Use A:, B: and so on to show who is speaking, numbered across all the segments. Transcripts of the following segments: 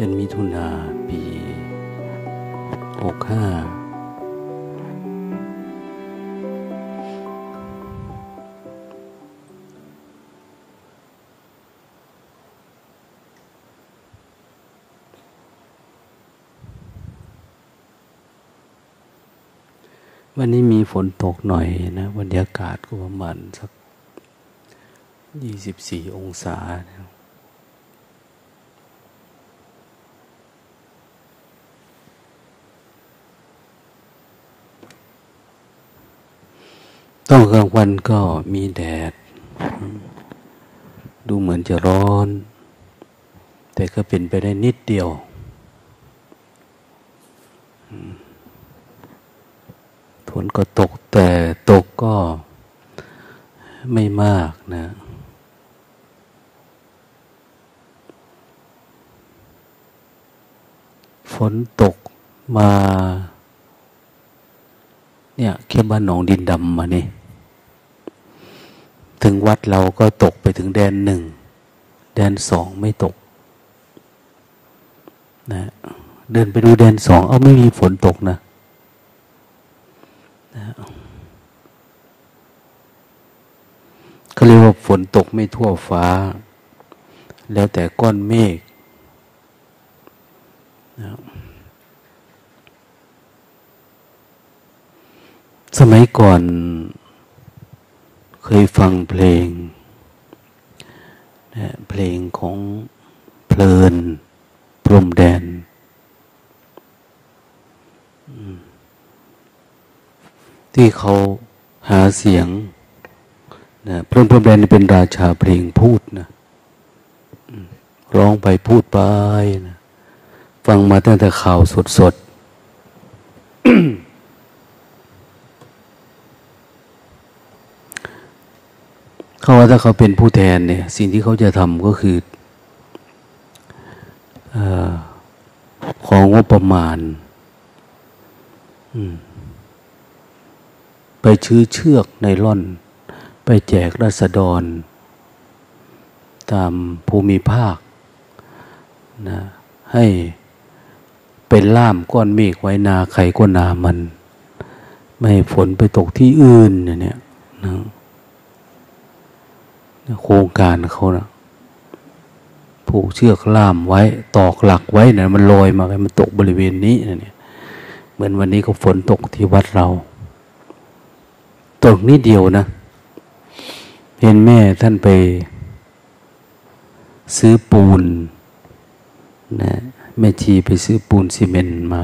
A: ดือนมิถุนาปี65วันนี้มีฝนตกหน่อยนะบรรยากาศก็ประมาณสัก24 องศานะต้องกลางวันก็มีแดดดูเหมือนจะร้อนแต่ก็เป็นไปได้นิดเดียวฝนก็ตกแต่ตกก็ไม่มากนะฝนตกมาเนี่ยแค่บ้านหนองดินดำมานี่ถึงวัดเราก็ตกไปถึงแดน 1แดน 2ไม่ตกนะเดินไปดูแดน 2ไม่มีฝนตกนะเขาเรียกว่าฝนตกไม่ทั่วฟ้าแล้วแต่ก้อนเมฆนะสมัยก่อนเคยฟังเพลงนะเพลงของเพลินพรหมแดนที่เขาหาเสียงนะเพลินพรหมแดนนี่เป็นราชาเพลงพูดนะร้องไปพูดไปนะฟังมาตั้งแต่ข่าวสดๆ เขาว่าถ้าเขาเป็นผู้แทนเนี่ยสิ่งที่เขาจะทำก็คือของงบประมาณไปชื้อเชือกไนล่อนไปแจกราษฎรตามภูมิภาคนะให้เป็นล่ามก้อนเมฆไว้นาใครก็นามันไม่ให้ฝนไปตกที่อื่นเนี่ยนะโครงการเขานะผูกเชือกล่ามไว้ตอกหลักไว้นะมันลอยมาให้มันตกบริเวณนี้เนี่ยเหมือนวันนี้ก็ฝนตกที่วัดเราตกนิดเดียวนะเห็นแม่ท่านไปซื้อปูนนะแม่ชีไปซื้อปูนซีเมนต์มา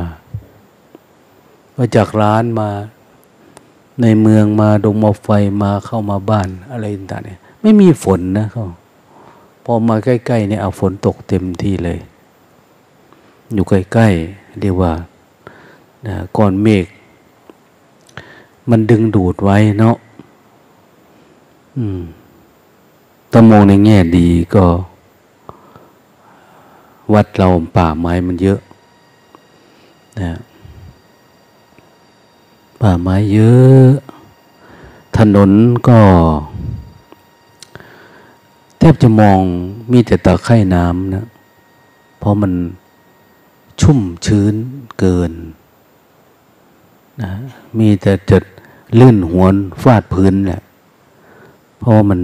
A: จากร้านมาในเมืองมาดงมาไฟมาเข้ามาบ้านอะไรต่างๆเนี่ยไม่มีฝนนะเขาพอมาใกล้ๆเนี่ยฝนตกเต็มที่เลยอยู่ใกล้ๆเรียกว่าก้อนเมฆมันดึงดูดไว้เนาะถ้ามองในแง่ดีก็วัดเราป่าไม้มันเยอะนะป่าไม้เยอะถนนก็แทบจะมองมีแต่ตะไคร่น้ำนะเพราะมันชุ่มชื้นเกินนะมีแต่จะลื่นหัวฟาดพื้นแหละเพราะมัน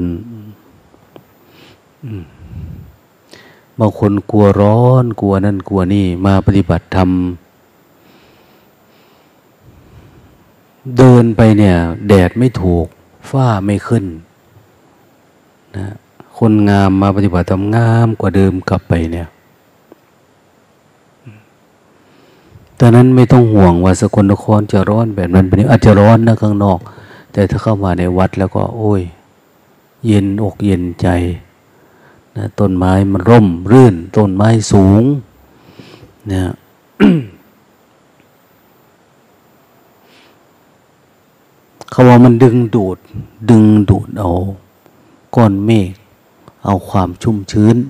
A: บางคนกลัวร้อนกลัวนั่นกลัวนี่มาปฏิบัติธรรมเดินไปเนี่ยแดดไม่ถูกฝ้าไม่ขึ้นนะคนงามมาปฏิบัติธรรมงามกว่าเดิมกลับไปเนี่ยตอนนั้นไม่ต้องห่วงว่าสกลนครจะร้อนแบบนั้นแบบนี้อาจจะร้อนนะข้างนอกแต่ถ้าเข้ามาในวัดแล้วก็โอ้ยเย็นอกเย็นใจนะต้นไม้มันร่มรื่นต้นไม้สูงเนี่ย เขาว่ามันดึงดูดเอาก้อนเมฆเอาความชุ่มชื้น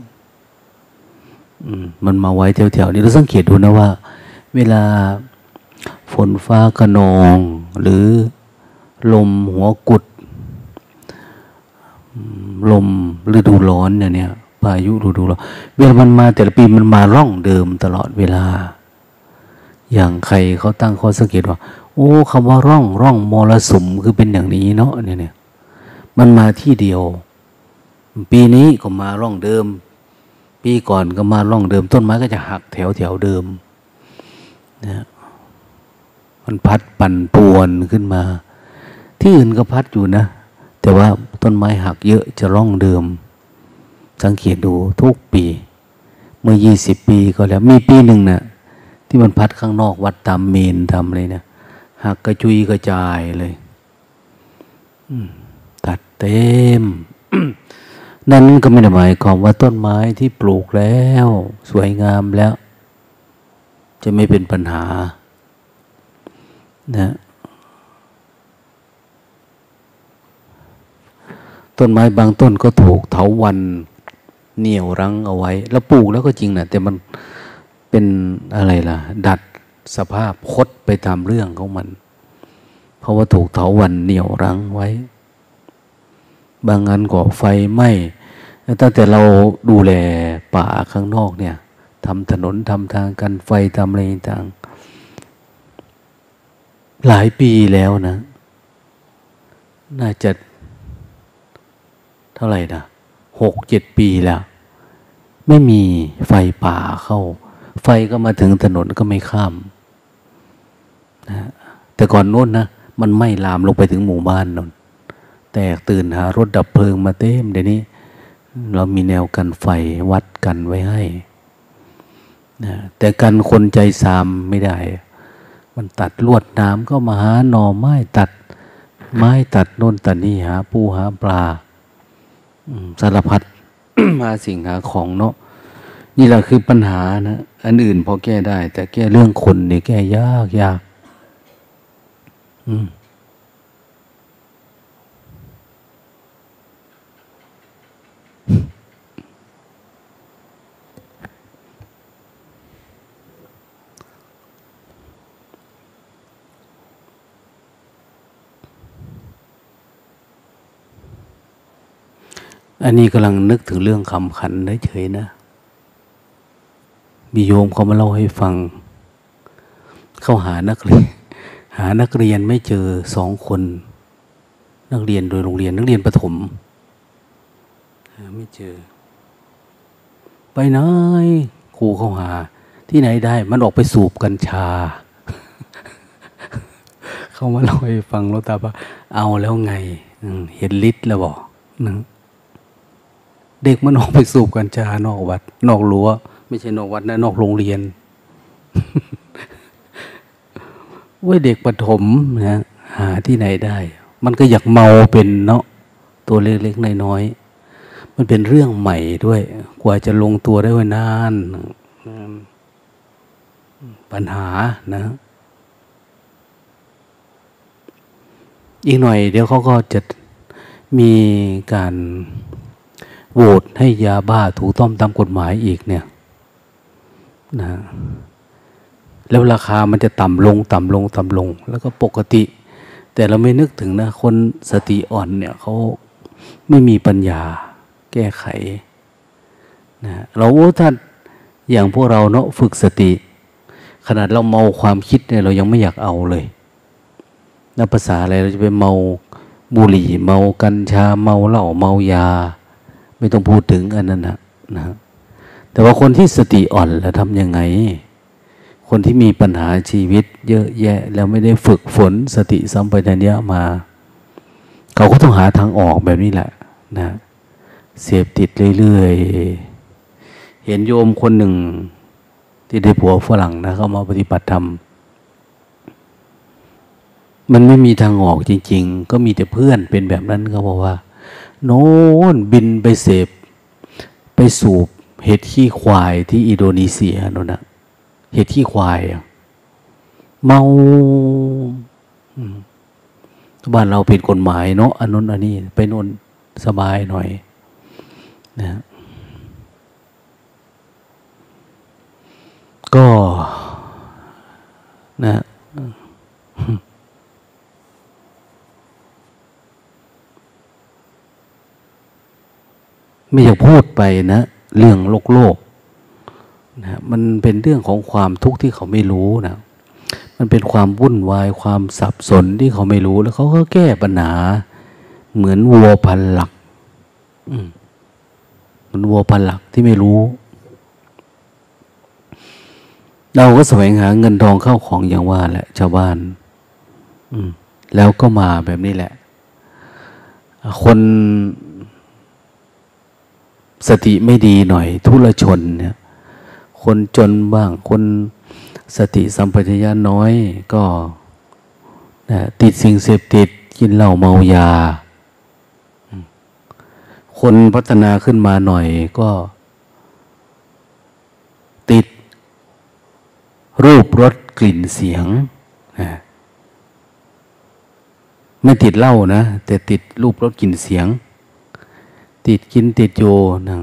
A: มันมาไว้แถวๆนี้เราสังเกตดูนะว่าเวลาฝนฟ้าคะนองหรือลมหัวกุดลมฤดูร้อนเนี่ยพายุฤดูร้อนเวลามันมาแต่ละปีมันมาร่องเดิมตลอดเวลาอย่างใครเขาตั้งข้อสังเกตว่าโอ้คำว่าร่องมรสุมคือเป็นอย่างนี้เนาะเนี่ยมันมาที่เดียวปีนี้ก็มาร่องเดิมปีก่อนก็มาร่องเดิมต้นไม้ก็จะหักแถวเดิมนะมันพัดปั่นป่วนขึ้นมาที่อื่นก็พัดอยู่นะแต่ว่าต้นไม้หักเยอะจะร่องเดิมสังเกตดูทุกปีเมื่อ20 ปีก็แล้วมีปีหนึ่งนะที่มันพัดข้างนอกวัดตามเมนทำอะไรเนี่ยหักกระจุยกระจายเลยตัดเต็ม นั่นก็ไม่ได้หมายความว่าต้นไม้ที่ปลูกแล้วสวยงามแล้วจะไม่เป็นปัญหานะต้นไม้บางต้นก็ถูกเถาวัลย์เหนี่ยวรั้งเอาไว้แล้วปลูกแล้วก็จริงนะแต่มันเป็นอะไรล่ะดัดสภาพคดไปตามเรื่องของมันเพราะว่าถูกเถาวัลย์เหนี่ยวรั้งไว้บางอันก็ไฟไหม้ตั้งแต่เราดูแลป่าข้างนอกเนี่ยทำถนนทำทางกันไฟทำอะไรต่างหลายปีแล้วนะน่าจะเท่าไหร่นะ6-7 ปีแล้วไม่มีไฟป่าเข้าไฟก็มาถึงถนนก็ไม่ข้ามนะแต่ก่อนโน้นนะมันไหม้ลามลงไปถึงหมู่บ้านนนแตกตื่นหารถดับเพลิงมาเต็มเดี๋ยวนี้เรามีแนวกันไฟวัดกันไว้ให้นะแต่กันคนใจซามไม่ได้มันตัดลวดน้ำก็มาหาหน่อไม้ตัดไม้ตัดโน่นตัดนี่หาปูหาปลาสารพัด มาสิ่งหาของเนาะนี่แหละคือปัญหานะอันอื่นพอแก้ได้แต่แก้เรื่องคนเนี่ยแก้ยากอันนี้กำลังนึกถึงเรื่องคำขันเฉยๆนะมีโยมเขามาเล่าให้ฟังเขาหานักเรียนไม่เจอ2 คนนักเรียนโดยโรงเรียนนักเรียนประถมหาไม่เจอไปไหนครูเขาหาที่ไหนได้มันออกไปสูบกัญชา เขามาเล่าให้ฟังแล้วตาว่าเอาแล้วไงเห็นฤทธิ์แล้วบอกนะเด็กมันออกไปสูบกัญชานอกวัดนอกรั้วไม่ใช่นอกวัดนะนอกโรงเรียน ว่าเด็กประถมนะหาที่ไหนได้มันก็อยากเมาเป็นเนาะตัวเล็กๆน้อยๆมันเป็นเรื่องใหม่ด้วยกว่าจะลงตัวได้ว่านานปัญหานะอีกหน่อยเดี๋ยวเขาก็จะมีการโหวตให้ยาบ้าถูกต้องตามกฎหมายอีกเนี่ยนะแล้วราคามันจะต่ำลงแล้วก็ปกติแต่เราไม่นึกถึงนะคนสติอ่อนเนี่ยเขาไม่มีปัญญาแก้ไขนะเราถ้าอย่างพวกเราเนาะฝึกสติขนาดเราเมาความคิดเนี่ยเรายังไม่อยากเอาเลยนับภาษาอะไรเราจะไปเมาบุหรี่เมากัญชาเมาเหล้าเมายาไม่ต้องพูดถึงอันนั้นนะแต่ว่าคนที่สติอ่อนแล้วทำยังไงคนที่มีปัญหาชีวิตเยอะแยะแล้วไม่ได้ฝึกฝนสติสัมปชัญญะมาเขาก็ต้องหาทางออกแบบนี้แหละนะเสพติดเรื่อยๆเห็นโยมคนหนึ่งที่ได้ผัวฝรั่งนะเข้ามาปฏิบัติธรรมมันไม่มีทางออกจริงๆก็มีแต่เพื่อนเป็นแบบนั้นเขาบอกว่าโน่นบินไปเสพไปสูบเห็ดขี้ควายที่อินโดนีเซียโน่นนะเห็ดขี้ควายเมาบ้านเราผิดกฎหมายเนาะอันนู้นอันนี้ไปโน่นสบายหน่อยนะก็นะไม่อยากพูดไปนะเรื่องโลกนะมันเป็นเรื่องของความทุกข์ที่เขาไม่รู้นะมันเป็นความวุ่นวายความสับสนที่เขาไม่รู้แล้วเขาก็แก้ปัญหาเหมือนวัวพันหลักเหมือนวัวพันหลักที่ไม่รู้เราก็แสวงหาเงินทองเข้าของอย่างว่าแหละชาวบ้านแล้วก็มาแบบนี้แหละคนสติไม่ดีหน่อยทุรชนเนี่ยคนจนบ้างคนสติสัมปชัญญะน้อยก็ติดสิ่งเสพติดกินเหล้าเมายาคนพัฒนาขึ้นมาหน่อยก็ติดรูปรสกลิ่นเสียงไม่ติดเหล้านะแต่ติดรูปรสกลิ่นเสียงติดกินติดโยนะ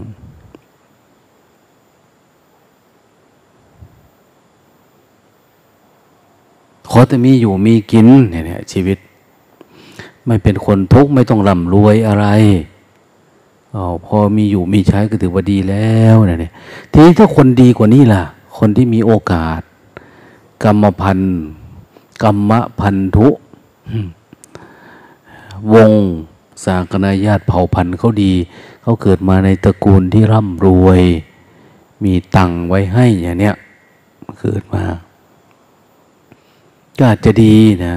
A: ขอแต่มีอยู่มีกินเนี่ยชีวิตไม่เป็นคนทุกข์ไม่ต้องร่ำรวยอะไรพอมีอยู่มีใช้ก็ถือว่าดีแล้วเนี่ยทีนี้ถ้าคนดีกว่านี้ล่ะคนที่มีโอกาสกรรมพันธุ์กรรมพันธุวงศาคณาญาติเผ่าพันธุ์เขาดีเขาเกิดมาในตระกูลที่ร่ำรวยมีตังไว้ให้อย่างเนี้ยเกิดมาก็อาจจะดีนะ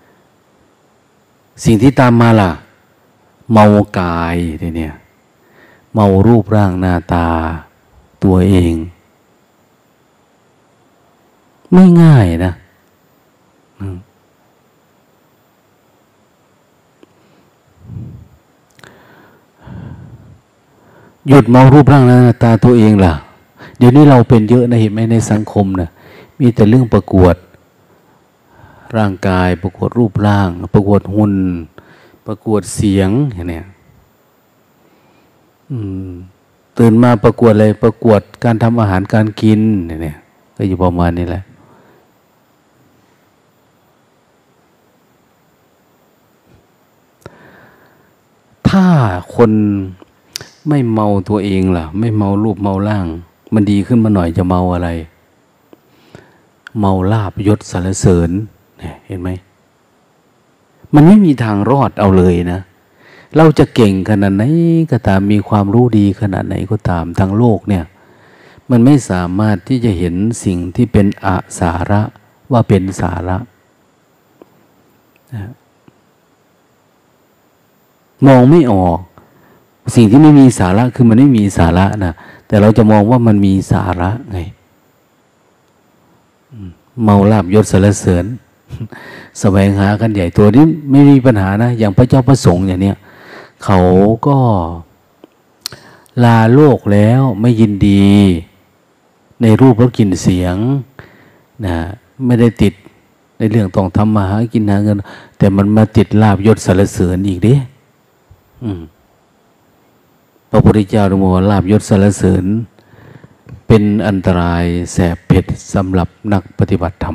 A: สิ่งที่ตามมาล่ะเมากายเนี่ยเมารูปร่างหน้าตาตัวเองไม่ง่ายนะหยุดเมารูปร่างหน้าตาตัวเองล่ะเดี๋ยวนี้เราเป็นเยอะนะเห็นไหมในสังคมนะมีแต่เรื่องประกวดร่างกายประกวดรูปร่างประกวดหุ่นประกวดเสียงอย่างเนี้ยตื่นมาประกวดอะไรประกวดการทำอาหารการกินเนี่ยก็อยู่ประมาณนี้แหละถ้าคนไม่เมาตัวเองล่ะไม่เมารูปเมาร่างมันดีขึ้นมาหน่อยจะเมาอะไรเมาลาภยศสรรเสริญเห็นไหมมันไม่มีทางรอดเอาเลยนะเราจะเก่งขนาดไหนก็ตามมีความรู้ดีขนาดไหนก็ตามทางโลกเนี่ยมันไม่สามารถที่จะเห็นสิ่งที่เป็นอสาระว่าเป็นสาระมองไม่ออกสิ่งที่ไม่มีสาระคือมันไม่มีสาระนะแต่เราจะมองว่ามันมีสาระไงเมาลาภยศสรรเสริญแสวงหากันใหญ่ตัวนี้ไม่มีปัญหานะอย่างพระเจ้าประสงค์อย่างเนี้ยเขาก็ลาโลกแล้วไม่ยินดีในรูปรสกลิ่นเสียงนะไม่ได้ติดในเรื่องต้องทำมาหากินหาเงินแต่มันมาติดลาภยศสรรเสริญอีกเด้พระพุทธเจ้าบอกว่าลาภยศสรรเสริญเป็นอันตรายแสบเผ็ดสำหรับนักปฏิบัติธรรม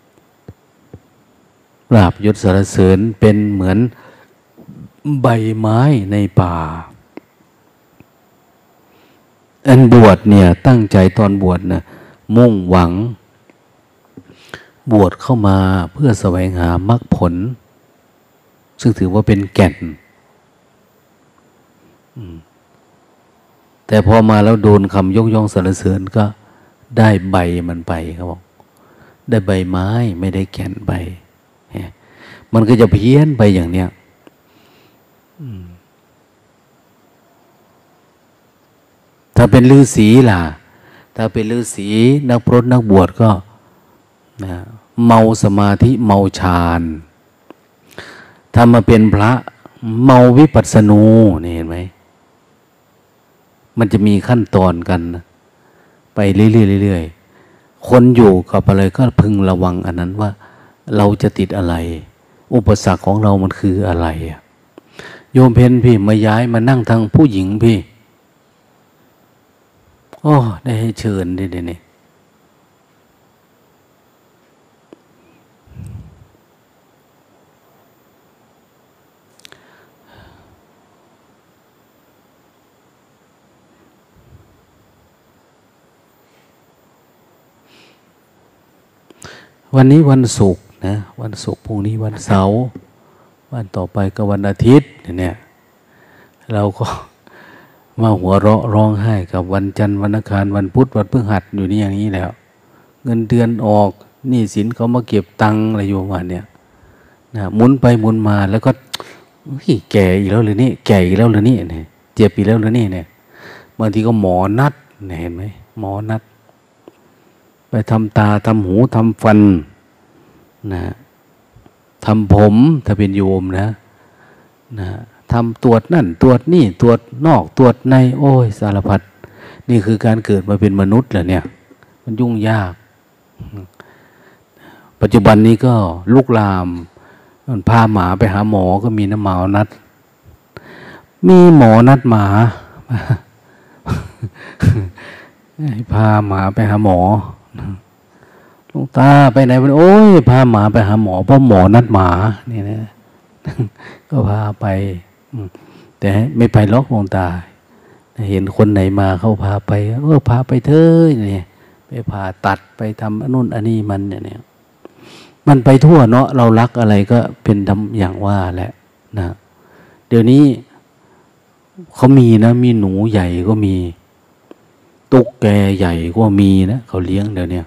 A: ลาภยศสรรเสริญเป็นเหมือนใบไม้ในป่าอันบวชเนี่ยตั้งใจตอนบวชนะมุ่งหวังบวชเข้ามาเพื่อแสวงหามรรคผลซึ่งถือว่าเป็นแก่นแต่พอมาแล้วโดนคำยกย่องสรรเสริญก็ได้ใบมันไปเขาบอกได้ใบไม้ไม่ได้แก่นใบมันก็จะเพี้ยนไปอย่างเนี้ยถ้าเป็นฤาษีล่ะถ้าเป็นฤาษีนักพรตนักบวชก็เมาสมาธิเมาฌานถ้ามาเป็นพระเมาวิปัสสนูนี่เห็นไหมมันจะมีขั้นตอนกันไปเรื่อยๆคนอยู่กับอะไรก็พึงระวังอันนั้นว่าเราจะติดอะไรอุปสรรคของเรามันคืออะไรโยมเพนพี่มาย้ายมานั่งทางผู้หญิงพี่โอ้ได้ให้เชิญดิเนี่ยวันนี้วันศุกร์นะวันศุกร์พรุ่งนี้วันเสาร์วันต่อไปก็วันอาทิตย์เนี่ยเราก็มาหัวเราะร้องไห้กับวันจันทร์วันอังคารวันพุธวันพฤหัสอยู่นี่อย่างนี้แล้วเงินเดือนออกหนี้สินเขามาเก็บตังค์อะไรอยู่วันเนี่ยนะหมุนไปหมุนมาแล้วก็แก่อีกแล้วหรือนี่แก่อีกแล้วหรือนี่เนี่ยเจ็บอีกแล้วหรือนี่เนี่ยบางทีก็หมอนัดเห็นไหมหมอนัดไปทำตาทำหูทำฟันนะทำผมถ้าเป็นโยมนะทำตรวจนั่นตรวจนี่ตรวจนอกตรวจในโอ้ยสารพัดนี่คือการเกิดมาเป็นมนุษย์เหรอเนี่ยมันยุ่งยากปัจจุบันนี้ก็ลุกลามมันพาหมาไปหาหมอก็มีน้ำหมานัดมีหมอนัดหมาพาหมาไปหาหมอหลวงตาไปไหนวันโอ้ยพาหมาไปหาหมอเพราะหมอนัดหมานี่นะก็พาไปแต่ไม่ไปล็อกหลวงตาเห็นคนไหนมาเขาพาไปพาไปเถอะเนี่ยไปผ่าตัดไปทำนู่นอันนี้มันเนี่ยมันไปทั่วเนาะเรารักอะไรก็เป็นทำอย่างว่าแหละนะเดี๋ยวนี้เขามีนะมีหนูใหญ่ก็มีตุ๊กแกใหญ่ก็มีนะเขาเลี้ยงเดี๋ยวนี้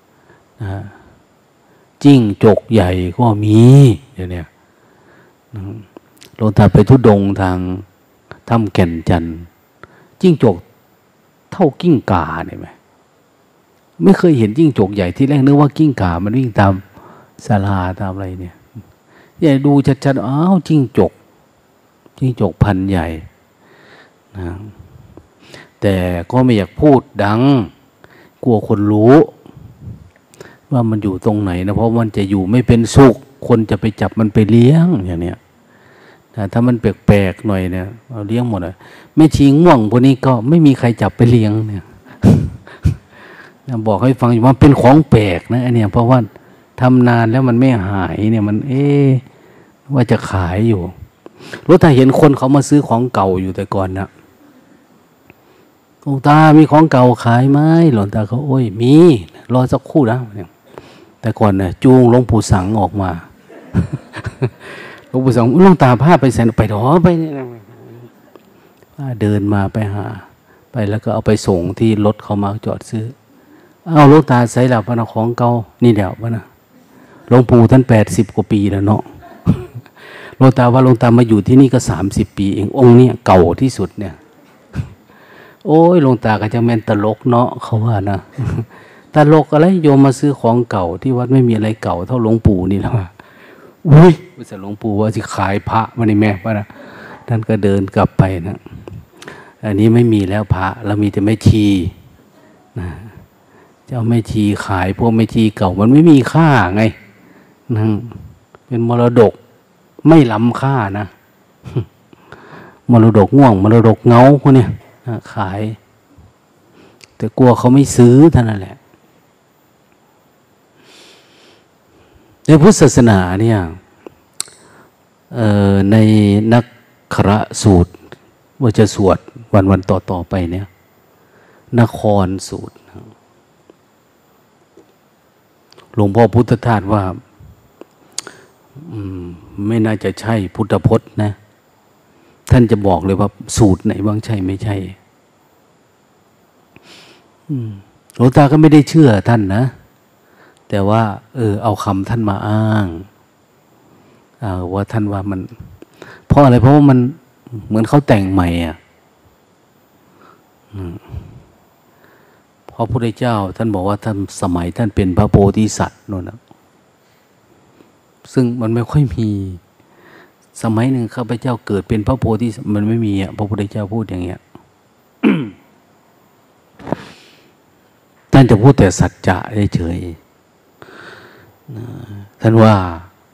A: จิ้งจกใหญ่ก็มีเดี๋ยวนี้หลวงตาไปทุดงทางถ้ำแก่นจันทร์จิ้งจกเท่ากิ้งก่าเนี่ยไหมไม่เคยเห็นจิ้งจกใหญ่ที่แรกนึกว่ากิ้งก่ามันวิ่งตามศาลาตามอะไรเนี่ยใหญ่ดูชัดๆอ้าวจิ้งจกพันใหญ่นะแต่ก็ไม่อยากพูดดังกลัวคนรู้ว่ามันอยู่ตรงไหนนะเพราะมันจะอยู่ไม่เป็นสุขคนจะไปจับมันไปเลี้ยงอย่างเนี้ยแต่ถ้ามันแปลกๆหน่อยเนี่ยเราเลี้ยงหมดเลยไม่ชี้ง่วงพวกนี้ก็ไม่มีใครจับไปเลี้ยงเนี่ยบอกให้ฟังอยู่ว่าเป็นของแปลกนะอันเนี้ยเพราะว่าทำนานแล้วมันไม่หายเนี่ยมันว่าจะขายอยู่รู้แต่เห็นคนเขามาซื้อของเก่าอยู่แต่ก่อนนะหลวงตามีของเก่าขายไหมหลวงตาเขาโอ้ยมีรอสักครู่นะแต่ก่อนเนี่ยจูงหลวงปู่สังออกมาหลวงปู่สังหลวงตาพาไปแสนไปหรอไปเนี่ยเดินมาไปหาไปแล้วก็เอาไปส่งที่รถเขามาจอดซื้อเอาหลวงตาใส่หลับพระของเก่านี่เดี๋ยววะนะหลวงปู่ท่าน80 กว่าปีแล้วเนาะหลวงตาว่าหลวงตามาอยู่ที่นี่ก็30 ปีเององค์นี้เก่าที่สุดเนี่ยโอ้ยหลวงตาก็จะแม่นตลกเนาะเขาว่านะตลกอะไรโยมมาซื้อของเก่าที่วัดไม่มีอะไรเก่าเท่าหลวงปู่นี่แล้วอุ้ยว่าจะหลวงปู่ว่าจะขายพระมาในแม่ว่านะท่านก็เดินกลับไปนะอันนี้ไม่มีแล้วพระเรามีแต่แม่ชีนะเจ้าแม่ชีขายพวกแม่ชีเก่ามันไม่มีค่าไงนะเป็นมรดกไม่ล้ำค่านะมรดกง่วงมรดกเงาพวกเนี้ยขายแต่กลัวเขาไม่ซื้อเท่านั้นแหละในพุทธศาสนาเนี่ยในนักขระสูตรว่าจะสวดวันต่อไปเนี่ยนครสูตรหลวงพ่อพุทธทาสว่าไม่น่าจะใช่พุทธพจน์นะท่านจะบอกเลยว่าสูตรไหนบ้างใช่ไม่ใช่หลวงตาก็ไม่ได้เชื่อท่านนะแต่ว่าเอาคำท่านมาอ้างว่าท่านว่ามันเพราะอะไรเพราะว่ามันเหมือนเขาแต่งใหม่เพราะพระพุทธเจ้าท่านบอกว่าท่านสมัยท่านเป็นพระโพธิสัตว์นั่นนะซึ่งมันไม่ค่อยมีสมัยหนึ่งข้าพเจ้าเกิดเป็นพระโพธิสัตว์มันไม่มีพระพุทธเจ้าพูดอย่างเงี้ย ท่านจะพูดแต่สัจจะเฉยท่านว่า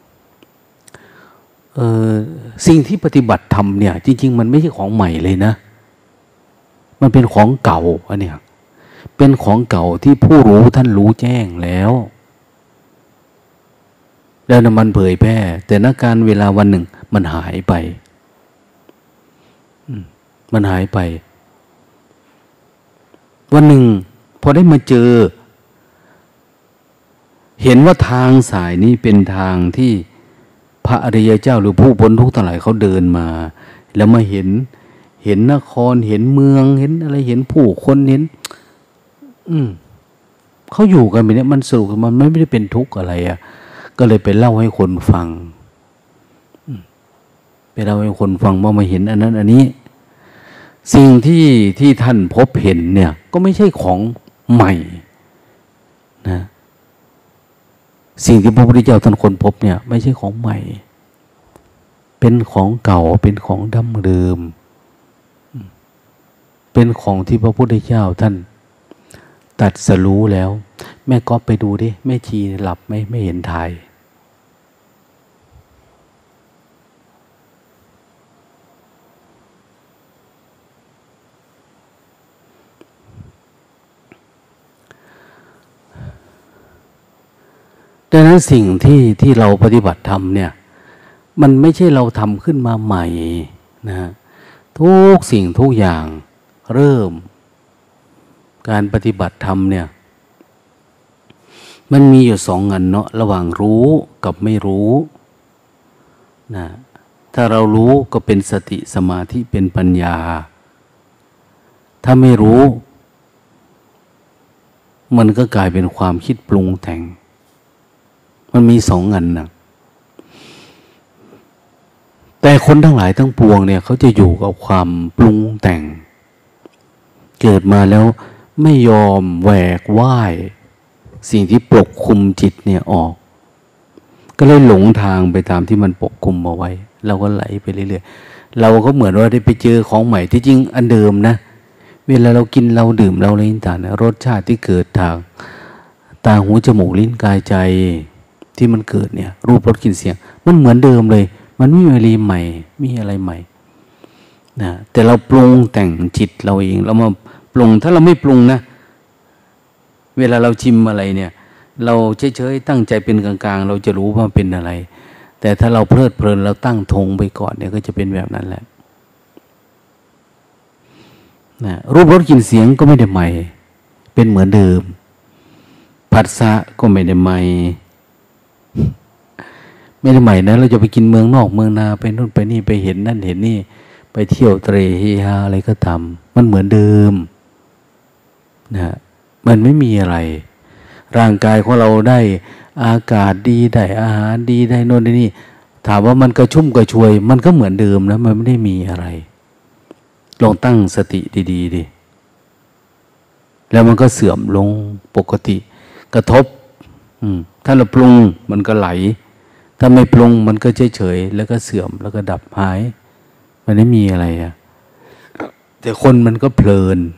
A: สิ่งที่ปฏิบัติธรรมเนี่ยจริงๆมันไม่ใช่ของใหม่เลยนะมันเป็นของเก่าอันเนี้ยเป็นของเก่าที่ผู้รู้ท่านรู้แจ้งแล้วมันเผยแพร่แต่ณการเวลาวันหนึ่งมันหายไปมันหายไปวันหนึ่งพอได้มาเจอเห็นว่าทางสายนี้เป็นทางที่พระอริยเจ้าหรือผู้พ้นทุกข์ทั้งหลายเขาเดินมาแล้วมาเห็นนครเห็นเมืองเห็นอะไรเห็นผู้คนเห็นเขาอยู่กันแบบนี้มันสรุปมันไม่ได้เป็นทุกข์อะไรอ่ะก็เลยไปเล่าให้คนฟังไปเล่าให้คนฟังว่ามาเห็นอันนั้นอันนี้สิ่งที่ท่านพบเห็นเนี่ยก็ไม่ใช่ของใหม่นะสิ่งที่พระพุทธเจ้าท่านค้นพบเนี่ยไม่ใช่ของใหม่เป็นของเก่าเป็นของดั้งเดิมเป็นของที่พระพุทธเจ้าท่านตรัสรู้แล้วแม่ก๊อฟไปดูดิแม่ชีหลับไม่เห็นถ่ายดังนั้นสิ่งที่เราปฏิบัติธรรมเนี่ยมันไม่ใช่เราทำขึ้นมาใหม่นะทุกสิ่งทุกอย่างเริ่มการปฏิบัติธรรมเนี่ยมันมีอยู่สองอันเนาะระหว่างรู้กับไม่รู้นะถ้าเรารู้ก็เป็นสติสมาธิเป็นปัญญาถ้าไม่รู้มันก็กลายเป็นความคิดปรุงแต่งมันมีสองอันนะแต่คนทั้งหลายทั้งปวงเนี่ยเขาจะอยู่กับความปรุงแต่งเกิดมาแล้วไม่ยอมแหวกว่ายสิ่งที่ปกคลุมจิตเนี่ยออกก็เลยหลงทางไปตามที่มันปกคลุมเอาไว้เราก็ไหลไปเรื่อยๆเราก็เหมือนว่าได้ไปเจอของใหม่ที่จริงอันเดิมนะเวลาเรากินเราดื่มเราอะไรต่างๆนะรสชาติที่เกิดทางตาหูจมูกลิ้นกายใจที่มันเกิดเนี่ยรูปรสกลิ่นเสียงมันเหมือนเดิมเลยมันไม่มีอะไรใหม่มีอะไรใหม่นะแต่เราปรุงแต่งจิตเราเองเรามาปรุงถ้าเราไม่ปรุงนะเวลาเราชิมอะไรเนี่ยเราเฉยๆตั้งใจเป็นกลางๆเราจะรู้ว่าเป็นอะไรแต่ถ้าเราเพลิดเพลินเราตั้งธงไปก่อนเนี่ยก็จะเป็นแบบนั้นแหละนะรูปรสกลิ่นเสียงก็ไม่ได้ใหม่เป็นเหมือนเดิมผัสสะก็ไม่ได้ใหม่นะเราจะไปกินเมืองนอกเมืองนาไปนู่นไปนี่ไปเห็นนั่นเห็นนี่ไปเที่ยวเตร่เฮฮาอะไรก็ตามมันเหมือนเดิมนะมันไม่มีอะไรร่างกายของเราได้อากาศดีได้อาหารดีได้โน่นได้นี่ถามว่ามันกระชุ่มกระชวยมันก็เหมือนเดิมนะมันไม่ได้มีอะไรลองตั้งสติดีๆดิแล้วมันก็เสื่อมลงปกติกระทบถ้าเราปรุงมันก็ไหลถ้าไม่ปรุงมันก็เฉยๆแล้วก็เสื่อมแล้วก็ดับหายมันไม่มีอะไรอะแต่คนมันก็เพลิน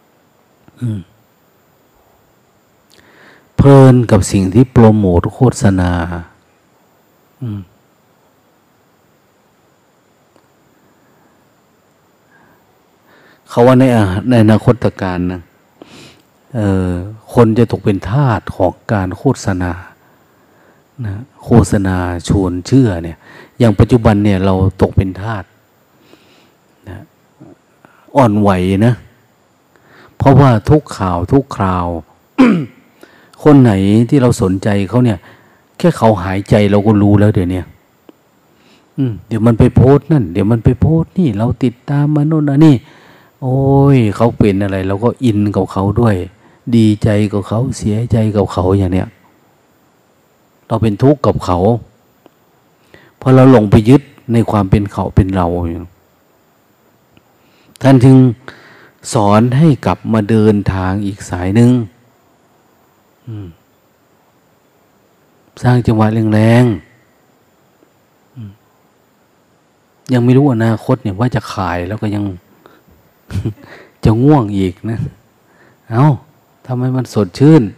A: เพลินกับสิ่งที่โปรโมทโฆษณาเขาว่าในอนาคตการนะคนจะตกเป็นทาสของการโฆษณานะโฆษณาชวนเชื่อเนี่ยอย่างปัจจุบันเนี่ยเราตกเป็นทาสนะอ่อนไหวนะเพราะว่าทุกข่าวทุกคราว คนไหนที่เราสนใจเขาเนี่ยแค่เขาหายใจเราก็รู้แล้วเดี๋ยวนี้เดี๋ยวมันไปโพสต์นั่นเดี๋ยวมันไปโพสต์นี่เราติดตามมันโน่นนี่โอ้ยเขาเป็นอะไรเราก็อินกับเขาด้วยดีใจกับเขาเสียใจกับเขาอย่างเนี้ยเราเป็นทุกข์กับเขาเพราะเราหลงไปยึดในความเป็นเขาเป็นเราท่านจึงสอนให้กลับมาเดินทางอีกสายหนึ่งสร้างจังหวะแรงๆยังไม่รู้อนาคตเนี่ยว่าจะขายแล้วก็ยัง จะง่วงอีกนะเอาทำให้มันสดชื่น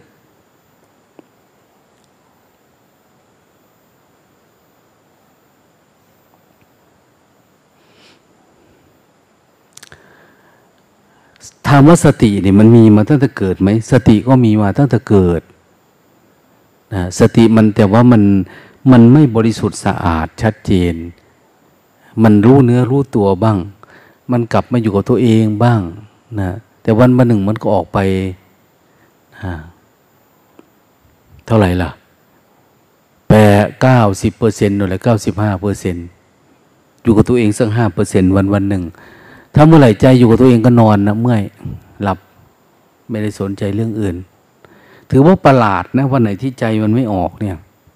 A: ถามว่าสติเนี่ยมันมีมาตั้งแต่เกิดไหมสติก็มีมาตั้งแต่เกิดนะสติมันแต่ว่ามันไม่บริสุทธิ์สะอาดชัดเจนมันรู้เนื้อรู้ตัวบ้างมันกลับมาอยู่กับตัวเองบ้างนะแต่วันหนึ่งมันก็ออกไปเท่าไหร่ล่ะ 90%นั่นแหละ95%อยู่กับตัวเองสัก5%วันหนึ่งถ้าเมื่อไหร่ใจอยู่กับตัวเองก็นอนนะเมื่อยหลับไม่ได้สนใจเรื่องอื่นถือว่าประหลาดนะวันไหนที่ใจมันไม่ออกเนี่ย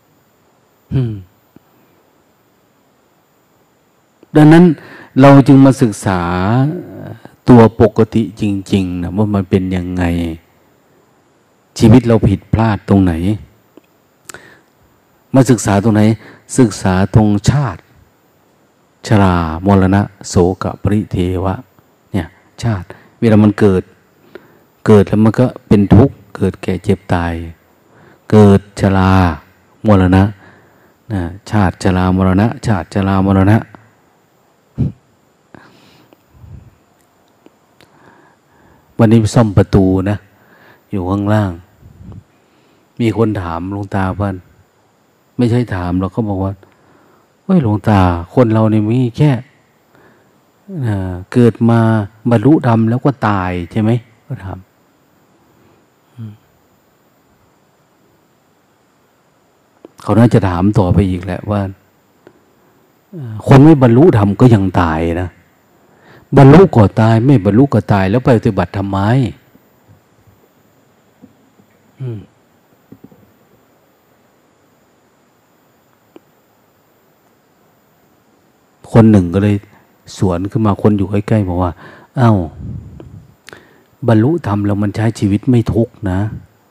A: ดังนั้นเราจึงมาศึกษาตัวปกติจริงๆนะว่ามันเป็นยังไงชีวิตเราผิดพลาดตรงไหนมาศึกษาตรงไหนศึกษาตรงชาติชรามรณะโสกปริเทวะเนี่ยชาติเวลามันเกิดแล้วมันก็เป็นทุกข์เกิดแก่เจ็บตายเกิดชรามรณะนะชาติชรามรณะชาติชรามรณะวันนี้ซ่อมประตูนะอยู่ข้างล่างมีคนถามหลวงตาเพิ่นไม่ใช่ถามเราก็บอกว่าเฮ้ยหลวงตาคนเราเนี่ยมีแค่เกิดมาบรรลุธรรมแล้วก็ตายใช่ไหมก็ถามเขาน่าจะถามต่อไปอีกแหละว่าคนไม่บรรลุธรรมก็ยังตายนะบรรลุก็ตายไม่บรรลุก็ตายแล้วไปปฏิบัติทำไมคนหนึ่งก็เลยสวนขึ้นมาคนอยู่ใกล้ๆบอกว่าอ้าวบรรลุธรรมแล้วมันใช้ชีวิตไม่ทุกข์นะ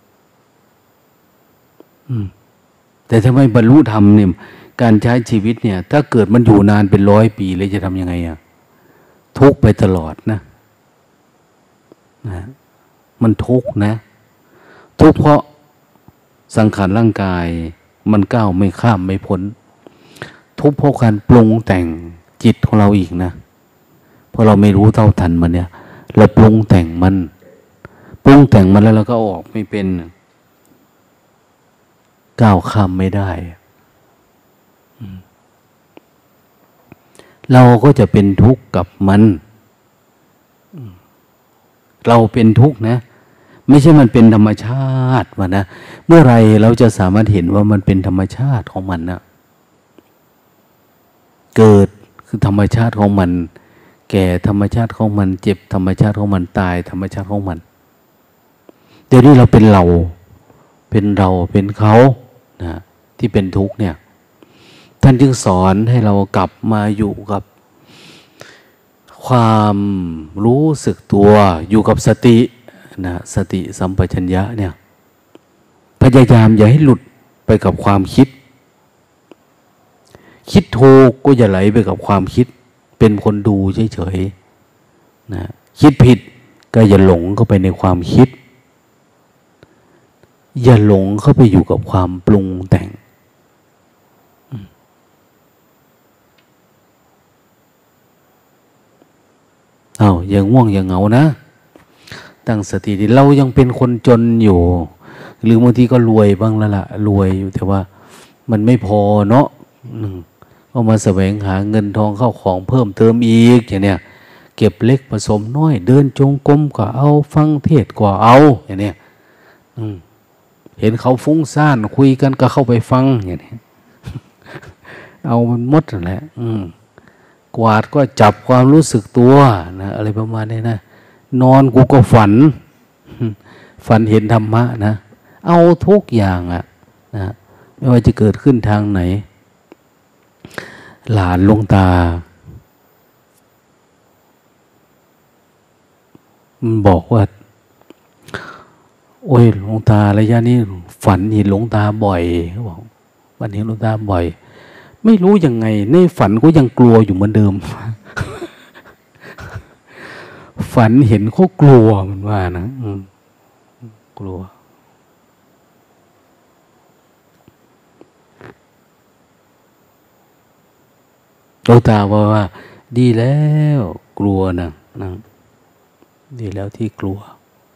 A: แต่ถ้าไม่บรรลุธรรมเนี่ยการใช้ชีวิตเนี่ยถ้าเกิดมันอยู่นานเป็น100 ปีเลยจะทำยังไงอ่ะทุกข์ไปตลอดนะมันทุกข์นะทุกข์เพราะสังขารร่างกายมันก้าวไม่ข้ามไม่พ้นทุกข์เพราะการปรุงแต่งจิตของเราอีกนะเพราะเราไม่รู้เท่าทันมันเนี่ยเราปรุงแต่งมันแล้วเราก็ออกไม่เป็นก้าวข้ามไม่ได้เราก็จะเป็นทุกข์กับมันเราเป็นทุกข์นะไม่ใช่มันเป็นธรรมชาติวะนะเมื่อไรเราจะสามารถเห็นว่ามันเป็นธรรมชาติของมันนะเกิดคือธรรมชาติของมันแก่ธรรมชาติของมันเจ็บธรรมชาติของมันตายธรรมชาติของมันเดี๋ยวนี้เราเป็นเขานะที่เป็นทุกข์เนี่ยท่านจึงสอนให้เรากลับมาอยู่กับความรู้สึกตัวอยู่กับสตินะสติสัมปชัญญะเนี่ยพยายามอย่าให้หลุดไปกับความคิดถูกก็อย่าไหลไปกับความคิดเป็นคนดูเฉยๆนะคิดผิดก็อย่าหลงเข้าไปในความคิดอย่าหลงเข้าไปอยู่กับความปรุงแต่งอย่างง่วงอย่างเหงานะตั้งสติดิเรายังเป็นคนจนอยู่หรือบางทีก็รวยบ้างแล้วล่ะรวยอยู่แต่ว่ามันไม่พอเนาะก็มาแสวงหาเงินทองเข้าของเพิ่มเติมอีกอย่างเนี้ยเก็บเล็กผสมน้อยเดินจงกรมก็เอาฟังเทศก็เอาอย่างเนี้ยเห็นเขาฟุ้งซ่านคุยกันก็เข้าไปฟังอย่างนี้เอามันหมดนั่นแหละกวาดก็จับความรู้สึกตัวนะอะไรประมาณนี้นะนอนกูก็ฝันเห็นธรรมะนะเอาทุกอย่างนะไม่ว่าจะเกิดขึ้นทางไหนหลานหลวงตามันบอกว่าโอ้ยหลวงตาระยะนี้ฝันเห็นหลวงตาบ่อยเขาบอกฝันเห็นหลวงตาบ่อยไม่รู้ยังไงในฝันก็ยังกลัวอยู่เหมือนเดิม ฝันเห็นเขากลัวมันว่านะกลัวหลวงตาว่าดีแล้วกลัวนะดีแล้วที่กลัว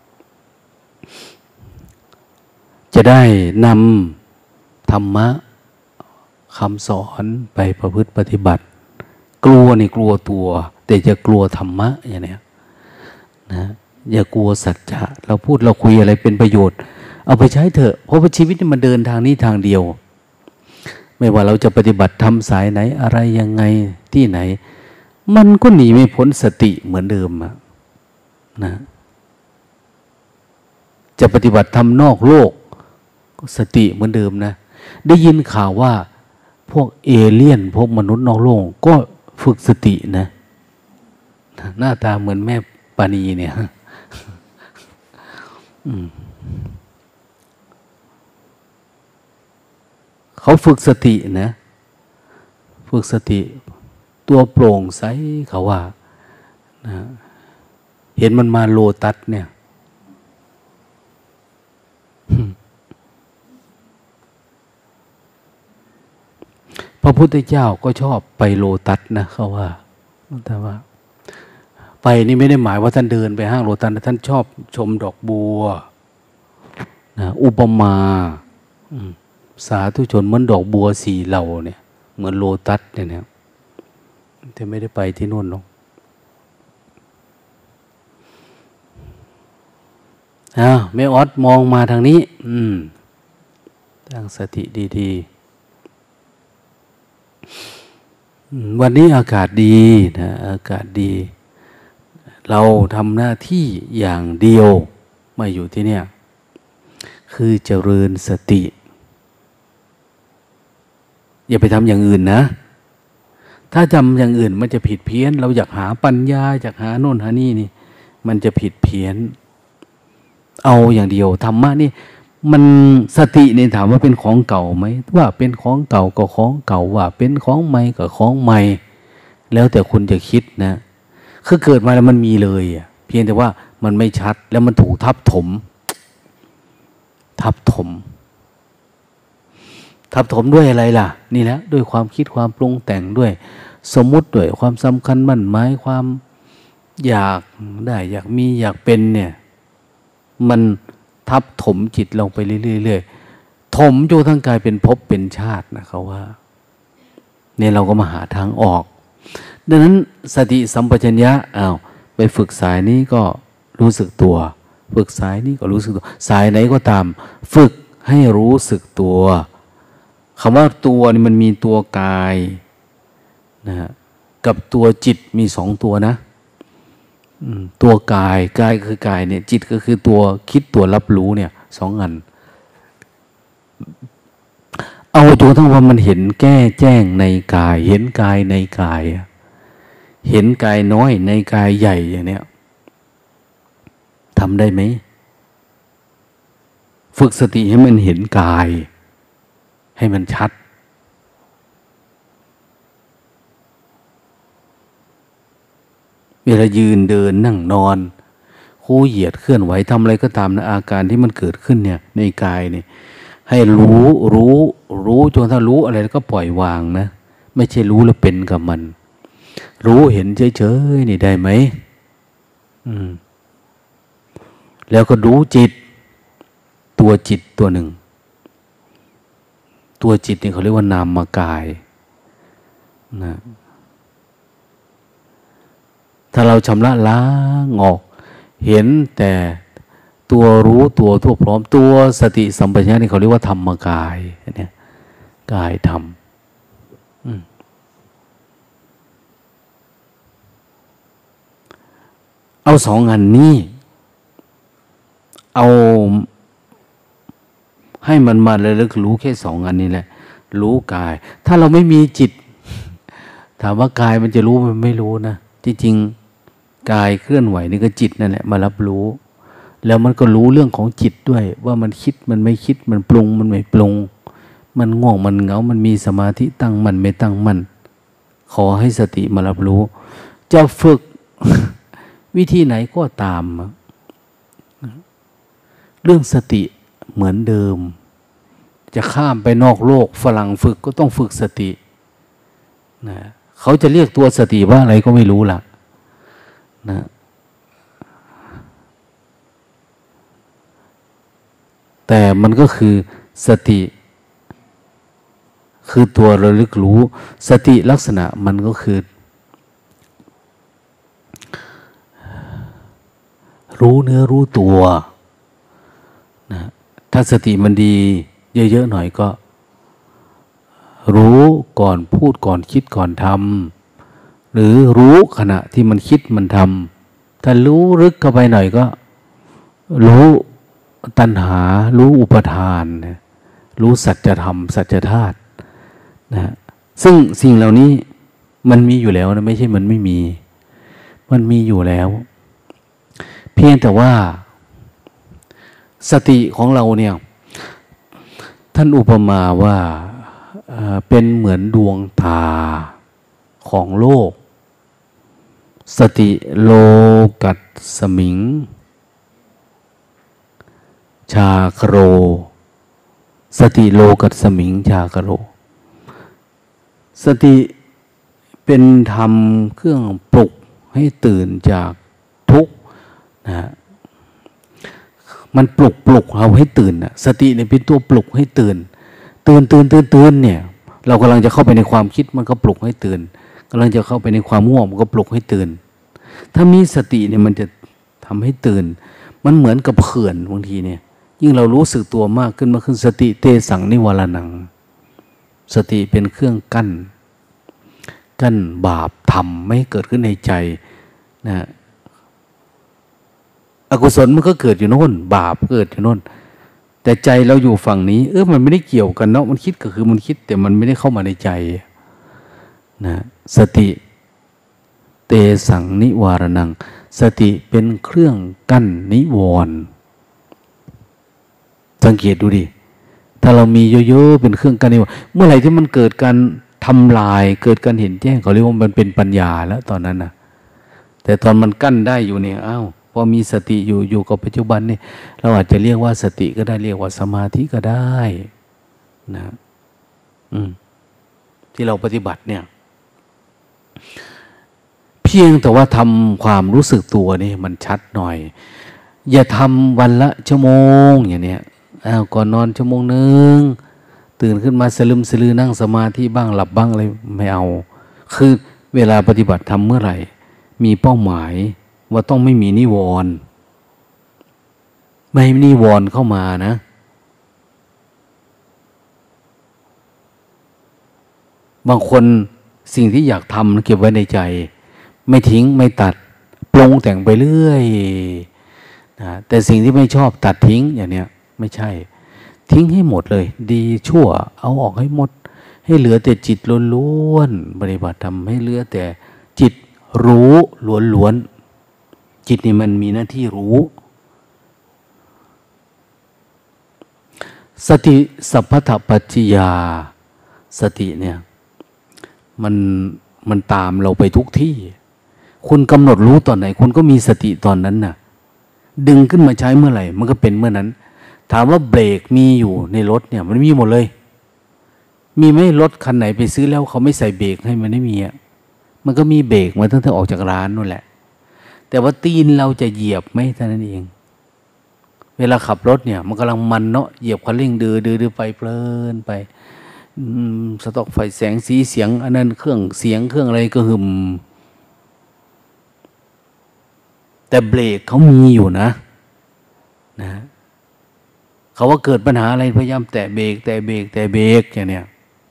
A: จะได้นำธรรมะคำสอนไปประพฤติปฏิบัติกลัวนี่กลัวตัวแต่จะกลัวธรรมะอย่างเนี้ยนะอย่ากลัวสัจจะเราพูดเราคุยอะไรเป็นประโยชน์เอาไปใช้เถอะเพราะว่าชีวิตมันเดินทางนี้ทางเดียวไม่ว่าเราจะปฏิบัติทำสายไหนอะไรยังไงที่ไหนมันก็หนีไม่พ้นสติเหมือนเดิมนะจะปฏิบัติทำนอกโลกก็สติเหมือนเดิมนะได้ยินข่าวว่าพวกเอเลี่ยนพวกมนุษย์นอกโลกก็ฝึกสตินะหน้าตาเหมือนแม่ปานีเนี่ยเขาฝึกสตินะฝึกสติตัวโปร่งใสเขาว่านะเห็นมันมาโลตัสเนี่ยพระพุทธเจ้าก็ชอบไปโลตัสนะเขาว่าแต่ว่าไปนี่ไม่ได้หมายว่าท่านเดินไปห้างโลตัสนะท่านชอบชมดอกบัวนะอุปมาสาธุชนเหมือนดอกบัวสีเหล่าเนี่ยเหมือนโลตัสเนี่ยแต่ไม่ได้ไปที่นู่นหรอกแม่ออดมองมาทางนี้ตั้งสติดีๆวันนี้อากาศดีนะอากาศดีเราทำหน้าที่อย่างเดียวมาอยู่ที่เนี่ยคือเจริญสติอย่าไปทำอย่างอื่นนะถ้าทำอย่างอื่นมันจะผิดเพี้ยนเราอยากหาปัญญาอยากหาโน่นหานี่นี่มันจะผิดเพี้ยนเอาอย่างเดียวธรรมะนี่มันสติเนี่ยถามว่าเป็นของเก่าไหมว่าเป็นของเก่าก็ของเก่าว่าเป็นของใหม่ก็ของใหม่แล้วแต่คุณจะคิดนะคือเกิดมาแล้วมันมีเลยเพียงแต่ว่ามันไม่ชัดแล้วมันถูกทับถมด้วยอะไรล่ะนี่แหละด้วยความคิดความปรุงแต่งด้วยสมมุติด้วยความสำคัญมั่นหมายความอยากได้อยากมีอยากเป็นเนี่ยมันทับถมจิตเราไปเรื่อยๆถมจนทั้งกายเป็นภพเป็นชาตินะเขาว่าเนี่ยเราก็มาหาทางออกดังนั้นสติสัมปชัญญะไปฝึกสายนี้ก็รู้สึกตัวฝึกสายนี้ก็รู้สึกตัวสายไหนก็ตามฝึกให้รู้สึกตัวคำว่าตัวนี่มันมีตัวกายนะกับตัวจิตมีสองตัวนะตัวกายคือกายเนี่ยจิตก็คือตัวคิดตัวรับรู้เนี่ยสองอันเอาจนทั้งว่ามันเห็นแก้แจ้งในกายเห็นกายในกายเห็นกายน้อยในกายใหญ่อย่างเนี้ยทำได้ไหมฝึกสติให้มันเห็นกายให้มันชัดเวลายืนเดินนั่งนอนคู่เหยียดเคลื่อนไหวทำอะไรก็ตามนะอาการที่มันเกิดขึ้นเนี่ยในกายเนี่ยให้รู้จนถ้ารู้อะไรแล้วก็ปล่อยวางนะไม่ใช่รู้แล้วเป็นกับมันรู้เห็นเฉยๆนี่ได้ไหมแล้วก็รู้จิตตัวจิตตัวหนึ่งตัวจิตนี่เขาเรียกว่านามกายนะถ้าเราชำระล้างออกเห็นแต่ตัวรู้ตัวทั่วพร้อมตัวสติสัมปชัญญะนี่เขาเรียกว่าธรรมกายเนี่ยกายธรรมเอาสองอันนี้เอาให้มันมาเลยแล้วรู้แค่สองอันนี้แหละรู้กายถ้าเราไม่มีจิตถามว่ากายมันจะรู้มันไม่รู้นะจริงๆกายเคลื่อนไหวนี่ก็จิตนั่นแหละมารับรู้แล้วมันก็รู้เรื่องของจิตด้วยว่ามันคิดมันไม่คิดมันปรุงมันไม่ปรุงมันง่วงมันเหงามันมีสมาธิตั้งมันไม่ตั้งมันขอให้สติมารับรู้จะฝึก วิธีไหนก็ตามเรื่องสติเหมือนเดิมจะข้ามไปนอกโลกฝรั่งฝึกก็ต้องฝึกสตินะเขาจะเรียกตัวสติว่าอะไรก็ไม่รู้ล่ะนะแต่มันก็คือสติคือตัวระลึกรู้สติลักษณะมันก็คือรู้เนื้อรู้ตัวนะถ้าสติมันดีเยอะๆหน่อยก็รู้ก่อนพูดก่อนคิดก่อนทำหรือรู้ขณะที่มันคิดมันทำถ้ารู้ลึกเข้าไปหน่อยก็รู้ตัณหารู้อุปทานรู้สัจธรรมสัจธาตุนะซึ่งสิ่งเหล่านี้มันมีอยู่แล้วนะไม่ใช่มันไม่มีมันมีอยู่แล้วเพียงแต่ว่าสติของเราเนี่ยท่านอุปมาว่าเป็นเหมือนดวงตาของโลกสติโลกัสสมิงชาคโรสติโลกัสสมิงชาคโรสติเป็นธรรมเครื่องปลุกให้ตื่นจากทุกข์นะมันปลุกเราให้ตื่นนะสติเนี่ยเป็นตัวปลุกให้ตื่นเนี่ยเรากำลังจะเข้าไปในความคิดมันก็ปลุกให้ตื่นกำลังจะเข้าไปในความง่วงมันก็ปลุกให้ตื่นถ้ามีสติเนี่ยมันจะทำให้ตื่นมันเหมือนกับเขื่อนบางทีเนี่ยยิ่งเรารู้สึกตัวมากขึ้นสติเตสังนิวรณังสติเป็นเครื่องกั้นบาปธรรมไม่ให้เกิดขึ้นในใจนะอกุศลมันก็เกิดอยู่โน่นบาปเกิดอยู่โน่นแต่ใจเราอยู่ฝั่งนี้มันไม่ได้เกี่ยวกันเนาะมันคิดก็คือมันคิดแต่มันไม่ได้เข้ามาในใจนะสติเตสังนิวรณังสติเป็นเครื่องกั้นนิวรณ์สังเกตดูดิถ้าเรามีเยอะๆเป็นเครื่องกั้นนิวรณ์เมื่อไหร่ที่มันเกิดการทำลายเกิดการเห็นแจ้งเขาเรียกว่ามันเป็นปัญญาแล้วตอนนั้นนะแต่ตอนมันกั้นได้อยู่เนี่ยพอมีสติอยู่กับปัจจุบันนี่เราอาจจะเรียกว่าสติก็ได้เรียกว่าสมาธิก็ได้นะที่เราปฏิบัติเนี่ยเพียงแต่ว่าทำความรู้สึกตัวนี่มันชัดหน่อยอย่าทำวันละชั่วโมงอย่างเนี้ยก่อนนอนชั่วโมงนึงตื่นขึ้นมาสลึมสลือนั่งสมาธิบ้างหลับบ้างอะไรไม่เอาคือเวลาปฏิบัติทำเมื่อไหร่มีเป้าหมายว่าต้องไม่มีนิวรณ์ไม่ให้นิวรณ์เข้ามานะบางคนสิ่งที่อยากทำเก็บไว้ในใจไม่ทิ้งไม่ตัดปรุงแต่งไปเรื่อยนะแต่สิ่งที่ไม่ชอบตัดทิ้งอย่างเนี้ยไม่ใช่ทิ้งให้หมดเลยดีชั่วเอาออกให้หมดให้เหลือแต่จิตล้วนๆปฏิบัติทำให้เหลือแต่จิตรู้ล้วนๆจิตนี่มันมีหน้าที่รู้สติสัพพะปัจจิยาสติเนี่ยมันตามเราไปทุกที่คุณกำหนดรู้ตอนไหนคุณก็มีสติตอนนั้นน่ะดึงขึ้นมาใช้เมื่อไหร่มันก็เป็นเมื่อนั้นถามว่าเบรกมีอยู่ในรถเนี่ยมันมีหมดเลยมีไหมรถคันไหนไปซื้อแล้วเขาไม่ใส่เบรกให้มันไม่มีมันก็มีเบรกมาตั้งแต่ออกจากร้านนู่นแหละแต่ว่าตีนเราจะเหยียบไหมเท่านั้นเองเวลาขับรถเนี่ยมันกำลังมันเนาะเหยียบคันเร่งดื้อไปเพลินไปสต็อกไฟแสงสีเสียงอันนั้นเครื่องเสียงเครื่องอะไรก็หึมแต่เบรกเขามีอยู่นะเขาว่าเกิดปัญหาอะไรพยายามแตะเบรกอย่างเนี้ย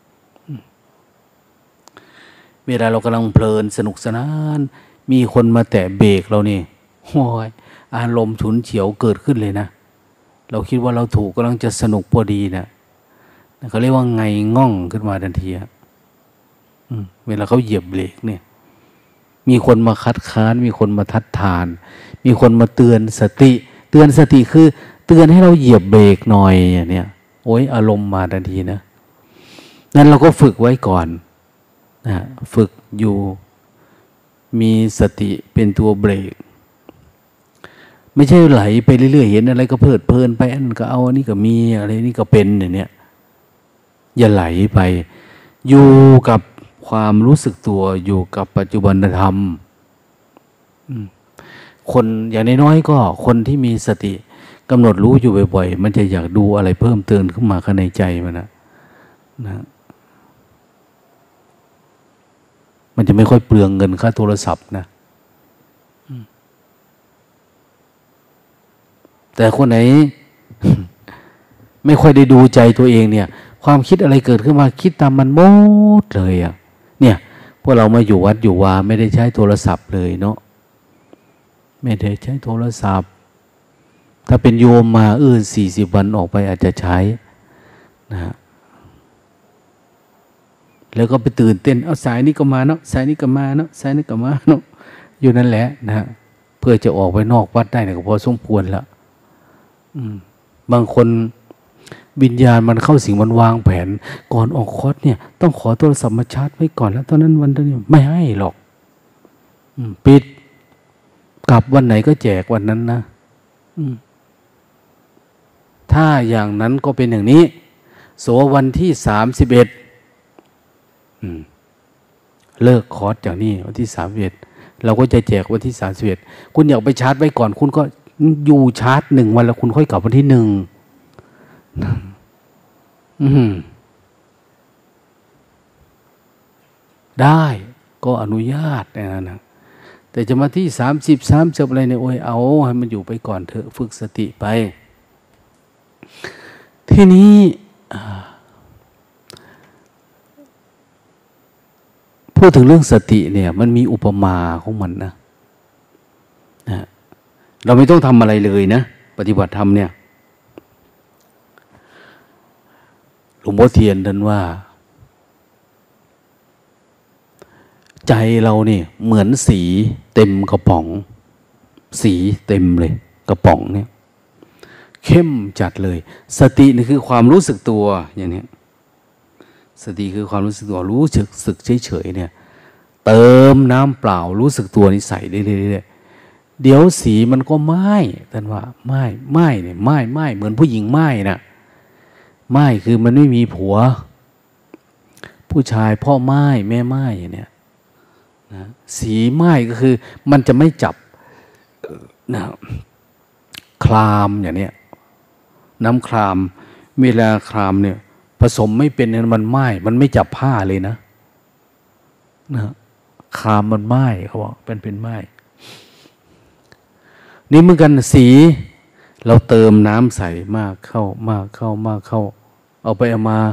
A: เวลาเรากำลังเพลินสนุกสนานมีคนมาแตะเบรกเรานี่โอ้ยอารมณ์ฉุนเฉียวเกิดขึ้นเลยนะเราคิดว่าเราถูกกำลังจะสนุกพอดีนะเขาเรียกว่าไงง่องขึ้นมาทันทีเวลาเขาเหยียบเบรกเนี่ยมีคนมาคัดค้านมีคนมาทัดทานมีคนมาเตือนสติคือเตือนให้เราเหยียบเบรกหน่อยอย่างเนี้ยโอ้ยอารมณ์มาทันทีนะนั้นเราก็ฝึกไว้ก่อนฝึกอยู่มีสติเป็นตัวเบรกไม่ใช่ไหลไปเรื่อยๆเห็นอะไรก็เพลิดเพลินไปอันก็เอาอันนี้ก็มีอะไรนี่ก็เป็นอย่างเนี้ยอย่าไหลไปอยู่กับความรู้สึกตัวอยู่กับปัจจุบันธรรมคนอย่างน้อยๆก็คนที่มีสติกำหนดรู้อยู่บ่อยๆมันจะอยากดูอะไรเพิ่มเติมขึ้นมาข้างในใจมันนะมันจะไม่ค่อยเปลืองเงินค่าโทรศัพท์นะแต่คนไหน ไม่ค่อยได้ดูใจตัวเองเนี่ยคความคิดอะไรเกิดขึ้นมาคิดตามมันหมดเลยอ่ะเนี่ยพวกเรามาอยู่วัดอยู่วาไม่ได้ใช้โทรศัพท์เลยเนาะไม่ได้ใช้โทรศัพท์ถ้าเป็นโยมมา40 วันออกไปอาจจะใช้นะฮะแล้วก็ไปตื่นเต้นเอาสายนี้ก็มาเนาะสายนี้ก็มาเนาะสายนี้ก็มาเนาะอยู่นั่นแหละนะฮะเพื่อจะออกไปนอกวัดได้เนี่ยก็พอสมควรแล้วบางคนวิญญาณมันเข้าสิ่งมันวางแผนก่อนออกคอร์สเนี่ยต้องขอโทรศัพท์มาชาร์จไว้ก่อนแล้วตอนนั้นวันนี้ไม่ให้หรอกปิดกลับวันไหนก็แจกวันนั้นนะถ้าอย่างนั้นก็เป็นอย่างนี้โสวันที่31เลิกคอร์สอย่างนี้วันที่31เราก็จะแจกวันที่31คุณอยากไปชาร์จไว้ก่อนคุณก็อยู่ชาร์จ1 วันแล้วคุณค่อยกลับวันที่1ได้ก็อนุญาตนะแต่จะมาที่30อะไรเนี่ยโอ้ยเอาให้มันอยู่ไปก่อนเถอะฝึกสติไปทีนี้พูดถึงเรื่องสติเนี่ยมันมีอุปมาของมันนะเราไม่ต้องทำอะไรเลยนะปฏิบัติธรรมเนี่ยหลวงพ่อเทียนท่านว่าใจเราเนี่ยเหมือนสีเต็มกระป๋องสีเต็มเลยกระป๋องเนี่ยเข้มจัดเลยสตินี่คือความรู้สึกตัวอย่างนี้สติคือความรู้สึกตัวรู้สึกเฉยๆเนี่ยเติมน้ำเปล่ารู้สึกตัวนี่ใส่ได้เรื่อยๆเดี๋ยวสีมันก็ไหม้ท่านว่าไหม้เนี่ยไหม้เหมือนผู้หญิงไหม้น่ะไหม้คือมันไม่มีผัวผู้ชายพ่อไหม้แม่ไหม้อย่างเนี้ยนะสีไหม้ก็คือมันจะไม่จับนะคลามอย่างเนี้ยน้ำคลามเวลาคลามเนี่ยผสมไม่เป็นมันไหม้มันไม่จับผ้าเลยนะคลามมันไหม้เขาบอกเป็นไหม้นี่เหมือนกันสีเราเติมน้ำใส่มากเข้ามากเข้เอาไปเอามา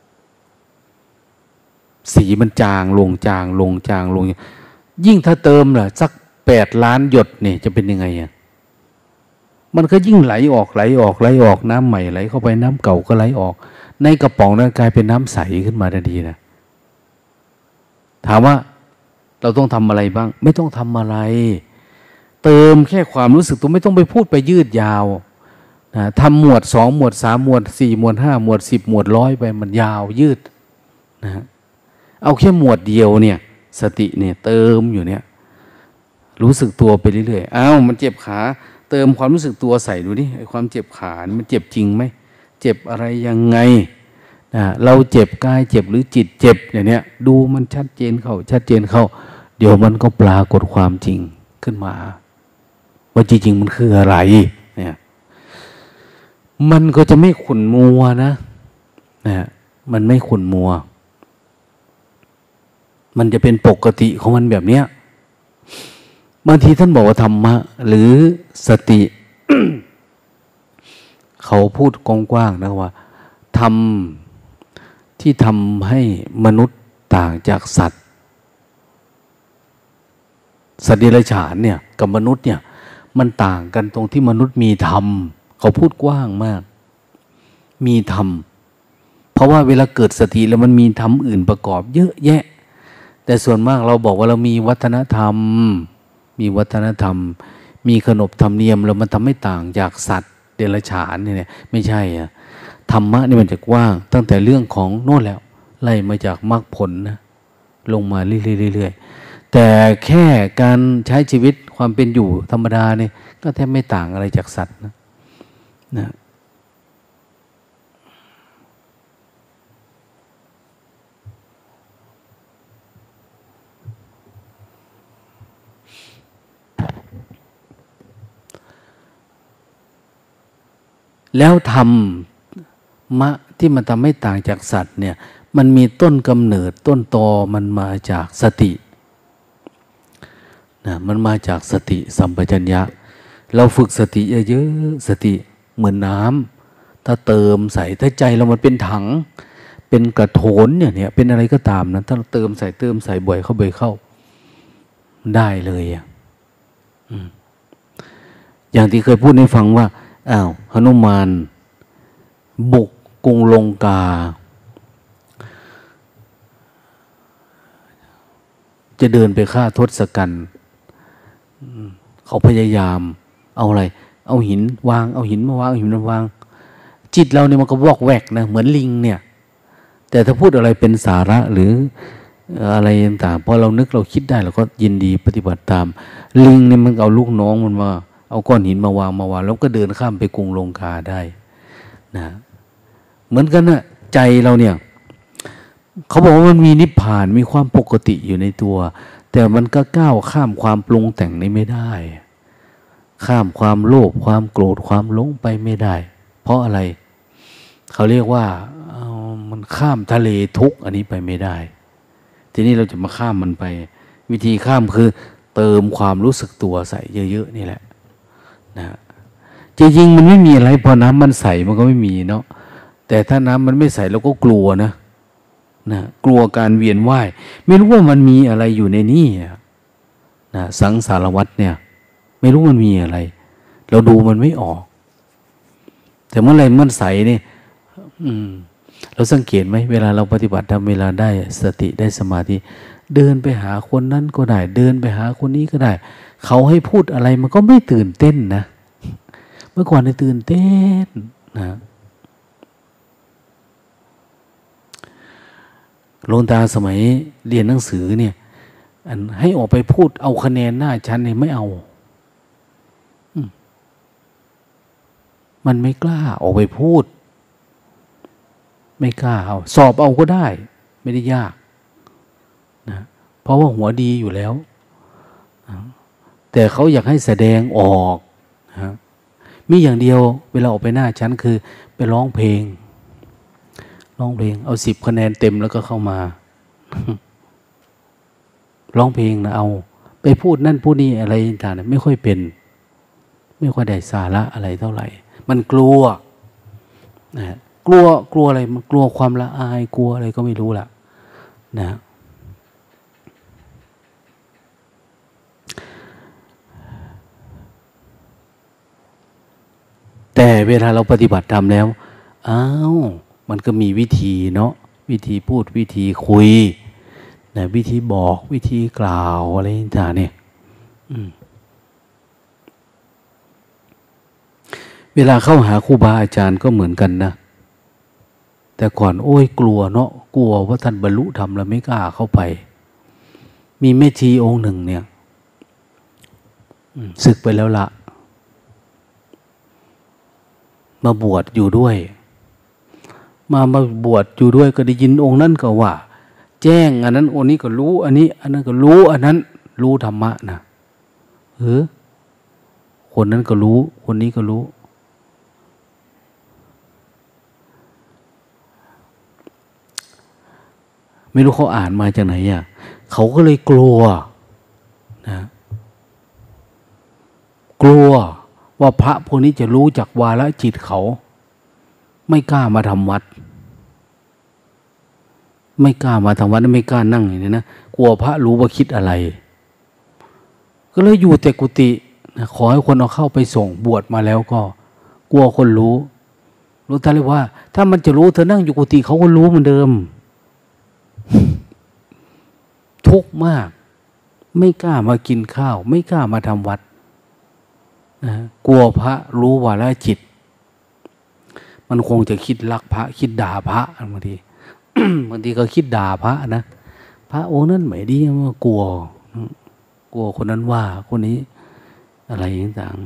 A: สีมันจางลงยิ่งถ้าเติมล่ะสัก8 ล้านหยดเนี่ยจะเป็นยังไงอ่ะมันก็ยิ่งไหลออกน้ำใหม่ไหลเข้าไปน้ำเก่าก็ไหลออกในกระป๋องนั้นกลายเป็นน้ำใสขึ้นมาทันทีนะถามว่าเราต้องทำอะไรบ้างไม่ต้องทำอะไรเติมแค่ความรู้สึกตัวไม่ต้องไปพูดไปยืดยาวนะทำหมวด2หมวด3หมวด4หมวด5หมวด10หมวด100ไปมันยาวยืดนะเอาแค่หมวดเดียวเนี่ยสติเนี่ยเติมอยู่เนี่ยรู้สึกตัวไปเรื่อยๆมันเจ็บขาเติมความรู้สึกตัวใส่ดูดิไอ้ความเจ็บขานี่มันเจ็บจริงไหมเจ็บอะไรยังไงเราเจ็บกายเจ็บหรือจิตเจ็บอย่างเนี้ยดูมันชัดเจนเข้าเดี๋ยวมันก็ปรากฏความจริงขึ้นมาว่าจริงๆมันคืออะไรเนี่ยมันก็จะไม่ขุ่นมัวนะมันไม่ขุ่นมัวมันจะเป็นปกติของมันแบบเนี้ยบางทีท่านบอกว่าธรรมะหรือสติ เขาพูดกว้างๆนะว่าธรรมที่ทำให้มนุษย์ต่างจากสัตว์เดรัจฉานเนี่ยกับมนุษย์เนี่ยมันต่างกันตรงที่มนุษย์มีธรรมเขาพูดกว้างมากมีธรรมเพราะว่าเวลาเกิดสติแล้วมันมีธรรมอื่นประกอบเยอะแยะแต่ส่วนมากเราบอกว่าเรามีวัฒนธรรมมีขนบธรรมเนียมแล้วมันทำให้ต่างจากสัตว์เดรัจฉานเนี่ยไม่ใช่อะธรรมะนี่มันจะกว้างตั้งแต่เรื่องของโน่นแล้วไล่มาจากมรรคผลนะลงมาเรื่อยๆแต่แค่การใช้ชีวิตความเป็นอยู่ธรรมดาเนี่ยก็แทบไม่ต่างอะไรจากสัตว์นะแล้วธรรมะที่มันทำให้ต่างจากสัตว์เนี่ยมันมีต้นกำเนิดต้นตอมันมาจากสตินะมันมาจากสติสัมปชัญญะเราฝึกสติเยอะๆสติเหมือนน้ำถ้าเติมใส่ถ้าใจเรามันเป็นถังเป็นกระโถนเนี่ยเป็นอะไรก็ตามนะถ้าเราเติมใส่บ่อยเข้าได้เลยอย่างที่เคยพูดให้ฟังว่าหนุมานบุกกรุงลงกาจะเดินไปฆ่าทศกัณฐ์เขาพยายามเอาอะไรเอาหินวางเอาหินมาวางเอาหินมาวางจิตเราเนี่ยมันก็วอกแวกนะเหมือนลิงเนี่ยแต่ถ้าพูดอะไรเป็นสาระหรืออะไรต่างๆพอเรานึกเราคิดได้เราก็ยินดีปฏิบัติตามลิงเนี่ยมันเอาลูกน้องมันมาเอาก้อนหินมาวางแล้วก็เดินข้ามไปกรุงลงกาได้นะเหมือนกันนะใจเราเนี่ยเขาบอกว่ามันมีนิพพานมีความปกติอยู่ในตัวแต่มันก็ก้าวข้ามความปรุงแต่งนี้ไม่ได้ข้ามความโลภความโกรธความหลงไปไม่ได้เพราะอะไรเขาเรียกว่ามันข้ามทะเลทุกข์อันนี้ไปไม่ได้ทีนี้เราจะมาข้ามมันไปวิธีข้ามคือเติมความรู้สึกตัวใส่เยอะๆนี่แหละนะจริงๆมันไม่มีอะไรพอน้ำมันใสมันก็ไม่มีเนาะแต่ถ้าน้ำมันไม่ใสเราก็กลัวนะกลัวการเวียนว่ายไม่รู้ว่ามันมีอะไรอยู่ในนี่นะสังสารวัฏเนี่ยไม่รู้มันมีอะไรเราดูมันไม่ออกแต่เมื่อไรมันใสเนี่ยเราสังเกตไหมเวลาเราปฏิบัติทำเวลาได้สติได้สมาธิเดินไปหาคนนั้นก็ได้เดินไปหาคนนี้ก็ได้เขาให้พูดอะไรมันก็ไม่ตื่นเต้นนะเมื่อก่อนเนี่ยตื่นเต้นนะหลวงตาสมัยเรียนหนังสือเนี่ยให้ออกไปพูดเอาคะแนนหน้าชั้นเนี่ยไม่เอามันไม่กล้าออกไปพูดไม่กล้าเอาสอบเอาก็ได้ไม่ได้ยากนะเพราะว่าหัวดีอยู่แล้วแต่เขาอยากให้แสดงออกนะมีอย่างเดียวเวลาออกไปหน้าชั้นคือไปร้องเพลงเอา10 คะแนนเต็มแล้วก็เข้ามาร้องเพลงนะเอาไปพูดนั่นพูดนี่อะไรต่างๆไม่ค่อยเป็นไม่ค่อยได้สาระอะไรเท่าไหร่มันกลัวนะกลัวอะไรมันกลัวความละอายกลัวอะไรก็ไม่รู้ล่ะนะแต่เวลาเราปฏิบัติธรรมแล้วมันก็มีวิธีเนาะวิธีพูดวิธีคุยนะวิธีบอกวิธีกล่าวอะไรต่างๆเนี่ยเวลาเข้าหาครูบาอาจารย์ก็เหมือนกันนะแต่ก่อนกลัวเนาะกลัวว่าท่านบรรลุธรรมแล้วไม่กล้าเข้าไปมีแม่ชีองค์หนึ่งเนี่ยศึกไปแล้วละมาบวชอยู่ด้วยมาบวชอยู่ด้วยก็ได้ยินองค์นั้นก็ว่าแจ้งอันนั้นองค์นี้ก็รู้อันนี้อันนั้นก็รู้อันนั้นรู้ธรรมะนะคนนั้นก็รู้คนนี้ก็รู้ไม่รู้เขาอ่านมาจากไหนเขาก็เลยกลัวนะกลัวว่าพระพวกนี้จะรู้จักวาระจิตเขาไม่กล้ามาทำวัดไม่กล้ามาทำวัดไม่กล้านั่งอย่างนี้นะกลัวพระรู้ว่าคิดอะไรก็เลยอยู่แต่กุฏินะขอให้คนเอาเข้าไปส่งบวชมาแล้วก็กลัวคนรู้ท่านเลยว่าถ้ามันจะรู้เธอนั่งอยู่กุฏิเขาก็รู้เหมือนเดิมทุกข์มากไม่กล้ามากินข้าวไม่กล้ามาทำวัดนะกลัวพระรู้วาระจิตมันคงจะคิดรักพระคิดด่าพระบางที บางทีก็คิดด่าพระนะพระองค์นั้นไม่ดีมันกลัวคนนั้นว่าคนนี้อะไรต่าง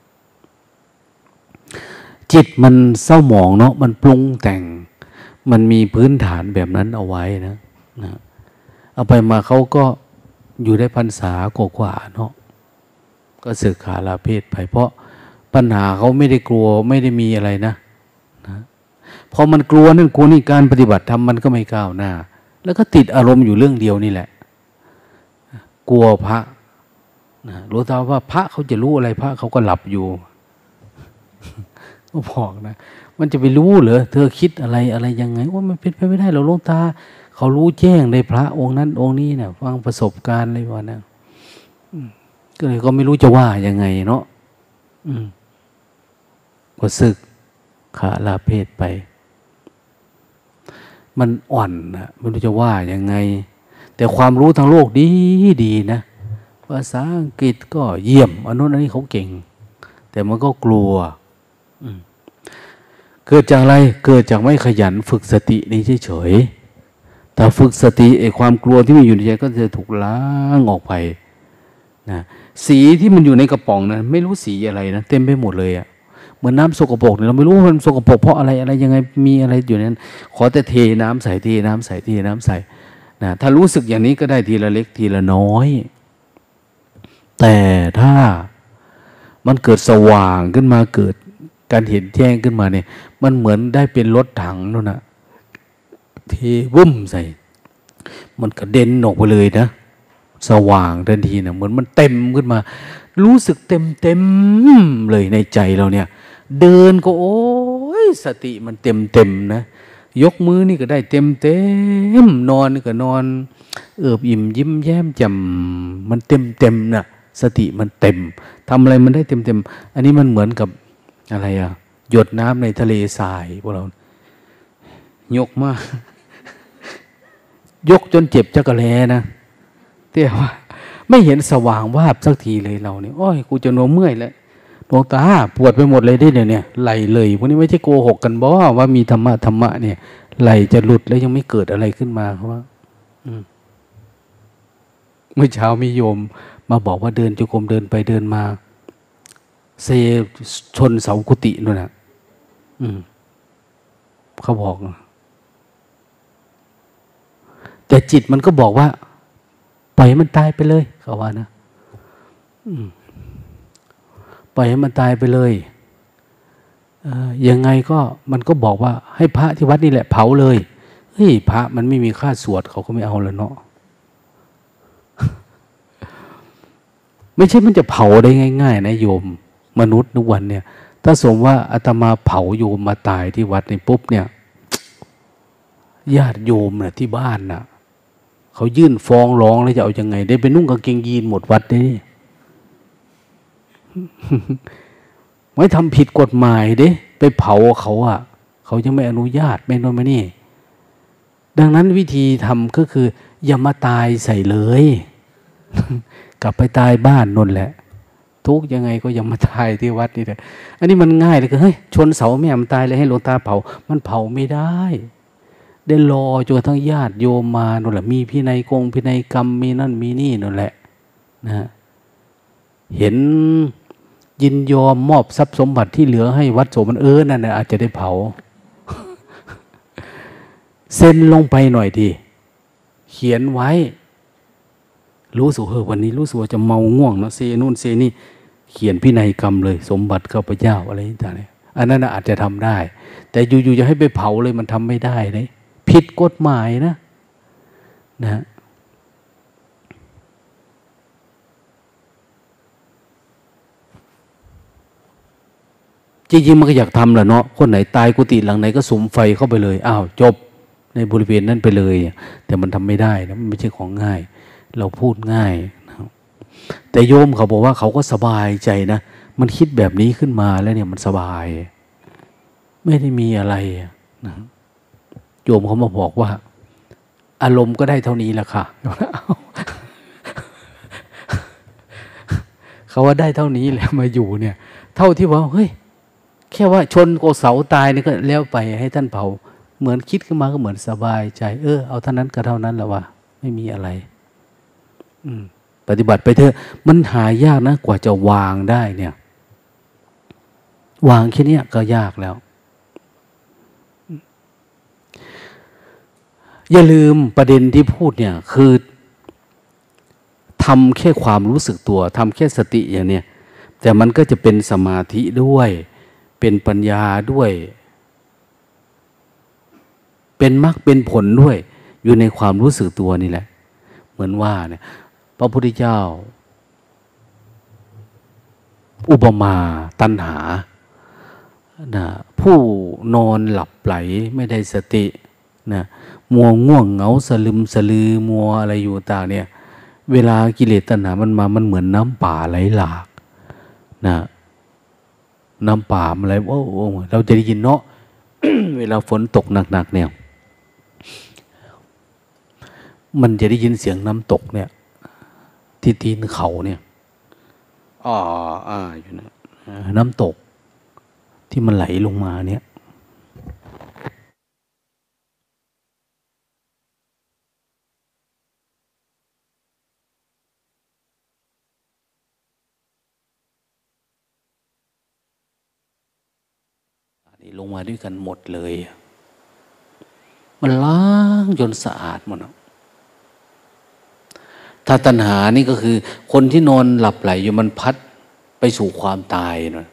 A: ๆจิตมันเศร้าหมองเนาะมันปรุงแต่งมันมีพื้นฐานแบบนั้นเอาไว้นะเอาไปมาเขาก็อยู่ได้พรรษากว่าเนาะก็สึกขาลาเพศไปเพราะปัญหาเขาไม่ได้กลัวไม่ได้มีอะไรนะพอมันกลัวนั่นกลัวนี่การปฏิบัติธรรมมันก็ไม่ก้าวหน้าแล้วก็ติดอารมณ์อยู่เรื่องเดียวนี่แหละกลัวพระรู้ตาว่าพระเขาจะรู้อะไรพระเขาก็หลับอยู่ก็บอกนะมันจะไปรู้เหรอเธอคิดอะไรอะไรยังไงว่ามันเป็นไปไม่ได้เราหลวงตาเขารู้แจ้งในพระองค์นั้นองค์นี้เนี่ยฟังประสบการณ์อะไรวะนะก็เลยก็ไม่รู้จะว่ายังไงเนาะก็สึกขาลาเพศไปมันอ่อนนะไม่รู้จะว่ายังไงแต่ความรู้ทางโลกดีดีนะภาษาอังกฤษก็เยี่ยมอันนู้นอันนี้เขาเก่งแต่มันก็กลัวเกิดจากอะไรเกิดจากไม่ขยันฝึกสตินี้เฉยๆแต่ฝึกสติไอ้ความกลัวที่มันอยู่ในใจก็จะถูกล้างออกไปนะสีที่มันอยู่ในกระป๋องนะไม่รู้สีอะไรนะเต็มไปหมดเลยอะเหมือนน้ำสกปรกเนี่ยเราไม่รู้ว่ามันสกปรกเพราะอะไรอะไรยังไงมีอะไรอยู่ในนั้นขอแต่เทน้ำใส่เทน้ำใส่เทน้ำใส่นะถ้ารู้สึกอย่างนี้ก็ได้ทีละเล็กทีละน้อยแต่ถ้ามันเกิดสว่างขึ้นมาเกิดการเห็นแจ้งขึ้นมาเนี่ยมันเหมือนได้เป็นรถถังนั่นนะเทวุ้มใส่มันกระเด็นออกไปเลยนะสว่างทันทีนะเหมือนมันเต็มขึ้นมารู้สึกเต็มเลยในใจเราเนี่ยเดินก็โอ้ยสติมันเต็มนะยกมือนี่ก็ได้เต็มนอนนี่ก็นอนเอิบอิ่มยิ้มแย้มแจ่มมันเต็มนะสติมันเต็มทำอะไรมันได้เต็มอันนี้มันเหมือนกับอะไรอะหยดน้ำในทะเลทรายพวกเรายกมากยกจนเจ็บจักระแลนะแต่ว่าไม่เห็นสว่างวาบสักทีเลยเราเนี่ยโอ้ยกูจะโน้มเมื่อยแล้วดวงตาปวดไปหมดเลยได้เนี่ยไหลเลยพวกนี้ไม่ใช่โกหกกันบ่ว่ามีธรรมะเนี่ยไหลจะหลุดแล้วยังไม่เกิดอะไรขึ้นมาเพราะว่าเมื่อเช้ามีโยมมาบอกว่าเดินจงกรมเดินไปเดินมาเซชนเสากุฏินู่นน่ะเขาบอกแต่จิตมันก็บอกว่าปล่อยให้มันตายไปเลยเขาว่านะปล่อยให้มันตายไปเลยยังไงก็มันก็บอกว่าให้พระที่วัดนี่แหละเผาเลยเฮ้ยพระมันไม่มีค่าสวดเขาก็ไม่เอาแล้วเนาะ ไม่ใช่มันจะเผาได้ง่ายๆนะโยมมนุษย์ทุกวันเนี่ยถ้าสมมติว่าอาตมาเผาโยมมาตายที่วัดนี่ปุ๊บเนี่ยญาติโยมน่ะที่บ้านน่ะเขายื่นฟ้องร้องแล้วจะเอายังไงได้ไปนุ่งกางเกงยีนหมดวัดได้ ไม่ทำผิดกฎหมายเด้ไปเผาเขาอ่ะเขายังไม่อนุญาตไม่โน่นไม่นี่ดังนั้นวิธีทำก็คืออย่ามาตายใส่เลย กลับไปตายบ้านนั่นแหละทุกยังไงก็อย่ามาตายที่วัดนี่แหละอันนี้มันง่ายเลยคือเฮ้ยชนเสาแม่มันตายเลยให้หลวงตาเผามันเผาไม่ได้ได้รอจนทั้งญาติโยมมานั่นแหละมีพินัยพินัยกรรมมีนั่นมีนี่นั่นแหละนะเห็นยินยอมมอบทรัพย์สมบัติที่เหลือให้วัดโสมนันนั่นนะอาจจะได้เผา เซ็นลงไปหน่อยดีเขียนไว้รู้สึกวันนี้รู้สึกว่าจะเมาง่วงเนาะเซนู่นเซนี่เขียนพินัยกรรมเลยสมบัติข้าพเจ้าอะไรต่างๆอันนั้นอาจจะทำได้แต่อยู่ๆจะให้ไปเผาเลยมันทำไม่ได้เลยผิดกฎหมายนะจริงๆมันก็อยากทำแหละเนาะคนไหนตายกุฏิหลังไหนก็สุมไฟเข้าไปเลยอ้าวจบในบริเวณนั้นไปเลยแต่มันทำไม่ได้นะมันไม่ใช่ของง่ายเราพูดง่ายนะแต่โยมเขาบอกว่าเขาก็สบายใจนะมันคิดแบบนี้ขึ้นมาแล้วเนี่ยมันสบายไม่ได้มีอะไรนะโยมเขามาบอกว่าอารมณ์ก็ได้เท่านี้แหละค่ะ เขาว่าได้เท่านี้แหละมาอยู่เนี่ยเท่าที่ว่าเฮ้ยแค่ว่าชนโกเสาตายนี่ก็แล้วไปให้ท่านเผาเหมือนคิดขึ้นมาก็เหมือนสบายใจเอาเท่านั้นก็เท่านั้นแหละว่าไม่มีอะไรปฏิบัติไปเถอะมันหายากนะกว่าจะวางได้เนี่ยวางแค่นี้ก็ยากแล้วอย่าลืมประเด็นที่พูดเนี่ยคือทำแค่ความรู้สึกตัวทำแค่สติอย่างเนี้ยแต่มันก็จะเป็นสมาธิด้วยเป็นปัญญาด้วยเป็นมรรคเป็นผลด้วยอยู่ในความรู้สึกตัวนี่แหละเหมือนว่าเนี่ยพระพุทธเจ้าอุปมาตัณหานะผู้นอนหลับไหลไม่ได้สตินะมัวง่วงเหงาสลึมสลือมัวอะไรอยู่ต่างเนี่ยเวลากิเลสตัณหามันมามันเหมือนน้ำป่าไหลหลากนะน้ำป่าอะไรโอ้เราจะได้ยินเนาะ เวลาฝนตกหนักๆเนี่ยมันจะได้ยินเสียงน้ำตกเนี่ยที่ตีนเขาเนี่ยอยู่นะน้ำตกที่มันไหลลงมาเนี่ยนี่ลงมาด้วยกันหมดเลยมันล้างจนสะอาดหมดถ้าตัณหานี่ก็คือคนที่นอนหลับไหลอยู่มันพัดไปสู่ความตายนะ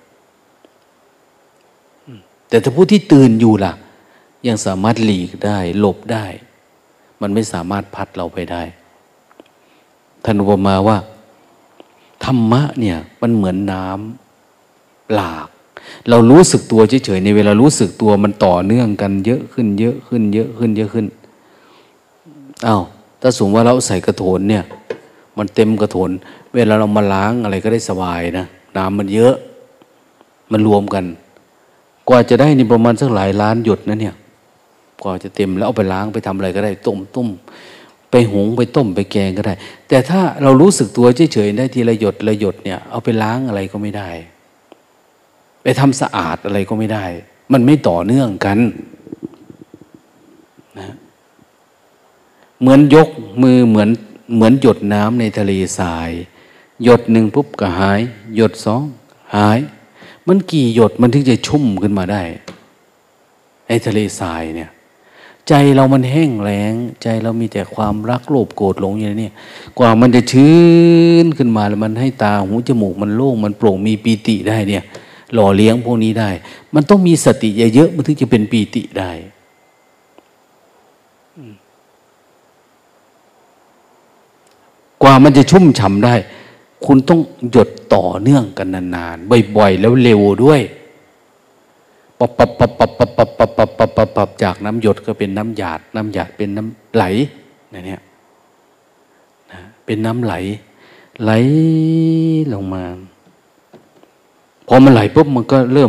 A: แต่ถ้าผู้ที่ตื่นอยู่ล่ะยังสามารถหลีกได้หลบได้มันไม่สามารถพัดเราไปได้ท่านอุปมาว่าธรรมะเนี่ยมันเหมือนน้ำหลากเรารู้สึกตัวเฉยๆในเวลารู้สึกตัวมันต่อเนื่องกันเยอะขึ้นเยอะขึ้นเยอะขึ้นเยอะขึ้นอ้าวถ้าสมมติว่าเราใส่กระโถนเนี่ยมันเต็มกระโถนเวลาเรามาล้างอะไรก็ได้สบายนะน้ำมันเยอะมันรวมกันกว่าจะได้นี่ประมาณสักหลายล้านหยดนะเนี่ยกว่าจะเต็มแล้วเอาไปล้างไปทำอะไรก็ได้ต้มไปหุงไปต้มไปแกงก็ได้ แต่ถ้าเรารู้สึกตัวเฉยๆได้ทีละหยดละหยดเนี่ยเอาไปล้างอะไรก็ไม่ได้ไปทำสะอาดอะไรก็ไม่ได้มันไม่ต่อเนื่องกันนะเหมือนยกมือเหมือนหยดน้ำในทะเลทรายหยดหนึ่งปุ๊บก็หายหยดสองหายมันกี่หยดมันถึงจะชุ่มขึ้นมาได้ในทะเลทรายเนี่ยใจเรามันแห้งแล้งใจเรามีแต่ความรักโลภโกรธหลงอย่างนี้กว่ามันจะชื้นขึ้นมาแล้วมันให้ตาหูจมูกมันโล่งมันโปร่งมีปีติได้เนี่ยหล่อเลี้ยงพวกนี้ได้มันต้องมีสติเยอะๆมันถึงจะเป็นปีติได้กว่ามันจะชุ่มฉ่ำได้คุณต้องหยดต่อเนื่องกันนานๆบ่อยๆแล้วเร็วด้วยปับจากน้ำหยดก็เป็นน้ำหยาดน้ำหยาดเป็นน้ำไหลเนี่ยนะเป็นน้ำไหลไหลลงมาพอมันไหลปุ๊บมันก็เริ่ม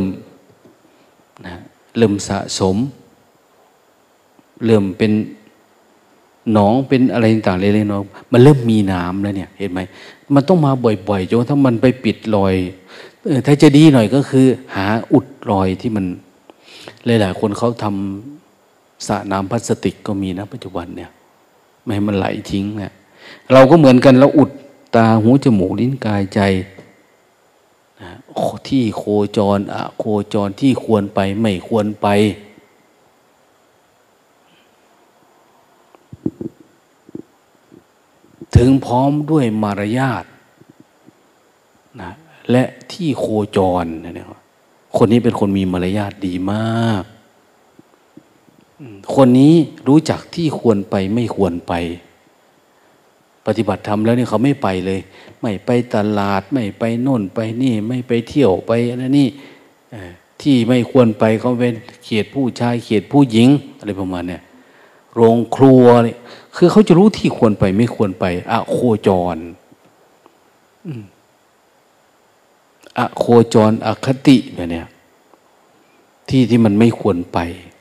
A: สะสมเริ่มเป็นหนองเป็นอะไรต่างๆเล็กๆน้อยๆมันเริ่มมีน้ำแล้วเนี่ยเห็นไหมมันต้องมาบ่อยๆจนถ้ามันไปปิดรอยถ้าจะดีหน่อยก็คือหาอุดรอยที่มันหลายๆคนเขาทำสระน้ำพลาสติกก็มีนะปัจจุบันเนี่ยไม่ให้มันไหลทิ้งเนี่ยเราก็เหมือนกันเราอุดตาหูจมูกลิ้นกายใจที่โคจรโคจรที่ควรไปไม่ควรไปถึงพร้อมด้วยมารยาทนะและที่โคจรเนี่ยคนนี้เป็นคนมีมารยาทดีมากคนนี้รู้จักที่ควรไปไม่ควรไปปฏิบัติธรรมแล้วเนี่ยเขาไม่ไปเลยไม่ไปตลาดไม่ไปโน่นไปนี่ไม่ไปเที่ยวไปนั่นนี่ที่ไม่ควรไปเขาเป็นเขตผู้ชายเขตผู้หญิงอะไรประมาณเนี่ยโรงครัวเลยคือเขาจะรู้ที่ควรไปไม่ควรไปโคจรโคจรอคติแบบเนี้ยที่มันไม่ควรไป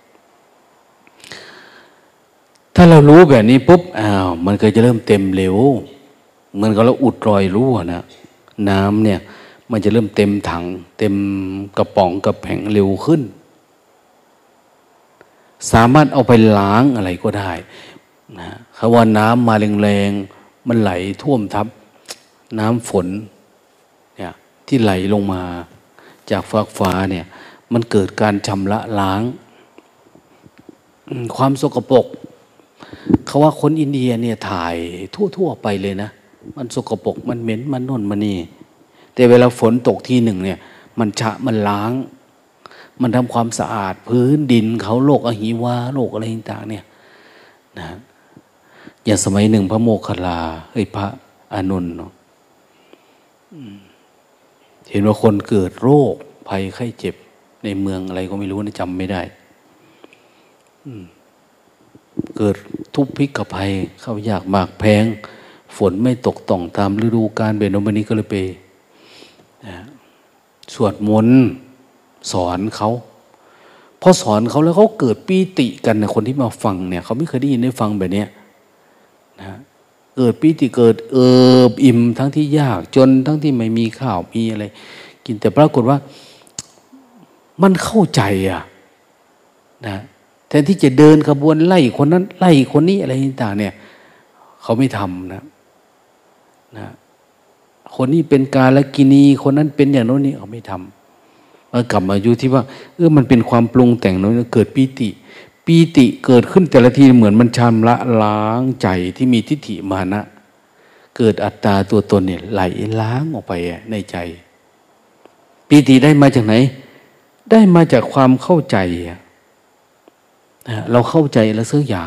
A: ถ้าเรารู้แบบนี้ปุ๊บมันก็จะเริ่มเต็มเร็วเหมือนกับเราอุดรอยรั่วนะน้ำเนี่ยมันจะเริ่มเต็มถังเต็มกระป๋องกระแผงเร็วขึ้นสามารถเอาไปล้างอะไรก็ได้นะคำว่าน้ำมาแรงๆมันไหลท่วมทับน้ำฝนเนี่ยที่ไหลลงมาจากฟากฟ้าเนี่ยมันเกิดการชำระล้างความสกปรกเขาว่าคนอินเดียเนี่ยถ่ายทั่วไปเลยนะมันสกปรกมันเหม็นมันน่นมันนี่แต่เวลาฝนตกทีหนึ่งเนี่ยมันล้างมันทำความสะอาดพื้นดินเขาโรคอหิวาโรคอะไรต่างๆเนี่ยนะอย่างสมัยหนึ่งพระโมคคัลลาพระอานนท์เนาะเห็นว่าคนเกิดโรคภัยไข้เจ็บในเมืองอะไรก็ไม่รู้นะจำไม่ได้เกิดทุพพิกภัยข้าวยากหมากแพงฝนไม่ตกต้องตามฤดูกาลเบนโนบันนี้ก็เลยไปสวดมนต์สอนเขาพอสอนเขาแล้วเขาเกิดปีติกันนะคนที่มาฟังเนี่ยเขาไม่เคยได้ยินได้ฟังแบบนี้นะเกิดปีติเกิดอิ่มทั้งที่ยากจนทั้งที่ไม่มีข้าวมีอะไรกินแต่ปรากฏว่ามันเข้าใจนะแทนที่จะเดินขบวนไล่คนนั้นไล่คนนี้อะไรต่างๆเนี่ยเขาไม่ทำนะคนนี้เป็นกาลกิณีคนนั้นเป็นอย่างโน้นนี่เขาไม่ทำมากลับมาอยู่ที่ว่ามันเป็นความปรุงแต่งโน้นเกิดปีติเกิดขึ้นแต่ละทีเหมือนมันชำระล้างใจที่มีทิฏฐิมานะเกิดอัตตาตัวตนเนี่ยไหลล้างออกไปในใจปีติได้มาจากไหนได้มาจากความเข้าใจเราเข้าใจแล้วสักอย่าง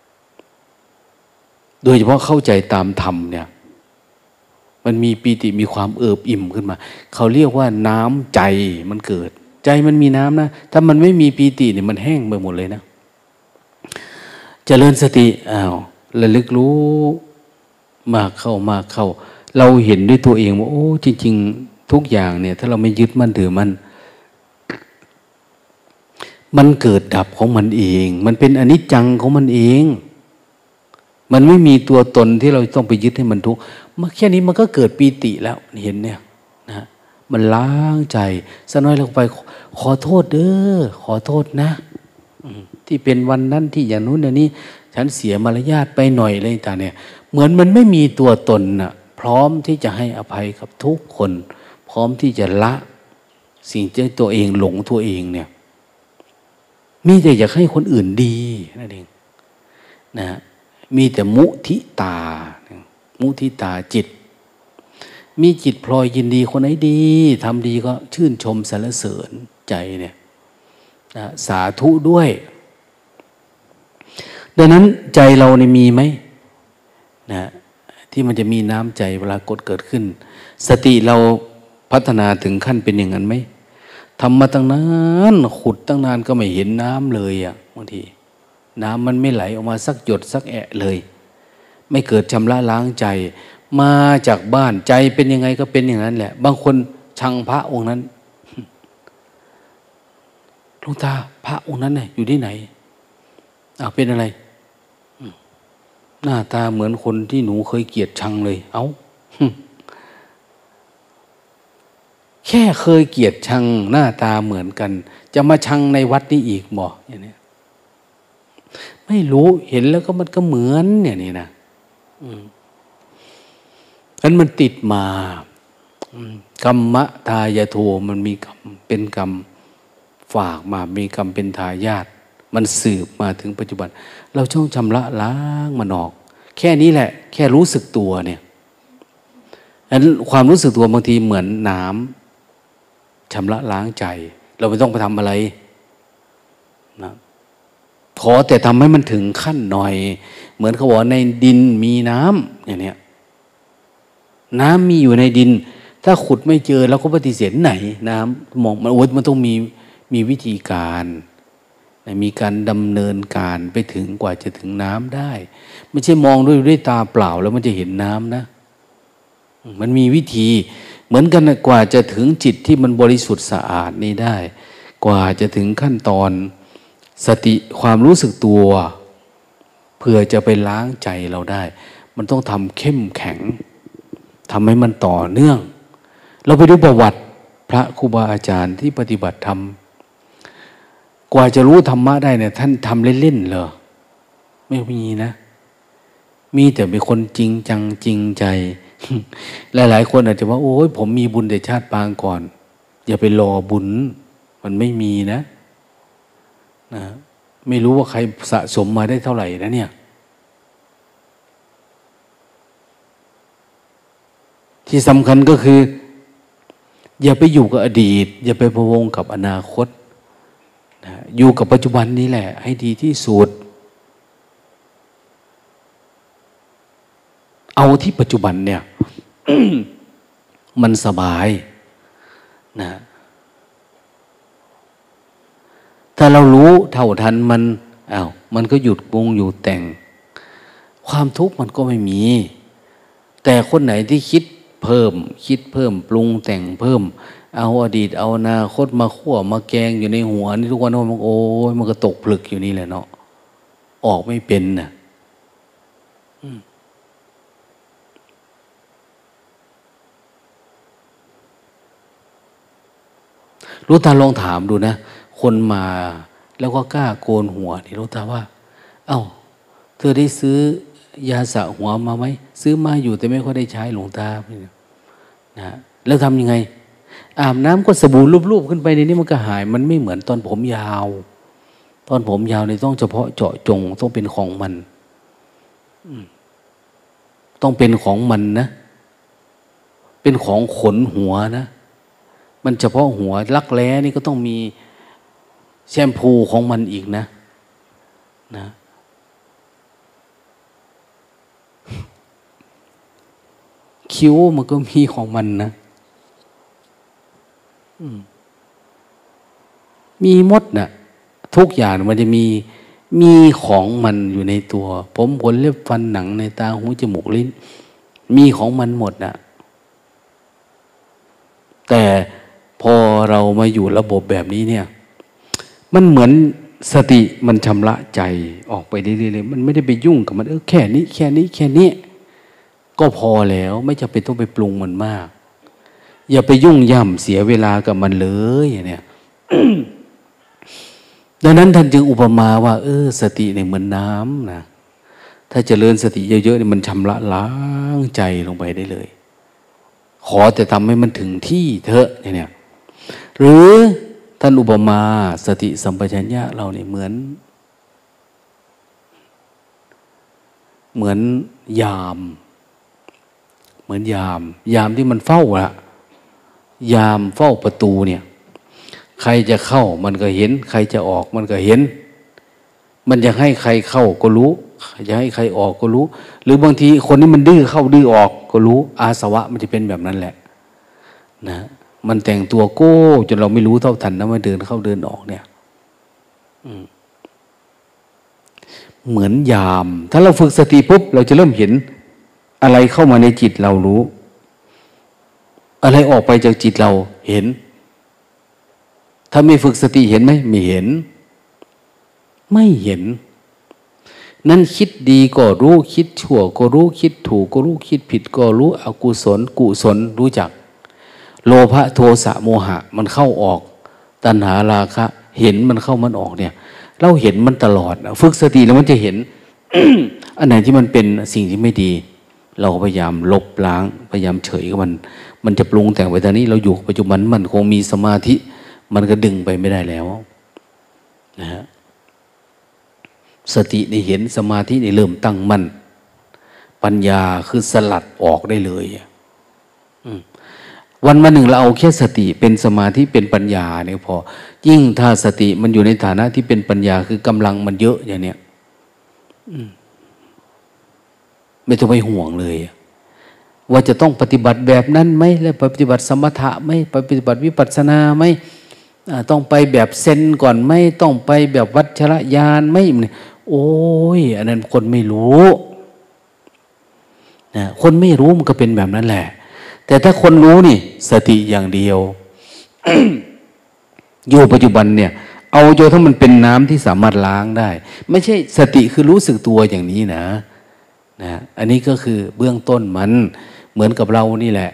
A: โดยเฉพาะเข้าใจตามธรรมเนี่ยมันมีปีติมีความเอิบอิ่มขึ้นมาเขาเรียกว่าน้ำใจมันเกิดใจมันมีน้ำนะถ้ามันไม่มีปีติเนี่ยมันแห้งไปหมดเลยนะเจริญสติระลึกรู้มากเข้าเราเห็นด้วยตัวเองว่าโอ้จริงๆทุกอย่างเนี่ยถ้าเราไม่ยึดมั่นถือมันเกิดดับของมันเองมันเป็นอนิจจังของมันเองมันไม่มีตัวตนที่เราต้องไปยึดให้มันทุกข์แค่นี้มันก็เกิดปีติแล้วเห็นเนี่ยนะมันล้างใจสักน้อยเราไปขอโทษเด้อขอโทษนะที่เป็นวันนั้นที่อย่างนู้นอย่างนี้ฉันเสียมารยาทไปหน่อยอะไรต่างเนี่ยเหมือนมันไม่มีตัวตนน่ะพร้อมที่จะให้อภัยกับทุกคนพร้อมที่จะละสิ่งที่ตัวเองหลงตัวเองเนี่ยมีแต่อยากให้คนอื่นดีนั่นเองนะมีแต่มุทิตาจิตมีจิตพลอยยินดีคนไหนดีทำดีก็ชื่นชมสรรเสริญใจเนี่ยนะสาธุด้วยดังนั้นใจเราเนี่ยมีไหมนะที่มันจะมีน้ำใจเวลากดเกิดขึ้นสติเราพัฒนาถึงขั้นเป็นอย่างนั้นไหมทำมาตั้งนานขุดตั้งนานก็ไม่เห็นน้ำเลยบางทีน้ำมันไม่ไหลออกมาสักหยดสักแอะเลยไม่เกิดชำระล้างใจมาจากบ้านใจเป็นยังไงก็เป็นอย่างนั้นแหละบางคนชังพระองค์นั้นหลวงตาพระองค์นั้นเนี่ยอยู่ที่ไหนเป็นอะไรหน้าตาเหมือนคนที่หนูเคยเกลียดชังเลยแค่เคยเกลียดชังหน้าตาเหมือนกันจะมาชังในวัดนี้อีกบ่อย่างนี้ไม่รู้เห็นแล้วก็มันก็เหมือนเนี่ยนี่นะนั้นมันติดมากรรมทายโทมันมีกรรมเป็นกรรมฝากมามีกรรมเป็นทายาทมันสืบมาถึงปัจจุบันเราต้องชำระล้างมันออกแค่นี้แหละแค่รู้สึกตัวเนี่ยนั้นความรู้สึกตัวบางทีเหมือนน้ำชำระล้างใจเราไม่ต้องไปทำอะไรนะขอแต่ทำให้มันถึงขั้นหน่อยเหมือนเขาบอกในดินมีน้ำอย่างเนี้ยน้ำมีอยู่ในดินถ้าขุดไม่เจอเราก็ปฏิเสธไหนน้ำมองมันต้องมีวิธีการมีการดำเนินการไปถึงกว่าจะถึงน้ำได้ไม่ใช่มองด้วยตาเปล่าแล้วมันจะเห็นน้ำนะมันมีวิธีเหมือนกันกว่าจะถึงจิตที่มันบริสุทธิ์สะอาดนี้ได้กว่าจะถึงขั้นตอนสติความรู้สึกตัวเพื่อจะไปล้างใจเราได้มันต้องทำเข้มแข็งทำให้มันต่อเนื่องเราไปดูประวัติพระครูบาอาจารย์ที่ปฏิบัติธรรมกว่าจะรู้ธรรมะได้เนี่ยท่านทำเล่นๆเหรอไม่มีนะมีแต่เป็นคนจริงจังจริงใจ หลายๆคนอาจจะว่าโอ้ยผมมีบุญแต่ชาติปางก่อนอย่าไปรอบุญมันไม่มีนะไม่รู้ว่าใครสะสมมาได้เท่าไหร่นะเนี่ยที่สำคัญก็คืออย่าไปอยู่กับอดีตอย่าไปพะวงกับอนาคตอยู่กับปัจจุบันนี้แหละให้ดีที่สุดเอาที่ปัจจุบันเนี่ย มันสบายนะถ้าเรารู้เท่าทันมันอ้าวมันก็หยุดปรุงหยุดแต่งความทุกข์มันก็ไม่มีแต่คนไหนที่คิดเพิ่มปรุงแต่งเพิ่มเอาอดีตเอาอนาคตมาคั่วมาแกงอยู่ในหัวนี่ทุกวันมันโอ้ยมันก็ตกผลึกอยู่นี่แหละเนาะออกไม่เป็นน่ะรู้ตาลองถามดูนะคนมาแล้วก็กล้าโกนหัวนี่รู้ตาว่าเอ้าเธอได้ซื้อยาสระหัวมาไหมซื้อมาอยู่แต่ไม่ค่อยได้ใช้หลวงตานะแล้วทำยังไงอาบน้ำก็สบู่รูปๆขึ้นไปในนี้มันก็หายมันไม่เหมือนตอนผมยาวตอนผมยาวนี่ต้องเฉพาะเจาะจงต้องเป็นของมันต้องเป็นของมันนะเป็นของขนหัวนะมันเฉพาะหัวลักแร้นี่ก็ต้องมีแชมพูของมันอีกนะคิ้วมันก็มีของมันนะมีมดนะทุกอย่างมันจะมีของมันอยู่ในตัวผมขนเล็บฟันหนังในตาหูจมูกลิ้นมีของมันหมดนะแต่พอเรามาอยู่ระบบแบบนี้เนี่ยมันเหมือนสติมันชำระใจออกไปเรื่อยๆมันไม่ได้ไปยุ่งกับมันแค่นี้ก็พอแล้วไม่จำเป็นต้องไปปรุงมันมากอย่าไปยุ่งย่ำเสียเวลากับมันเลยเนี่ย ดังนั้นท่านจึงอุปมาว่าสติเนี่ยเหมือนน้ำนะถ้าเจริญสติเยอะๆเนี่ยมันชำระล้างใจลงไปได้เลยขอแต่ทำให้มันถึงที่เถอะเนี่ยหรือท่านอุปมาสติสัมปชัญญะเราเนี่ยเหมือนยามที่มันเฝ้าละยามเฝ้าประตูเนี่ยใครจะเข้ามันก็เห็นใครจะออกมันก็เห็นมันจะให้ใครเข้าก็รู้จะให้ใครออกก็รู้หรือบางทีคนนี้มันดื้อเข้าดื้อออกก็รู้อาสวะมันจะเป็นแบบนั้นแหละนะมันแต่งตัวโก้จนเราไม่รู้เท่าทันนะมันเดินเข้าเดินออกเนี่ยเหมือนยามถ้าเราฝึกสติปุ๊บเราจะเริ่มเห็นอะไรเข้ามาในจิตเรารู้อะไรออกไปจากจิตเราเห็นถ้าไม่ฝึกสติเห็นไหมไม่เห็นนั่นคิดดีก็รู้คิดชั่วก็รู้คิดถูกก็รู้คิดผิดก็รู้อกุศลกุศลรู้จักโลภะโทสะโมหะมันเข้าออกตัณหาราคะเห็นมันเข้ามันออกเนี่ยเราเห็นมันตลอดฝึกสติแล้วมันจะเห็น อันไหนที่มันเป็นสิ่งที่ไม่ดีเราพยายามลบล้างพยายามเฉยกับมันจะปรุงแต่งไปทางนี้เราอยู่ปัจจุบันมันคงมีสมาธิมันก็ดึงไปไม่ได้แล้วนะฮะสติได้เห็นสมาธิได้เริ่มตั้งมั่นปัญญาคือสลัดออกได้เลยวันหนึ่งเราเอาแค่สติเป็นสมาธิเป็นปัญญาเนี่ยพอยิ่งถ้าสติมันอยู่ในฐานะที่เป็นปัญญาคือกำลังมันเยอะอย่างเนี้ยไม่ต้องไปห่วงเลยว่าจะต้องปฏิบัติแบบนั้นไหมแล้วปฏิบัติสมถะไหมปฏิบัติวิปัสสนาไหมต้องไปแบบเซนก่อนไหมต้องไปแบบวัชรยานไหมโอ้ยอันนั้นคนไม่รู้นะคนไม่รู้มันก็เป็นแบบนั้นแหละแต่ถ้าคนรู้นี่สติอย่างเดียว อยู่ปัจจุบันเนี่ยเอาโยถ้ามันเป็นน้ำที่สามารถล้างได้ไม่ใช่สติคือรู้สึกตัวอย่างนี้นะอันนี้ก็คือเบื้องต้นมันเหมือนกับเรานี่แหละ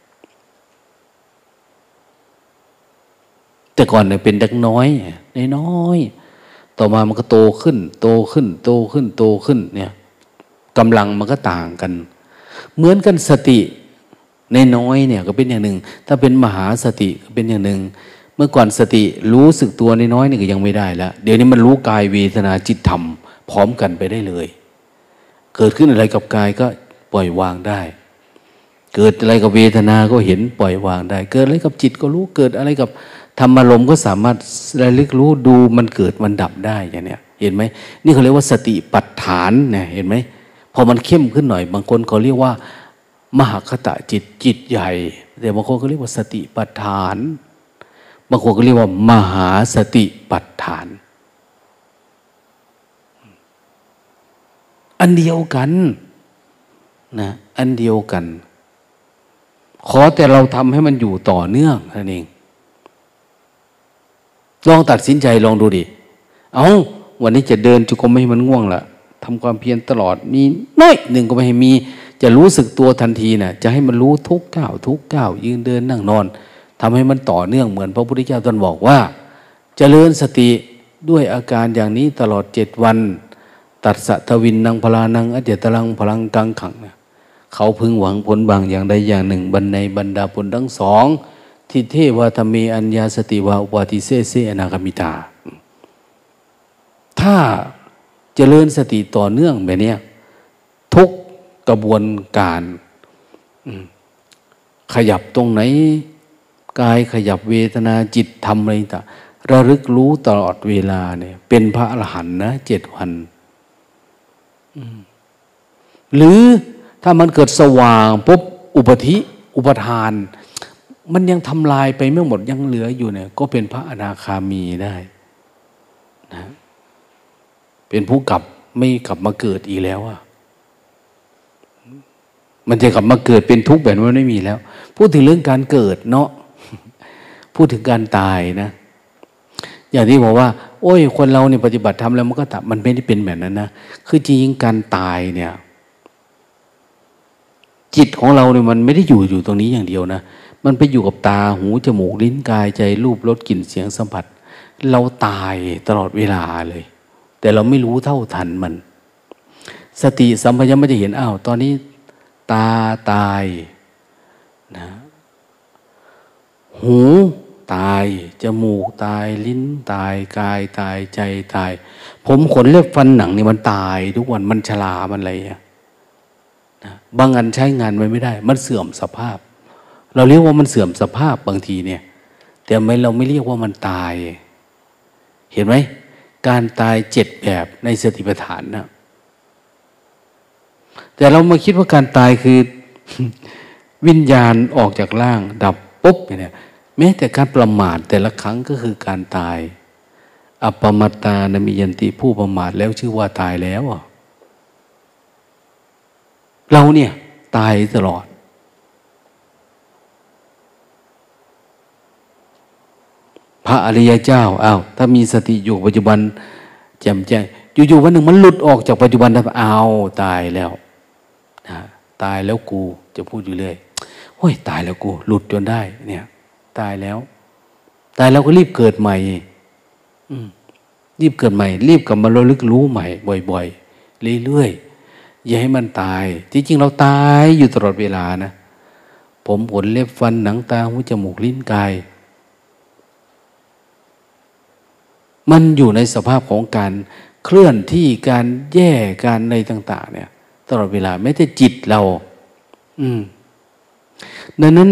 A: แต่ก่อนเนี่ยเป็นเด็กน้อยต่อมามันก็โตขึ้นเนี่ยกำลังมันก็ต่างกันเหมือนกันสติในน้อยเนี่ยก็เป็นอย่างหนึ่งถ้าเป็นมหาสติก็เป็นอย่างหนึ่งเมื่อก่อนสติรู้สึกตัวน้อยๆนี่ก็ยังไม่ได้แล้วเดี๋ยวนี้มันรู้กายเวทนาจิตธรรมพร้อมกันไปได้เลยเกิดขึ้นอะไรกับกายก็ปล่อยวางได้เกิดอะไรกับเวทนาก็เห็นปล่อยวางได้เกิดอะไรกับจิตก็รู้เกิดอะไรกับธรรมารมณ์ก็สามารถระลึกรู้ดูมันเกิดมันดับได้อย่างเนี้ยเห็นไหมนี่เขาเรียกว่าสติปัฏฐานเนี่ยเห็นไหมพอมันเข้มขึ้นหน่อยบางคนเขาเรียกว่ามหคตจิตใหญ่แต่บางคนก็เรียกว่าสติปัฏฐานบางคนก็เรียกว่ามหาสติปัฏฐานอันเดียวกันนะอันเดียวกันขอแต่เราทำให้มันอยู่ต่อเนื่องนั่นเองลองตัดสินใจลองดูดิเอาวันนี้จะเดินจุกรมไม่ให้มันง่วงละทำความเพียรตลอดมีน้อยหนึ่งก็ไม่ให้มีจะรู้สึกตัวทันทีนะจะให้มันรู้ทุกก้าวทุกก้าวยืนเดินนั่งนอนทำให้มันต่อเนื่องเหมือนพระพุทธเจ้าตรัสบอกว่าเจริญสติด้วยอาการอย่างนี้ตลอด7 วันตัดสะทวินนังพลานังอเจตลังพลังกังขังนะเขาพึงหวังผลบางอย่างใดอย่างหนึ่งบรรในบรรดาผลทั้งสองทิเทวาธเมอัญญาสติวาอุปาทิเสเสอนาคามิตาถ้าเจริญสติต่อเนื่องแบบนี้ทุกกระบวนการขยับตรงไหนกายขยับเวทนาจิตทำอะไรต่างระลึกรู้ตลอดเวลาเนี่ยเป็นพระอรหันต์นะ7 วันหรือถ้ามันเกิดสว่างปุ๊บอุปทานมันยังทำลายไปไม่หมดยังเหลืออยู่เนี่ยก็เป็นพระอนาคามีได้นะเป็นผู้ไม่กลับมาเกิดอีกแล้วอะมันจะกลับมาเกิดเป็นทุกข์แบบนั้นไม่มีแล้วพูดถึงเรื่องการเกิดเนาะพูดถึงการตายนะอย่างที่บอกว่าโอ้ยคนเราเนี่ยปฏิบัติธรรมแล้วมันก็ตัดมันไม่ได้เป็นแบบนั้นนะคือจริงๆการตายเนี่ยจิตของเราเนี่ยมันไม่ได้อยู่ตรงนี้อย่างเดียวนะมันไปอยู่กับตาหูจมูกลิ้นกายใจรูปรสกลิ่นเสียงสัมผัสเราตายตลอดเวลาเลยแต่เราไม่รู้เท่าทันมันสติสัมปชัญญะมันจะเห็นอ้าวตอนนี้ตาตายนะหูตายจมูกตายลิ้นตายกายตายใจตายผมขนเล็บฟันหนังนี่มันตายทุกวันมันชรามันอะไรนะบางอันใช้งานมันไม่ได้มันเสื่อมสภาพเราเรียกว่ามันเสื่อมสภาพบางทีเนี่ยแต่เราไม่เรียกว่ามันตายเห็นไหมการตาย7 แบบในสติปัฏฐานนะแต่เรามาคิดว่าการตายคือ วิญญาณออกจากร่างดับปุ๊บเนี่ยแม้แต่การประมาทแต่ละครั้งก็คือการตายอัปปมัตตานามิยันติผู้ประมาทแล้วชื่อว่าตายแล้วเราเนี่ยตายตลอดพระอริยเจ้าอ้าวถ้ามีสติอยู่ปัจจุบันแจ่มแจ้งอยู่ๆวันหนึ่งมันหลุดออกจากปัจจุบันแล้วตายแล้วนะตายแล้วกูจะพูดอยู่เรื่อยโอ้ยตายแล้วกูหลุดจนได้เนี่ยตายแล้วก็รีบเกิดใหม่รีบเกิดใหม่รีบกลับมาระลึกรู้ใหม่บ่อยๆเรื่อยๆอย่าให้มันตายจริงๆเราตายอยู่ตลอดเวลานะผมขนเล็บฟันหนังตาหูจมูกลิ้นกายมันอยู่ในสภาพของการเคลื่อนที่การแย่การในต่างๆเนี่ยตลอดเวลาไม่แต่จิตเราดังนั้น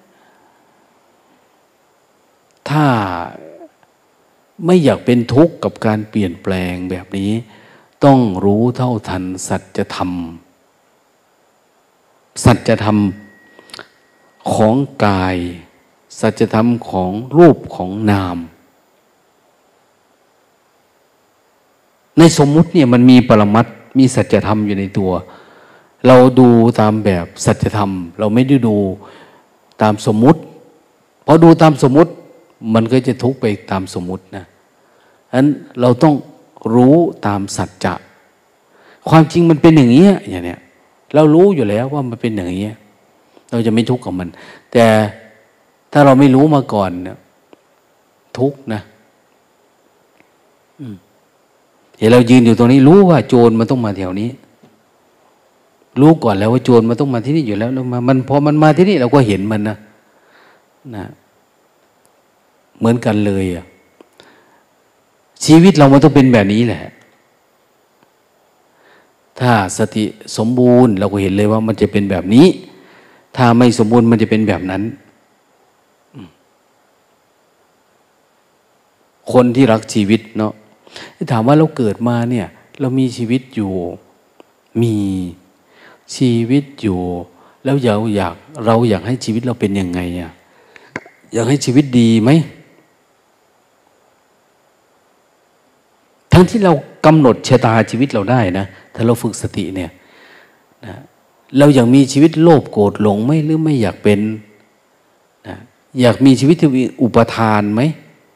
A: ถ้าไม่อยากเป็นทุกข์กับการเปลี่ยนแปลงแบบนี้ต้องรู้เท่าทันสัจธรรมของกายสัจธรรมของรูปของนามในสมมุติเนี่ยมันมีปรมัตถ์มีสัจธรรมอยู่ในตัวเราดูตามแบบสัจธรรมเราไม่ได้ดูตามสมมุติพอดูตามสมมุติมันก็จะทุกข์ไปตามสมมุตินะฉะนั้นเราต้องรู้ตามสัจจะความจริงมันเป็นอย่างนี้อย่างเนี้ยเรารู้อยู่แล้วว่ามันเป็นอย่างนี้เราจะไม่ทุกข์กับมันแต่ถ้าเราไม่รู้มาก่อนเนี่ยทุกข์นะเห็นเรายืนอยู่ตรงนี้รู้ว่าโจรมันต้องมาแถวนี้รู้ก่อนแล้วว่าโจรมันต้องมาที่นี่อยู่แล้วมันพอมันมาที่นี่เราก็เห็นมันนะเหมือนกันเลยชีวิตเรามันต้องเป็นแบบนี้แหละถ้าสติสมบูรณ์เราก็เห็นเลยว่ามันจะเป็นแบบนี้ถ้าไม่สมบูรณ์มันจะเป็นแบบนั้นคนที่รักชีวิตเนาะถามว่าเราเกิดมาเนี่ยเรามีชีวิตอยู่มีชีวิตอยู่แล้วเราอยากให้ชีวิตเราเป็นยังไงอยากให้ชีวิตดีไหมงที่เรากำหนดชะตาชีวิตเราได้นะถ้าเราฝึกสติเนี่ยนะเราอยากมีชีวิตโลภโกรธหลงไหมหรือไม่อยากเป็นนะอยากมีชีวิตที่มีอุปทานไหม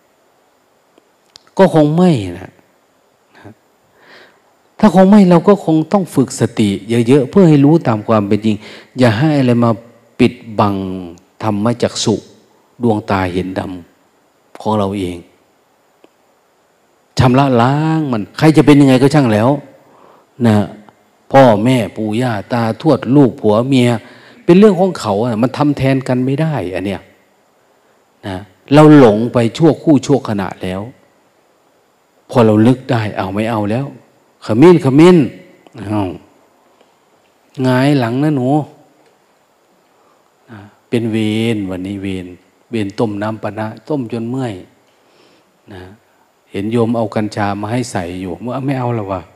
A: ก็คงไม่นะถ้าคงไม่เราก็คงต้องฝึกสติเยอะๆเพื่อให้รู้ตามความเป็นจริงอย่าให้อะไรมาปิดบังธรรมจักษุดวงตาเห็นดำของเราเองชำระล้างมันใครจะเป็นยังไงก็ช่างแล้วนะพ่อแม่ปู่ย่าตาทวดลูกผัวเมียเป็นเรื่องของเขาอะมันทำแทนกันไม่ได้อันเนี้ยนะเราหลงไปชั่วคู่ชั่วขณะแล้วพอเราลึกได้เอาไม่เอาแล้วขมิ้นเอาหงายหลังนะหนูเป็นเวรวันนี้เวรต้มน้ำปะนะต้มจนเมื่อยนะเห็นโยมเอากัญชามาให้ใส่อยู่เมื่อไม่เอาแล้ววะ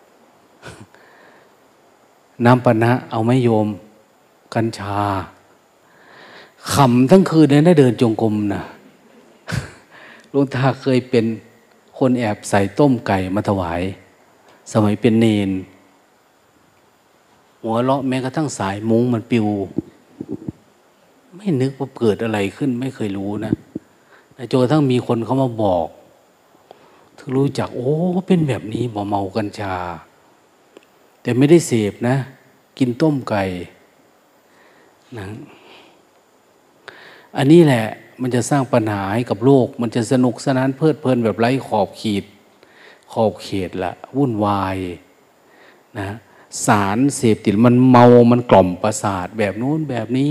A: น้ำปะนะเอาไหมโยมกัญชาขำทั้งคืนเลยนะเดินจงกรมนะหลวงตาเคยเป็นคนแอบใส่ต้มไก่มาถวายสมัยเป็นเนนหัวเราะแม้กระทั่งสายมุ้งมันปิวไม่นึกว่าเกิดอะไรขึ้นไม่เคยรู้นะจนกระทั่งมีคนเขามาบอกถึงรู้จักโอ้เป็นแบบนี้บ่เมากัญชาแต่ไม่ได้เสพนะกินต้มไก่นะอันนี้แหละมันจะสร้างปัญหาให้กับโลกมันจะสนุกสนานเพลิดเพลินแบบไร้ขอบเขตละวุ่นวายนะสารเสพติดมันเมามันกล่อมประสาทแบบนู้นแบบนี้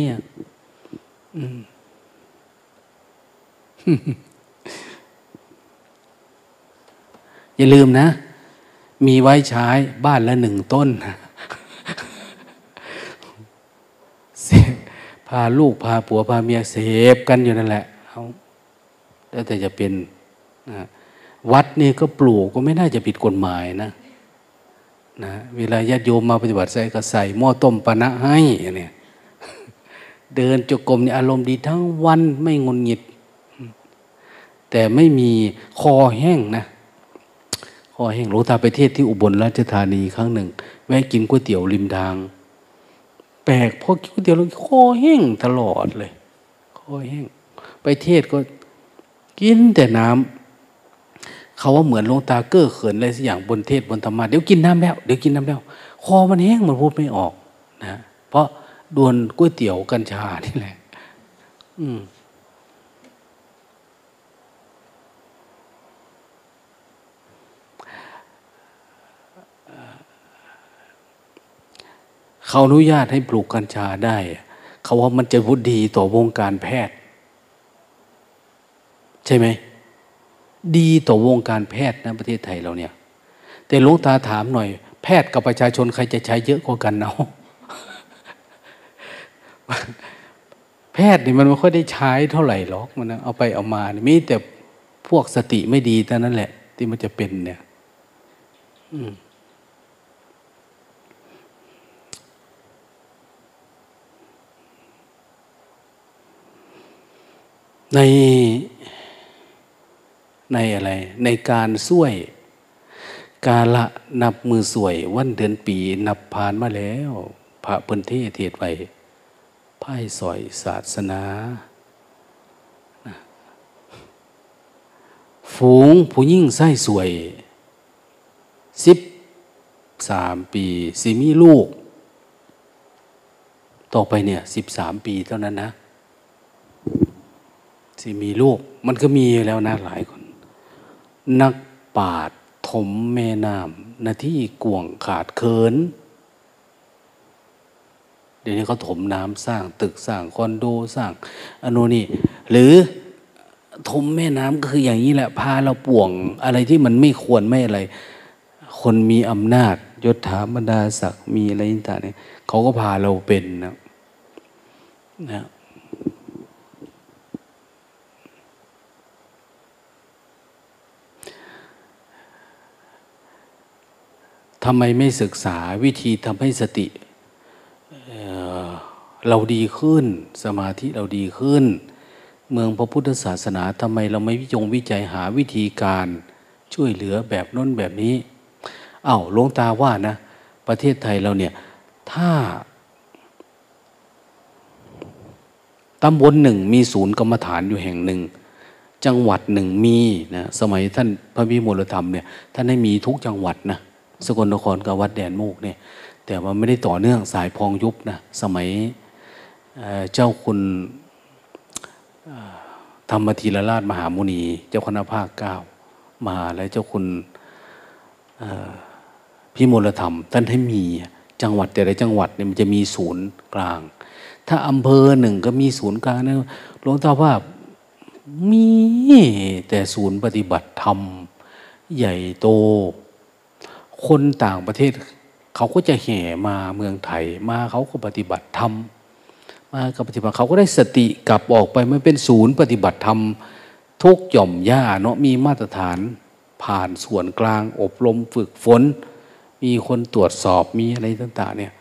A: อย่าลืมนะมีไว้ใช้บ้านละ1 ต้นพาลูกพาผัวพาเมียเสพกันอยู่นั่นแหละเอาแล้วแต่จะเป็นนะวัดนี่ก็ปลูกก็ไม่น่าจะผิดกฎหมายนะเวลาญาติโยมมาปฏิบัติใส่ก็ใส่หม้อต้มปะนะให้เนี่ยเดินจงกรมนี่อารมณ์ดีทั้งวันไม่งุนหงิดแต่ไม่มีคอแห้งนะคอแห้งหลวงตาไปเทศที่อุบลราชธานีครั้งหนึ่งแวะกินก๋วยเตี๋ยวริมทางแปลกพอกินก๋วยเตี๋ยวแล้วคอแห้งตลอดเลยคอแห้งไปเทศก็กินแต่น้ำเขาว่าเหมือนหลวงตาเก้อเขินอะไรสักอย่างบนเทศบนธรรมะเดี๋ยวกินน้ำแล้วคอมันแห้งมันพูดไม่ออกนะเพราะโดนก๋วยเตี๋ยวกัญชานี่แหละเขาอนุญาตให้ปลูกกัญชาได้เขาว่ามันจะพูดดีต่อวงการแพทย์ใช่ไหมดีต่อวงการแพทย์นะประเทศไทยเราเนี่ยแต่หลวงตาถามหน่อยแพทย์กับประชาชนใครจะใช้เยอะกว่ากันเนาะ แพทย์นี่มันไม่ค่อยได้ใช้เท่าไหร่หรอกมันเอาไปเอามานี่มีแต่พวกสติไม่ดีเท่านั้นแหละที่มันจะเป็นเนี่ยในอะไรในการช่วยกาละนับมือสวยวันเดือนปีนับผ่านมาแล้วพระเพิ่นเทศไว้พ่ายสอยศาสนาฝูงผู้ยิ่งไส้สวย13 ปีสิมีลูกต่อไปเนี่ย13 ปีเท่านั้นนะสิมีลูกมันก็มีแล้วนะหลายคนนักปราชญ์ถมแม่น้ำหน้าที่กวงขาดเขินเดี๋ยวนี้เขาถมน้ำสร้างตึกสร้างคอนโดสร้างอนุนี่หรือถมแม่น้ำก็คืออย่างนี้แหละพาเราป่วงอะไรที่มันไม่ควรไม่อะไรคนมีอำนาจยศถาบรรดาศักดิ์มีอะไรต่างๆเนี่ยเขาก็พาเราเป็นนะทำไมไม่ศึกษาวิธีทำให้สติเราดีขึ้นสมาธิเราดีขึ้นเมืองพระพุทธศาสนาทำไมเราไม่วิจัยหาวิธีการช่วยเหลือแบบน้นแบบนี้หลวงตาว่านะประเทศไทยเราเนี่ยถ้าตำบลหนึ่งมีศูนย์กรรมฐานอยู่แห่งหนึ่งจังหวัดหนึ่งมีนะสมัยท่านพระวิมลธรรมเนี่ยท่านให้มีทุกจังหวัดนะสกลนครกับวัดแดนโมกเนี่ยแต่ว่าไม่ได้ต่อเนื่องสายพองยุบนะสมัยเจ้าคุณธรรมธีรราชมหามุนีเจ้าคณะภาคเก้ามาแล้วเจ้าคุณพิมลธรรมท่านให้มีจังหวัดแต่ละจังหวัดเนี่ยมันจะมีศูนย์กลางถ้าอำเภอหนึ่งก็มีศูนย์กลางนะหลวงตาว่ามีแต่ศูนย์ปฏิบัติธรรมใหญ่โตคนต่างประเทศเขาก็จะแห่มาเมืองไทยมาเขาก็ปฏิบัติธรรมมากับปฏิบัติเขาก็ได้สติกลับออกไปมันเป็นศูนย์ปฏิบัติธรรมทุกหย่อมย่าเนาะมีมาตรฐานผ่านส่วนกลางอบรมฝึกฝนมีคนตรวจสอบมีอะไรต่างๆเนี่ย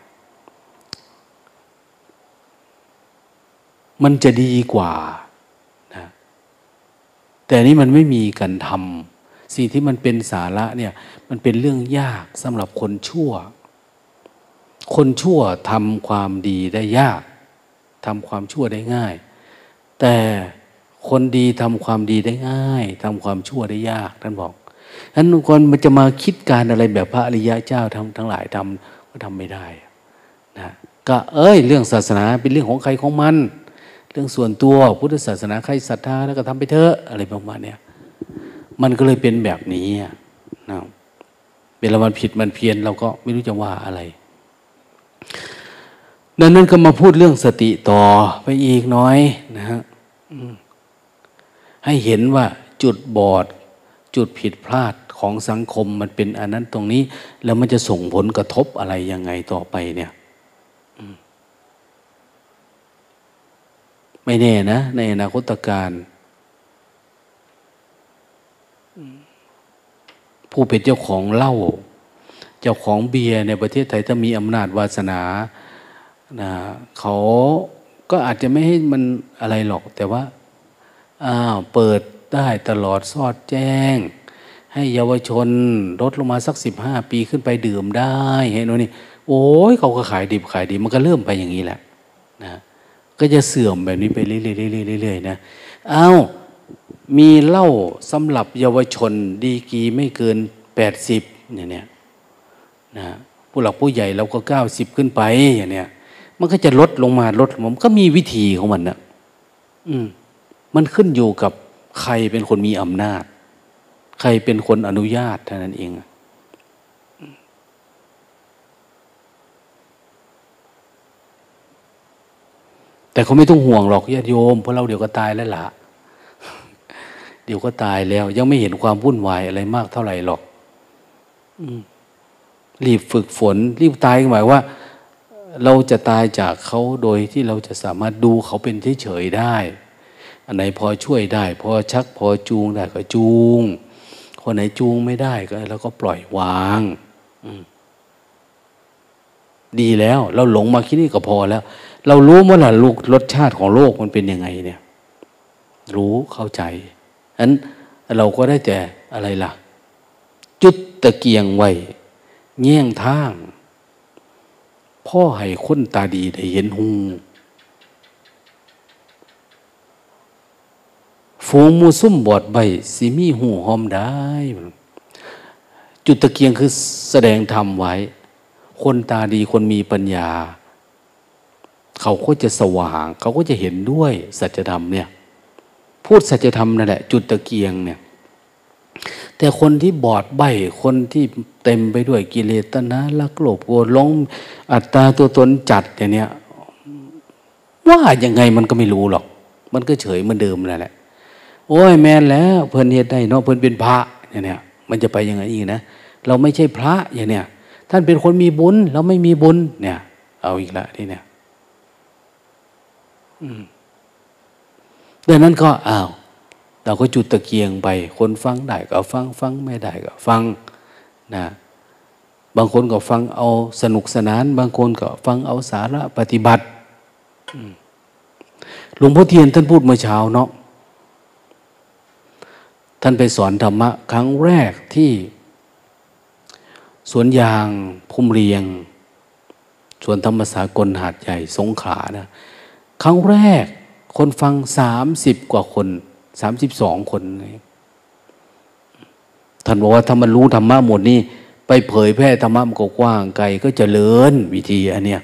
A: มันจะดีกว่านะแต่นี่มันไม่มีการทำสิ่งที่มันเป็นสาระเนี่ยมันเป็นเรื่องยากสำหรับคนชั่วคนชั่วทำความดีได้ยากทำความชั่วได้ง่ายแต่คนดีทำความดีได้ง่ายทำความชั่วได้ยากท่านบอกฉะนั้นคนมันจะมาคิดการอะไรแบบพระอริยะเจ้าทั้งหลายทำก็ทำไม่ได้นะก็เรื่องศาสนาเป็นเรื่องของใครของมันเรื่องส่วนตัวพุทธศาสนาใครศรัทธาแล้วก็ทำไปเถอะอะไรประมาณเนี้ยมันก็เลยเป็นแบบนี้นะเวลามันผิดมันเพี้ยนเราก็ไม่รู้จะว่าอะไรดังนั้นก็มาพูดเรื่องสติต่อไปอีกน้อยนะฮะให้เห็นว่าจุดบอดจุดผิดพลาดของสังคมมันเป็นอันนั้นตรงนี้แล้วมันจะส่งผลกระทบอะไรยังไงต่อไปเนี่ยไม่แน่นะในอนาคตการผู้เป็นเจ้าของเหล้าเจ้าของเบียร์ในประเทศไทยถ้ามีอำนาจวาสนานะเขาก็อาจจะไม่ให้มันอะไรหรอกแต่ว่าเปิดได้ตลอดสอดแจ้งให้เยาวชนลดลงมาสัก15 ปีขึ้นไปดื่มได้เห็นไหมนี่โอ้ยเขาก็ขายดิบขายดีมันก็เริ่มไปอย่างนี้แหละนะก็จะเสื่อมแบบนี้ไปเรื่อยๆนะมีเหล้าสำหรับเยาวชนดีกรีไม่เกิน80เนี่ยนะผู้หลักผู้ใหญ่เราก็90ขึ้นไปอย่างเนี้ยมันก็จะลดลงมามันก็มีวิธีของมันนะมันขึ้นอยู่กับใครเป็นคนมีอำนาจใครเป็นคนอนุญาตเท่านั้นเองแต่เขาไม่ต้องห่วงหรอกญาติโยมเพราะเราเดี๋ยวก็ตายแล้วล่ะเดี๋ยวก็ตายแล้วยังไม่เห็นความวุ่นวายอะไรมากเท่าไหร่หรอกรีบฝึกฝนรีบตายหมายว่าเราจะตายจากเขาโดยที่เราจะสามารถดูเขาเป็นเฉยๆได้อันไหนพอช่วยได้พอชักพอจูงได้ก็จูงคนไหนจูงไม่ได้ก็เราก็ปล่อยวางดีแล้วเราหลงมาคิดนี่ก็พอแล้วเรารู้เมื่อไหร่ลูกรสชาติของโลกมันเป็นยังไงเนี่ยรู้เข้าใจฉะนั้นเราก็ได้แต่อะไรล่ะจุดตะเกียงไว้แง่งทางพ่อให้คนตาดีได้เห็นหูฝูงมูซุ่มบอดใบสิมีหูหอมได้จุดตะเกียงคือแสดงธรรมไว้คนตาดีคนมีปัญญาเขาก็จะสว่างเขาก็จะเห็นด้วยสัจธรรมเนี่ยพูดสัจธรรมนั่นแหละจุดตะเกียงเนี่ยแต่คนที่บอดใบคนที่เต็มไปด้วยกิเลสตัณหารักโลภโกรธหลงอัตตาตัวตนจัดอย่างเนี้ยว่ายังไงมันก็ไม่รู้หรอกมันก็เฉยเหมือนเดิมนั่นแหละโอ้ยแม่นแล้วเพิ่นเฮ็ดได้เนาะเพิ่นเป็นพระอย่างเนี้ยมันจะไปยังไงอีกนะเราไม่ใช่พระอย่างเนี้ยท่านเป็นคนมีบุญเราไม่มีบุญเนี่ยเอาอีกละทีเนี้ยดังนั้นก็เราก็จุดตะเกียงไปคนฟังได้ก็ฟังไม่ได้ก็ฟังนะบางคนก็ฟังเอาสนุกสนานบางคนก็ฟังเอาสาระปฏิบัติหลวงพ่อเทียนท่านพูดเมื่อเช้าเนาะทท่านไปสอนธรรมะครั้งแรกที่สวนยางภูมิเรียงสวนธรรมสากลหาดใหญ่สงขลานะครั้งแรกคนฟัง30 กว่าคน32 คนท่านบอกว่าถ้ามันรู้ธรรมะหมดนี่ไปเผยแพร่ธรรมะมันก็กว้างไกลก็เจริญวิธีอันเนี้ย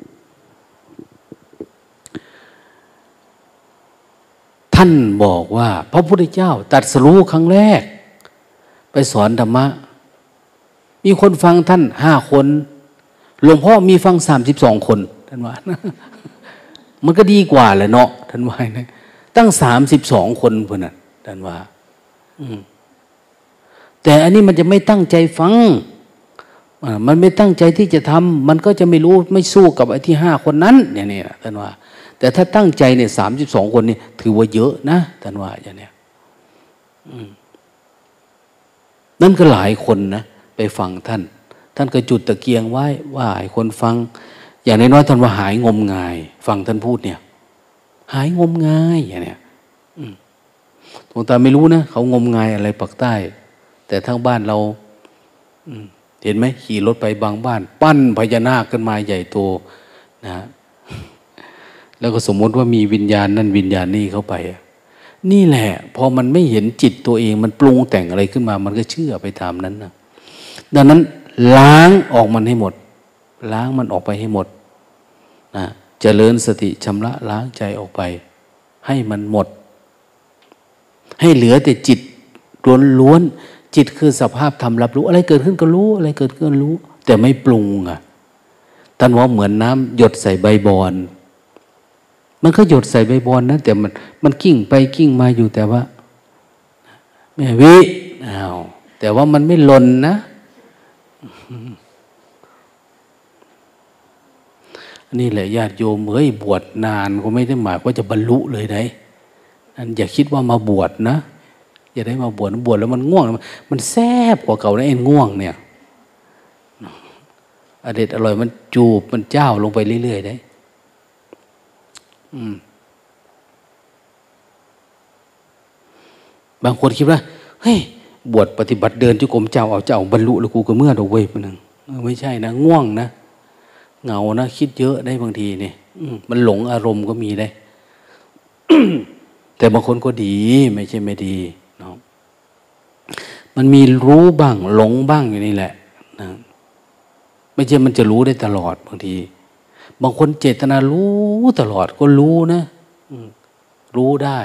A: ท่านบอกว่าพระพุทธเจ้าตรัสรู้ครั้งแรกไปสอนธรรมะมีคนฟังท่าน5 คนหลวงพ่อมีฟัง32 คนท่านว่า มันก็ดีกว่าแหละเนาะท่านว่านะตั้ง32 คนเพื่อนน่ะท่านว่าแต่อันนี้มันจะไม่ตั้งใจฟังมันไม่ตั้งใจที่จะทำมันก็จะไม่รู้ไม่สู้กับไอ้ที่5 คนนั้นอย่างนี้นะท่านว่าแต่ถ้าตั้งใจเนี่ย32 คนนี่ถือว่าเยอะนะท่านว่าอย่างนี้นั่นก็หลายคนนะไปฟังท่านก็จุดตะเกียงไว้ว่าให้คนฟังอย่างน้อยๆท่านว่าหายงมงายฟังท่านพูดเนี่ยหายงมงายอย่างเนี้ยหลวงตาไม่รู้นะเขางมงายอะไรปักใต้แต่ทั้งบ้านเราเห็นไหมขี่รถไปบางบ้านปั้นพญานาคขึ้นมาใหญ่โตนะแล้วก็สมมติว่ามีวิญญาณนั่นวิญญาณนี่เข้าไปนี่แหละพอมันไม่เห็นจิตตัวเองมันปรุงแต่งอะไรขึ้นมามันก็เชื่อไปตามนั้นนะดังนั้นล้างออกมันให้หมดล้างมันออกไปให้หมดนะเจริญสติชำระล้างใจออกไปให้มันหมดให้เหลือแต่จิตล้วนๆจิตคือสภาพธรรมรับรู้อะไรเกิดขึ้นก็รู้อะไรเกิดขึ้นก็รู้แต่ไม่ปรุงท่านว่าเหมือนน้ำหยดใส่ใบบอนมันก็หยดใส่ใบบอนนะแต่มันกิ้งไปกิ้งมาอยู่แต่ว่าแม่วิแต่ว่ามันไม่หล่นนะนี่แหละญาติโยมบวชนานก็ไม่ได้หมายว่าจะบรรลุเลยนะอย่าคิดว่ามาบวชนะอย่าได้มาบวชแล้วมันง่วงมันแซ่บกว่าเก่านะง่วงเนี่ยอเด็ดอร่อยมันจูบมันเจ้าลงไปเรื่อยๆได้บางคนคิดว่าเฮ้ยบวชปฏิบัติเดินจุกรมเจ้าบรรลุแล้วกูก็เมื่อเราเว้ยมันไม่ใช่นะง่วงนะเหงานะคิดเยอะได้บางทีเนี่ยมันหลงอารมณ์ก็มีได้ แต่บางคนก็ดีไม่ใช่ไม่ดีเนาะมันมีรู้บ้างหลงบ้างอยู่นี่แหละนะไม่ใช่มันจะรู้ได้ตลอดบางทีบางคนเจตนารู้ตลอดก็รู้นะรู้ได้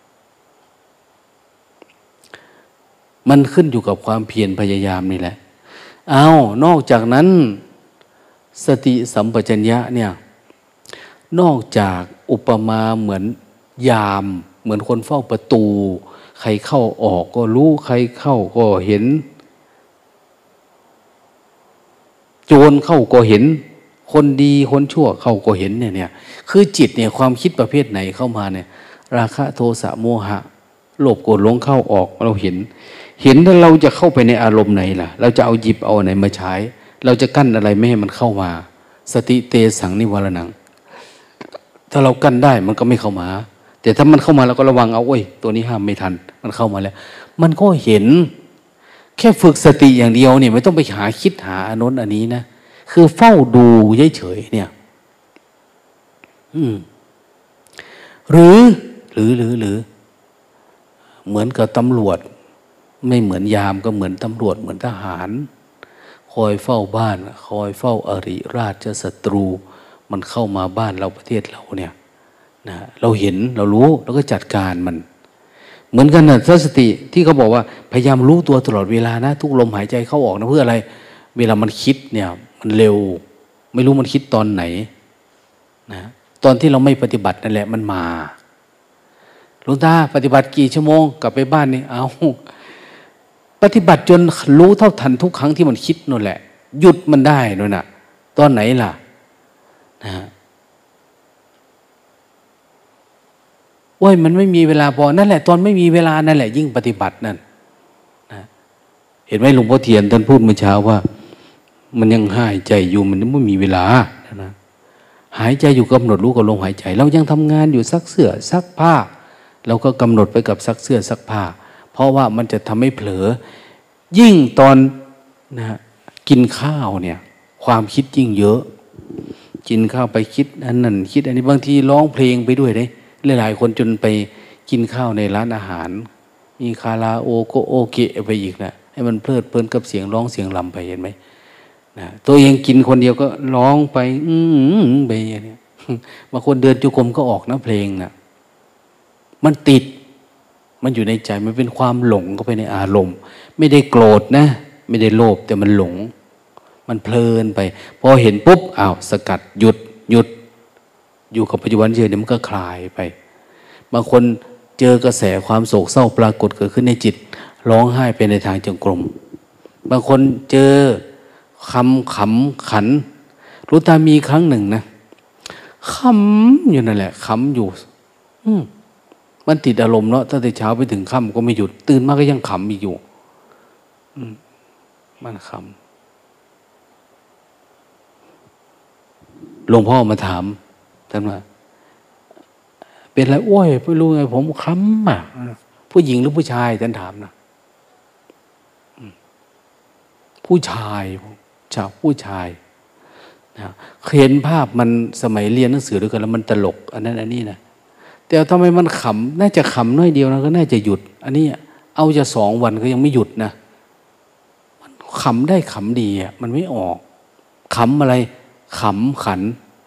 A: มันขึ้นอยู่กับความเพียรพยายามนี่แหละนอกจากนั้นสติสัมปชัญญะเนี่ยนอกจากอุปมาเหมือนยามเหมือนคนเฝ้าประตูใครเข้าออกก็รู้ใครเข้าก็เห็นโจรเข้าก็เห็นคนดีคนชั่วเข้าก็เห็นเนี่ยคือจิตเนี่ยความคิดประเภทไหนเข้ามาเนี่ยราคะโทสะโมหะโลภโกรธหลงเข้าออกเราเห็นแล้วเราจะเข้าไปในอารมณ์ไหนล่ะเราจะเอาหยิบเอาไหนมาใช้เราจะกั้นอะไรไม่ให้มันเข้ามาสติเตสังนิวรณังถ้าเรากั้นได้มันก็ไม่เข้ามาแต่ถ้ามันเข้ามาเราก็ระวังเอาตัวนี้ห้ามไม่ทันมันเข้ามาแล้วมันก็เห็นแค่ฝึกสติอย่างเดียวเนี่ยไม่ต้องไปหาคิดหาอันโน้นอันนี้นะคือเฝ้าดูเฉยๆเนี่ยหรือเหมือนกับตำรวจไม่เหมือนยามก็เหมือนตำรวจเหมือนทหารคอยเฝ้าบ้านคอยเฝ้าอริราชศัตรูมันเข้ามาบ้านเราประเทศเราเนี่ยนะเราเห็นเรารู้แล้วก็จัดการมันเหมือนกันนะสติที่เขาบอกว่าพยายามรู้ตัวตลอดเวลานะทุกลมหายใจเข้าออกนะเพื่ออะไรเวลามันคิดเนี่ยมันเร็วไม่รู้มันคิดตอนไหนนะตอนที่เราไม่ปฏิบัตินั่นแหละมันมาหลวงตาปฏิบัติกี่ชั่วโมงกลับไปบ้านนี่ปฏิบัติจนรู้เท่าทันทุกครั้งที่มันคิดนั่นแหละหยุดมันได้นั่นน่ะตอนไหนล่ะนะมันไม่มีเวลาพอนั่นแหละตอนไม่มีเวลานั่นแหละยิ่งปฏิบัตินั่นนะเห็นไหมหลวงพ่อเทียนท่านพูดเมื่อเช้าว่ามันยังหายใจอยู่มันไม่มีเวลานะหายใจอยู่กำหนดรู้กับลมหายใจเรายังทำงานอยู่ซักเสื้อซักผ้าเราก็กำหนดไปกับซักเสื้อซักผ้าเพราะว่ามันจะทำให้เผลอยิ่งตอนนะกินข้าวเนี่ยความคิดยิ่งเยอะกินข้าวไปคิดอันนั้นคิดอันนี้บางทีร้องเพลงไปด้วยเลยหลายๆคนจนไปกินข้าวในร้านอาหารมีคาราโอเกะไปอีกนะให้มันเพลิดเพลินกับเสียงร้องเสียงรำไปเห็นไหมนะตัวเองกินคนเดียวก็ร้องไปไปอย่างนี้บางคนเดินจุกรมก็ออกนะเพลงนะมันติดมันอยู่ในใจมันเป็นความหลงเข้าไปในอารมณ์ไม่ได้โกรธนะไม่ได้โลภแต่มันหลงมันเพลินไปพอเห็นปุ๊บอ้าวสกัดหยุดอยู่กับปัจจุบันเฉยเดี๋ยวมันก็คลายไปบางคนเจอกระแสความโศกเศร้าปรากฏเกิดขึ้นในจิตร้องไห้ไปในทางจงกรมบางคนเจอคำขำขันรู้ตามีครั้งหนึ่งนะขำอยู่นั่นแหละขำอยู่มันติดอารมณ์เนาะตั้งแต่เช้าไปถึงค่ำก็ไม่หยุดตื่นมาก็ยังขำอีกอยู่มันขำหลวงพ่อมาถามท่านว่าเป็นไรโอ้ยไม่รู้ไงผมขำอ่ะผู้หญิงหรือผู้ชายท่านถามนะผู้ชายผู้ชายนะเห็นภาพมันสมัยเรียนหนังสือด้วยกันแล้วมันตลกอันนั้นอันนี้นะแต่ทำไมมันขำน่าจะขำน้อยเดียวนะก็น่าจะหยุดอันนี้เอาจะ2 วันก็ยังไม่หยุดนะมันขำได้ขำดีอ่ะมันไม่ออกขำอะไรขำขัน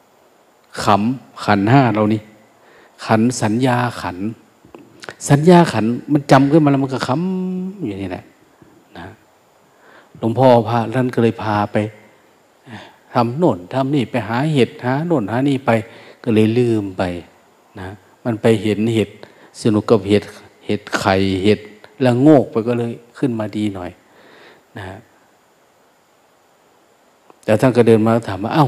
A: ห้าเรานี่ขันสัญญาขันมันจำขึ้นมาแล้วมันก็ขำอย่างนี้แหละนะหลวงพ่อพาท่านก็เลยพาไปทำโน่นทำนี่ไปหาเห็ดหาโน่นหานี่ไปก็เลยลืมไปนะมันไปเห็นเห็ดสนุกกับเห็ดไข่เห็ดละโงกไปก็เลยขึ้นมาดีหน่อยนะแต่ท่านก็เดินมาถามว่าเอ้า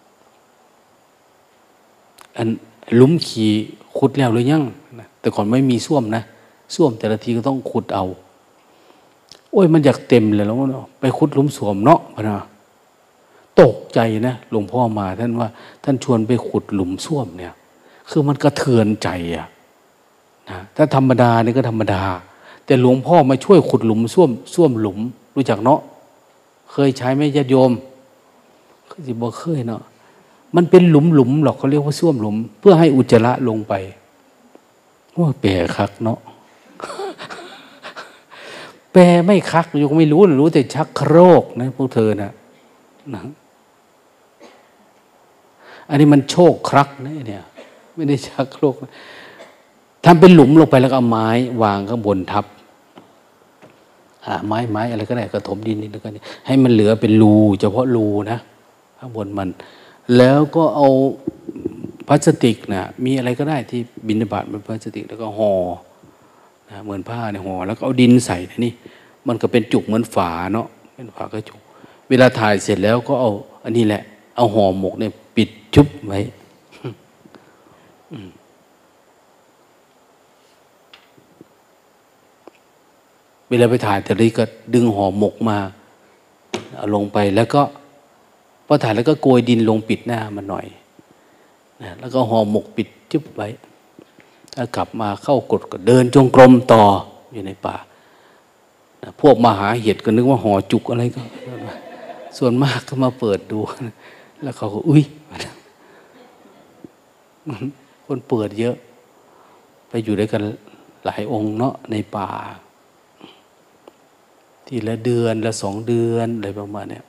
A: อันลุ้มขี่ขุดแล้วหรือยังนะแต่ก่อนไม่มีส้วมนะส้วมแต่ละทีก็ต้องขุดเอาโอ้ยมันอยากเต็มเลยแล้วไปขุดหลุมส้วมเนาะพะนะตกใจนะหลวงพ่อมาท่านว่าท่านชวนไปขุดหลุมส้วมเนี่ยคือมันกระเทือนใจอะนะถ้าธรรมดานี่ก็ธรรมดาแต่หลวงพ่อมาช่วยขุดหลุมส้วมหลุมรู้จักเนาะเคยใช้ไหมญาติโยมเคยสิบ่เคยเนาะมันเป็นหลุมหรอกเขาเรียกว่าส้วมหลุมเพื่อให้อุจจาระลงไปว่าแปลคักเนาะ แปลไม่คักโยมไม่รู้แต่ชักโครกนะพวกเธอนะอันนี้มันโชคครักนะเนี่ยไม่ได้ชักโครกทำเป็นหลุมลงไปแล้วก็เอาไม้วางข้างบนทับไม้อะไรก็ได้กระถมดินนี่แล้วก็ให้มันเหลือเป็นรูเฉพาะรูนะข้างบนมันแล้วก็เอาพลาสติกนะมีอะไรก็ได้ที่บิณฑบาตเป็นพลาสติกแล้วก็ห่อนะเหมือนผ้าเนี่ยห่อแล้วก็เอาดินใส่นี่มันก็เป็นจุกเหมือนฝาเนาะเป็นฝากระจุกเวลาถ่ายเสร็จแล้วก็เอาอันนี้แหละเอาห่อหมกเนี่ยปิดชุบไว้เวลาไปถ่ายแต่ละทีก็ดึงห่อหมกมาเอาลงไปแล้วก็พอถ่ายแล้วก็โกยดินลงปิดหน้ามันหน่อยนะแล้วก็ห่อหมกปิดจุบไว้ถ้ากลับมาเข้ากดก็เดินจงกรมต่ออยู่ในป่านะพวกมาหาเห็ดก็นึกว่าห่อจุกอะไรก็ส่วนมากก็มาเปิดดูแล้วเขาก็อุ้ยคนเปิดเยอะไปอยู่ด้วยกันหลายองค์เนาะในป่าทีละเดือนละ2 เดือนอะไรประมาณเนี้ย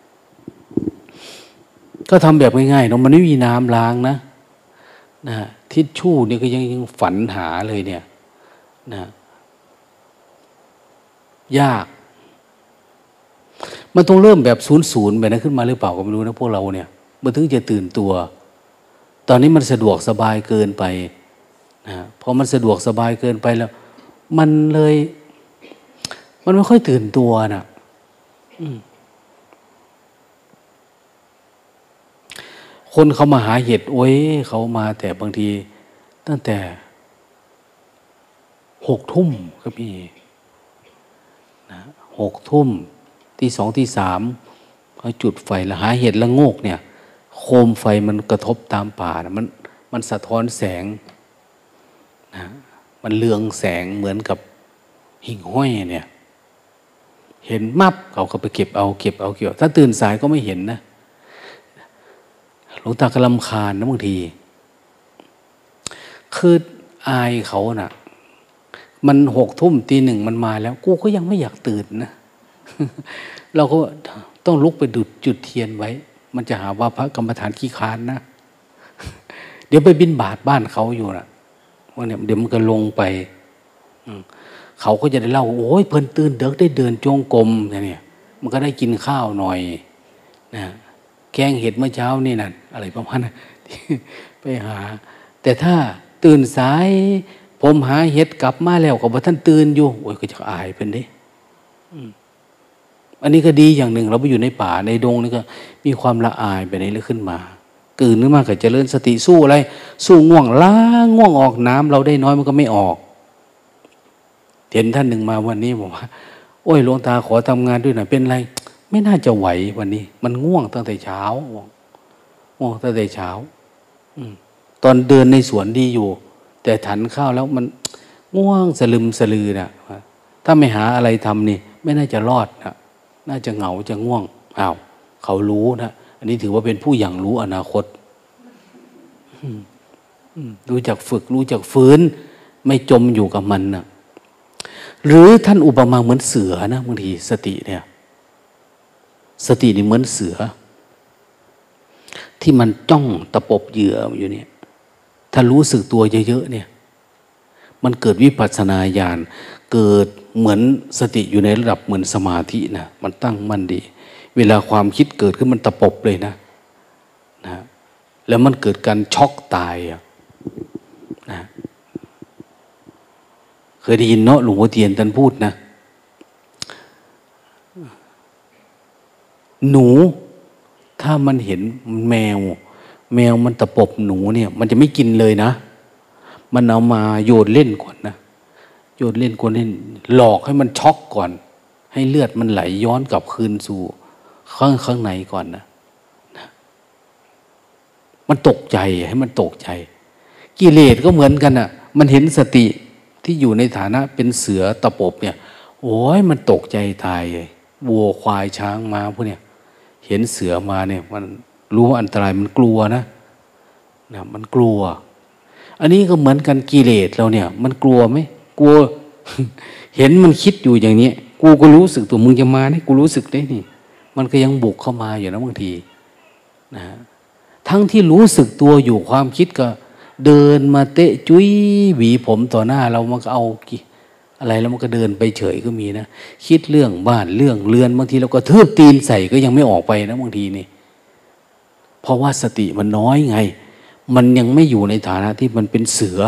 A: ก็ทำแบบง่ายๆเนาะมันไม่มีน้ำล้างนะทิชชู่นี่ก็ยังฝันหาเลยเนี่ยนะยากมันต้องเริ่มแบบศูนย์แบบนั้นขึ้นมาหรือเปล่าก็ไม่รู้นะพวกเราเนี่ยมันถึงจะตื่นตัวตอนนี้มันสะดวกสบายเกินไปนะพอมันสะดวกสบายเกินไปแล้วมันไม่ค่อยตื่นตัวนะคนเขามาหาเห็ดโอ้ยเขามาแต่บางทีตั้งแต่6 ทุ่มก็มีนะ6 ทุ่มตี 2 ตี 3เขาจุดไฟแล้วหาเห็ดละโงกเนี่ยโคมไฟมันกระทบตามป่านะมันสะท้อนแสงนะมันเรืองแสงเหมือนกับหิ่งห้อยเนี่ยเห็นมับเขาก็ไปเก็บเอาถ้าตื่นสายก็ไม่เห็นนะหลวงตาก็รำคาญนะบางทีคืออายเขาน่ะมัน6 ทุ่มตี 1มันมาแล้วกูก็ยังไม่อยากตื่นนะ เราก็ต้องลุกไปจุดเทียนไว้มันจะหาว่าพระกรรมฐานขี้คร้านนะ เดี๋ยวไปบิณฑบาตบ้านเขาอยู่นะว่าเนี่ยเดี๋ยวมันก็ลงไปเขาก็จะได้เล่าโอ้ยเพลินตื่นเด็กได้เดินจงกรมเนี่ยมันก็ได้กินข้าวหน่อยนะแกงเห็ดเมื่อเช้านี่นั่นอะไรประมาณนั้นไปหาแต่ถ้าตื่นสายผมหาเห็ดกลับมาแล้วก็บ่ท่านตื่นอยู่โอ้ยก็จะอายเป็นเด้อันนี้ก็ดีอย่างหนึ่งเราไปอยู่ในป่าในดงนี่ก็มีความละอายไปในเรื่องขึ้นมาตื่นขึ้นมาก็เจริญสติสู้อะไรสู้ง่วงล้างง่วงออกน้ำเราได้น้อยมันก็ไม่ออกเห็นท่านหนึ่งมาวันนี้บอกว่าโอ้ยหลวงตาขอทำงานด้วยหน่อยเป็นไรไม่น่าจะไหววันนี้มันง่วงตั้งแต่เช้าง่วงตั้งแต่เช้าตอนเดินในสวนดีอยู่แต่ฉันข้าวแล้วมันง่วงสลึมสลือนะถ้าไม่หาอะไรทำนี่ไม่น่าจะรอดนะน่าจะเหงาจะง่วงอ้าวเขารู้นะอันนี้ถือว่าเป็นผู้อย่างรู้อนาคตรู้จักฝึกรู้จักฝืนไม่จมอยู่กับมันนะหรือท่านอุปมาเหมือนเสือนะบางทีสติเนี่ยสตินี่เหมือนเสือที่มันจ้องตะปบเหยื่ออยู่เนี่ยถ้ารู้สึกตัวเยอะๆเนี่ยมันเกิดวิปัสสนาญาณเกิดเหมือนสติอยู่ในระดับเหมือนสมาธินะมันตั้งมั่นดีเวลาความคิดเกิดขึ้นมันตะปบเลยนะแล้วมันเกิดการช็อกตายนะเคยได้ยินเนาะหลวงพ่อเทียนท่านพูดนะหนูถ้ามันเห็นแมวมันตะปบหนูเนี่ยมันจะไม่กินเลยนะมันเอามาโยนเล่นก่อนนะโยนเล่นก่อนเล่นหลอกให้มันช็อกก่อนให้เลือดมันไหลย้อนกลับคืนสู่ข้างในก่อนนะมันตกใจให้มันตกใจกิเลสก็เหมือนกันอ่ะมันเห็นสติที่อยู่ในฐานะเป็นเสือตะปบเนี่ยโอ้ยมันตกใจตายเลยวัวควายช้างม้าพวกเนี่ยเห็นเสือมาเนี่ยมันรู้ว่าอันตรายมันกลัวนะมันกลัวอันนี้ก็เหมือนกันกิเลสเราเนี่ยมันกลัวไหมกลัว เห็นมันคิดอยู่อย่างนี้กูก็รู้สึกตัวมึงจะมาเนี่ยกูรู้สึกได้นี่มันก็ยังบุกเข้ามาอยู่นะบางทีนะทั้งที่รู้สึกตัวอยู่ความคิดก็เดินมาเตะจุ้ยหวีผมต่อหน้าเรามันก็เอาอะไรแล้วมันก็เดินไปเฉยก็มีนะคิดเรื่องบ้านเรื่องเรือนบางทีเราก็ทืบตีนใส่ก็ยังไม่ออกไปนะบางทีนี่เพราะว่าสติมันน้อยไงมันยังไม่อยู่ในฐานะที่มันเป็นเสือ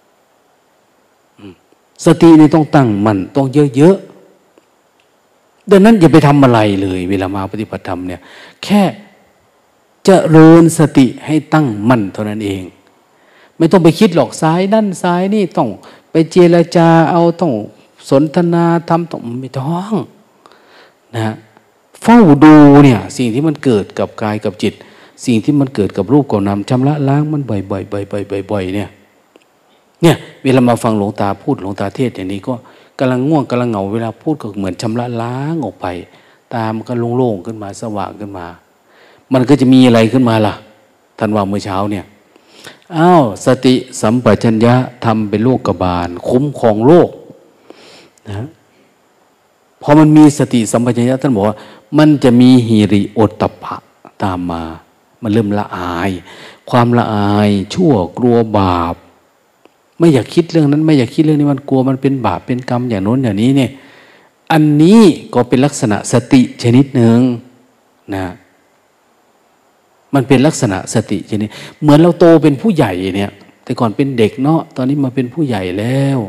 A: สตินี่ต้องตั้งมันต้องเยอะๆดังนั้นอย่าไปทำอะไรเลยเวลามาปฏิบัติธรรมเนี่ยแค่เจริญสติให้ตั้งมั่นเท่านั้นเองไม่ต้องไปคิดหรอกซ้ายนั่นซ้ายนี่ต้องไปเจรจาเอาต้องสนทนาทำต้องไม่ต้องนะเฝ้าดูเนี่ยสิ่งที่มันเกิดกับกายกับจิตสิ่งที่มันเกิดกับรูปกับนามชำระล้างมันบ่อยๆเนี่ยเวลามาฟังหลวงตาพูดหลวงตาเทศอย่างนี้ก็กำลังง่วงกำลังเหงาเวลาพูดก็เหมือนชำระล้างออกไปตามันก็โล่งๆขึ้นมาสว่างขึ้นมามันก็จะมีอะไรขึ้นมาล่ะท่านว่าเมื่อเช้าเนี่ยอ้าวสติสัมปชัญญะทำเป็นโลกบาลคุ้มครองโลกนะพอมันมีสติสัมปชัญญะท่านบอกว่ามันจะมีหิริโอตตัปปะตามมามันเริ่มละอายความละอายชั่วกลัวบาปไม่อยากคิดเรื่องนั้นไม่อยากคิดเรื่องนี้มันกลัวมันเป็นบาปเป็นกรรมอย่างโน้นอย่างนี้เนี่ยอันนี้ก็เป็นลักษณะสติชนิดหนึ่งนะมันเป็นลักษณะสติชนิดเหมือนเราโตเป็นผู้ใหญ่เนี่ยแต่ก่อนเป็นเด็กเนาะตอนนี้มาเป็นผู้ใหญ่แล้ว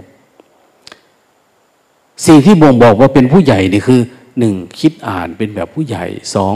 A: สิ่งที่บ่งบอกว่าเป็นผู้ใหญ่นี่คือหนึ่งคิดอ่านเป็นแบบผู้ใหญ่สอง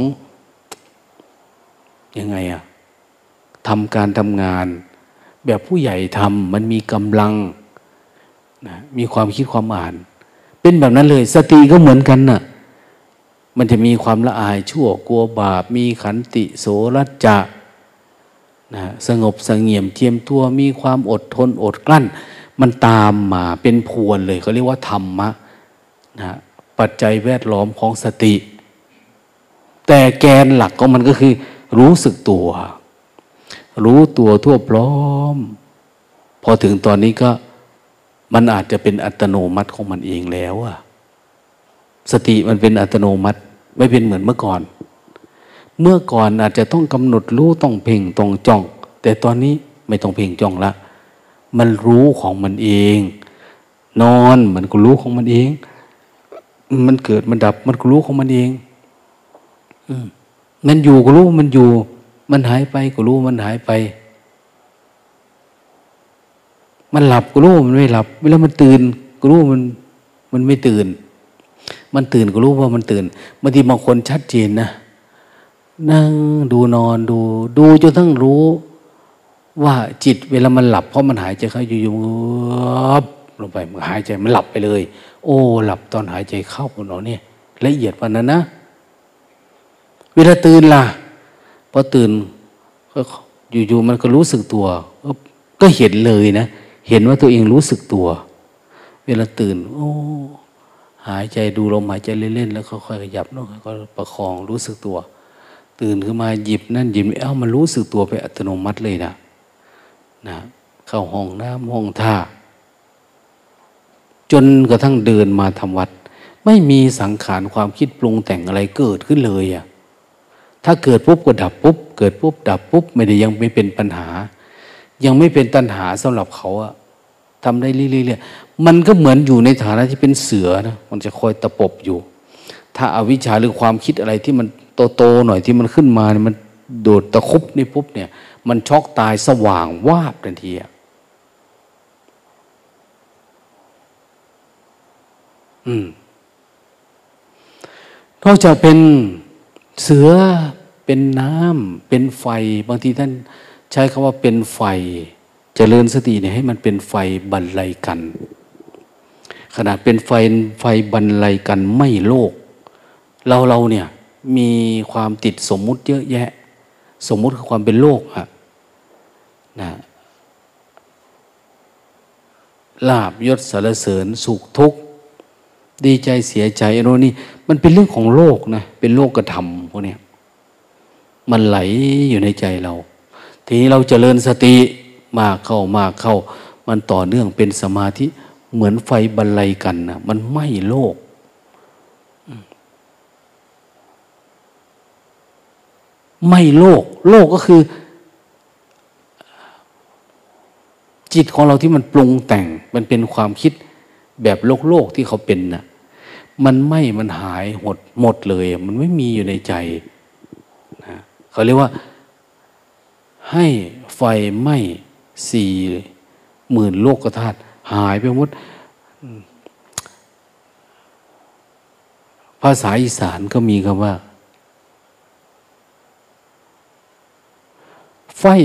A: ยังไงอะทำการทำงานแบบผู้ใหญ่ทำมันมีกำลังนะมีความคิดความอ่านเป็นแบบนั้นเลยสติก็เหมือนกันน่ะมันจะมีความละอายชั่วกลัวบาปมีขันติโสรัจจะนะสงบเสงี่ยมเทียมตัวมีความอดทนอดกลั้นมันตามมาเป็นพวนเลยเขาเรียกว่าธรรมะนะปัจจัยแวดล้อมของสติแต่แกนหลักของมันก็คือรู้สึกตัวรู้ตัวทั่วพร้อมพอถึงตอนนี้ก็มันอาจจะเป็นอัตโนมัติของมันเองแล้วอะสติมันเป็นอัตโนมัติไม่เป็นเหมือนเมื่อก่อนอาจจะต้องกำหนดรู้ต้องเพ่งต้องจ้องแต่ตอนนี้ไม่ต้องเพ่งจ้องละมันรู้ของมันเองนอนมันก็รู้ของมันเองมันเกิดมันดับมันก็รู้ของมันเองมันอยู่ก็รู้มันอยู่มันหายไปก็รู้มันหายไปมันหลับก็รู้มันไม่หลับเวลามันตื่นก็รู้มันไม่ตื่นมันตื่นก็รู้ว่ามันตื่นบางทีบางคนชัดเจนนะนั่งดูนอนดูจนทั้งรู้ว่าจิตเวลามันหลับเพราะมันหายใจเข้าอยู่ๆลงไปมันหายใจมันหลับไปเลยโอ้หลับตอนหายใจเข้าของเราเนี่ยละเอียดกว่านั้นนะเวลาตื่นล่ะพอตื่นก็อยู่ๆมันก็รู้สึกตัวก็เห็นเลยนะเห็นว่าตัวเองรู้สึกตัวเวลาตื่นโอ้หายใจดูลมหายใจเล่นๆแล้วค่อยๆขยับแล้วก็ประคองรู้สึกตัวตื่นขึ้นมาหยิบนั่นหยิบนี่มันรู้สึกตัวไปอัตโนมัติเลยนะเข้าห้องน้ำห้องท่าจนกระทั่งเดินมาทำวัดไม่มีสังขารความคิดปรุงแต่งอะไรเกิดขึ้นเลยอ่ะถ้าเกิดปุ๊บก็ดับปุ๊บเกิดปุ๊บดับปุ๊บไม่ได้ยังไม่เป็นปัญหายังไม่เป็นตัณหาสำหรับเขาอะทำได้เรื่อยๆมันก็เหมือนอยู่ในฐานะที่เป็นเสือนะมันจะคอยตะปบอยู่ถ้าอาวิชชาหรือความคิดอะไรที่มันโตๆหน่อยที่มันขึ้นมาเนี่ยมันโดดตะคุบนี่ปุ๊บเนี่ยมันช็อกตายสว่างวาบทันทีอะนอกจากเป็นเสือเป็นน้ำเป็นไฟบางทีท่านใช้คำว่าเป็นไฟเจริญสติเนี่ยให้มันเป็นไฟบรรลัยกันขนาดเป็นไฟบรรลัยกันไม่โลกเราเนี่ยมีความติดสมมุติเยอะแยะสมมุติคือความเป็นโลกอะนะลาภยศสรรเสริญสุขทุกข์ดีใจเสียใจโน่นนี่มันเป็นเรื่องของโลกนะเป็นโลกธรรมพวกนี้มันไหลอยู่ในใจเราทีนี้เราเจริญสติมากเข้ามันต่อเนื่องเป็นสมาธิเหมือนไฟบรรลัยกันนะมันไหม้โลกไหม้โลกก็คือจิตของเราที่มันปรุงแต่งมันเป็นความคิดแบบโลกที่เขาเป็นน่ะมันไหม้มันหายหมดเลยมันไม่มีอยู่ในใจนะเขาเรียกว่าให้ไฟไหม้40,000 โลกธาตุหายไปหมดภาษาอีสานก็มีคำว่าไฟ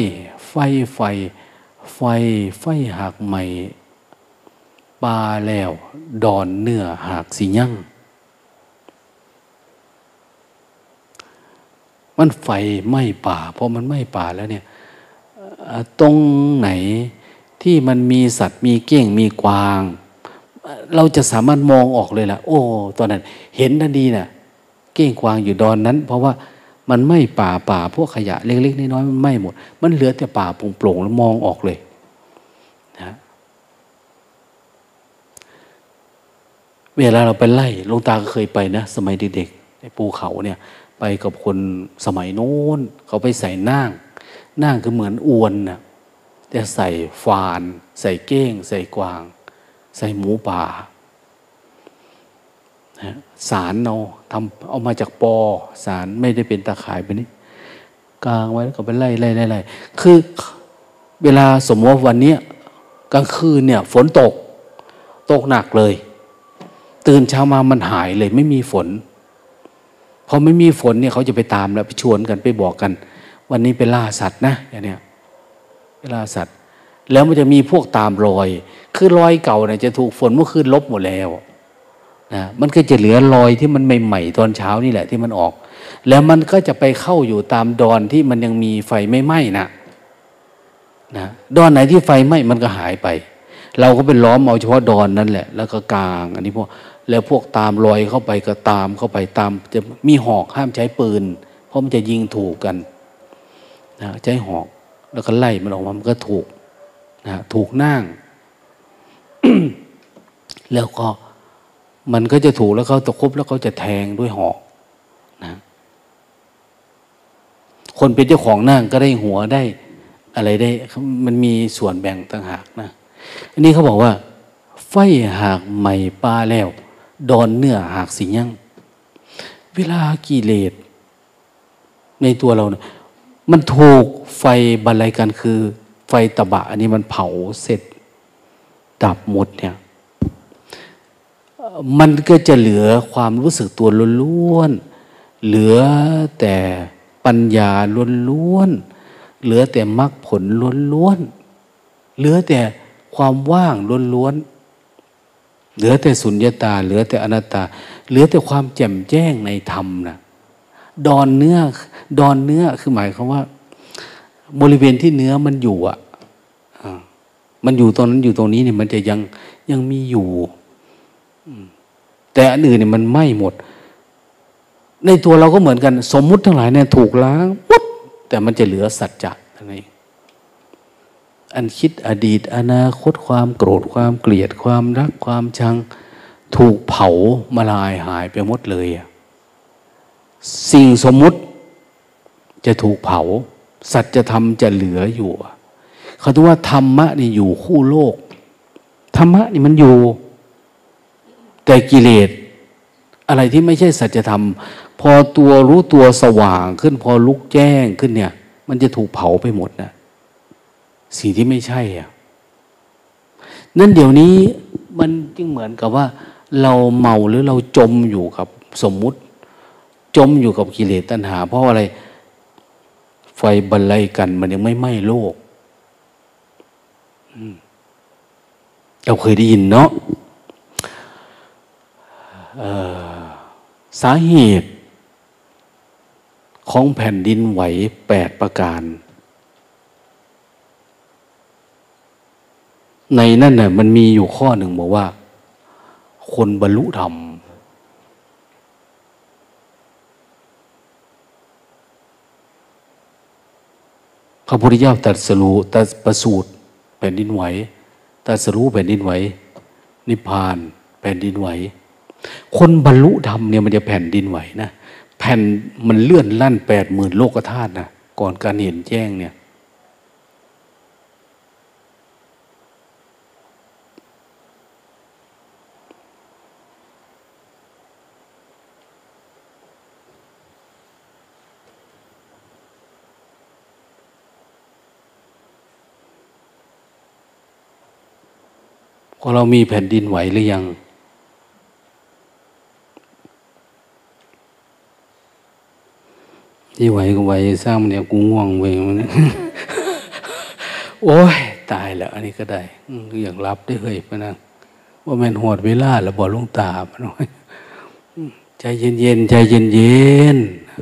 A: หากใหม่ปลาแล้วดอนเนื้อหากสิยั่งมันไฟไหม้ป่าเพราะมันไหม้ป่าแล้วเนี่ยตรงไหนที่มันมีสัตว์มีเก้งมีกวางเราจะสามารถมองออกเลยล่ะโอ้ตอนนั้นเห็นทันทีน่ะเก้งกวางอยู่ดอนนั้นเพราะว่ามันไหม้ป่าพวกขยะเล็กๆน้อยๆมันไหม้หมดมันเหลือแต่ป่าโปร่งๆแล้วมองออกเลยนะเวลาเราไปไล่หลวงตาก็เคยไปนะสมัยเด็กๆในภูเขาเนี่ยไปกับคนสมัยโน้นเขาไปใส่น่างคือเหมือนอวนนะแต่ใส่ฟานใส่เก้งใส่กวางใส่หมูป่าสารเอามาจากปอสารไม่ได้เป็นตาข่ายไปนี้กลางไว้แล้วก็ไปไล่คือเวลาสมมติว่าวันนี้กลางคืนเนี่ยฝนตกหนักเลยตื่นเช้ามามันหายเลยไม่มีฝนพอไม่มีฝนเนี่ยเขาจะไปตามแล้วไปชวนกันไปบอกกันวันนี้ไปล่าสัตว์นะอย่างเนี้ยไปล่าสัตว์แล้วมันจะมีพวกตามรอยคือรอยเก่าเนี่ยจะถูกฝนเมื่อคืนลบหมดแล้วนะมันก็จะเหลือรอยที่มันใหม่ๆตอนเช้านี่แหละที่มันออกแล้วมันก็จะไปเข้าอยู่ตามดอนที่มันยังมีไฟไม่ไหม้นะดอนไหนที่ไฟไหม้มันก็หายไปเราก็เป็นล้อมเอาเฉพาะดอนนั่นแหละแล้วก็กลางอันนี้พวกแล้วพวกตามรอยเข้าไปก็ตามเข้าไปตามจะมีหอกห้ามใช้ปืนเพราะมันจะยิงถูกกันนะใช้หอกแล้วก็ไล่มันออกมามันก็ถูกนะถูกนั่ง แล้วก็มันก็จะถูกแล้วเขาตะคบแล้วเขาจะแทงด้วยหอกนะคนเป็นเจ้าของนั่งก็ได้หัวได้อะไรได้มันมีส่วนแบ่งต่างหากนะอันนี้เขาบอกว่าไฟหากใหม่ปลาแล้วดอนเนื้อหากสิยังเวลากิเลสในตัวเราเนี่ยมันถูกไฟบรรลัยกันคือไฟตบะอันนี้มันเผาเสร็จดับหมดเนี่ยมันก็จะเหลือความรู้สึกตัวล้วนๆเหลือแต่ปัญญาล้วนๆเหลือแต่มรรคผลล้วนๆเหลือแต่ความว่างล้วนๆเหลือแต่สุญญตาเหลือแต่อนัตตาเหลือแต่ความแจ่มแจ้งในธรรมนะดอนเนื้อคือหมายความว่าบริเวณที่เนื้อมันอยู่มันอยู่ตรงนั้นอยู่ตรงนี้เนี่ยมันจะยังมีอยู่แต่อันอื่นเนี่ยมันไหม้หมดในตัวเราก็เหมือนกันสมมุติทั้งหลายเนี่ยถูกล้างหมดแต่มันจะเหลือสัจจะทั้งนี้อันคิดอดีตอนาคตความโกรธความเกลียดความรักความชังถูกเผามาลายหายไปหมดเลยสิ่งสมมุติจะถูกเผาสัจธรรมจะเหลืออยู่เขาถือว่าธรรมะนี่อยู่คู่โลกธรรมะนี่มันอยู่แต่กิเลสอะไรที่ไม่ใช่สัจธรรมพอตัวรู้ตัวสว่างขึ้นพอลุกแจ้งขึ้นเนี่ยมันจะถูกเผาไปหมดนะสิ่งที่ไม่ใช่นั่นเดี๋ยวนี้มันจึงเหมือนกับว่าเราเมาหรือเราจมอยู่กับสมมุติจมอยู่กับกิเลสตัณหาเพราะอะไรไฟบรรลัยกันมันยังไม่ไหม้โลกเราเคยได้ยินเนาะสาเหตุของแผ่นดินไหว8ประการในนั่นน่ะมันมีอยู่ข้อหนึ่งบอกว่าคนบรรลุธรรมพระพุทธเจ้าตรัสรู้ประสูติแผ่นดินไหวตรัสรู้แผ่นดินไหวนิพพานแผ่นดินไหวคนบรรลุธรรมเนี่ยมันจะแผ่นดินไหวนะแผ่นมันเลื่อนลั่น80,000โลกธาตุนะก่อนการเห็นแจ้งเนี่ยพอเรามีแผ่นดินไหวหรือยังที่ไหวก็ไหวสร้างมันเนี่ยกูง่วงเว้ยมัน โอ้ยตายแล้วอันนี้ก็ได้อย่างรับได้เลยพะนะว่าแม่นหอดเวลาแล้วบ่ลงตาพะน้อยใจเย็นๆใจเย็น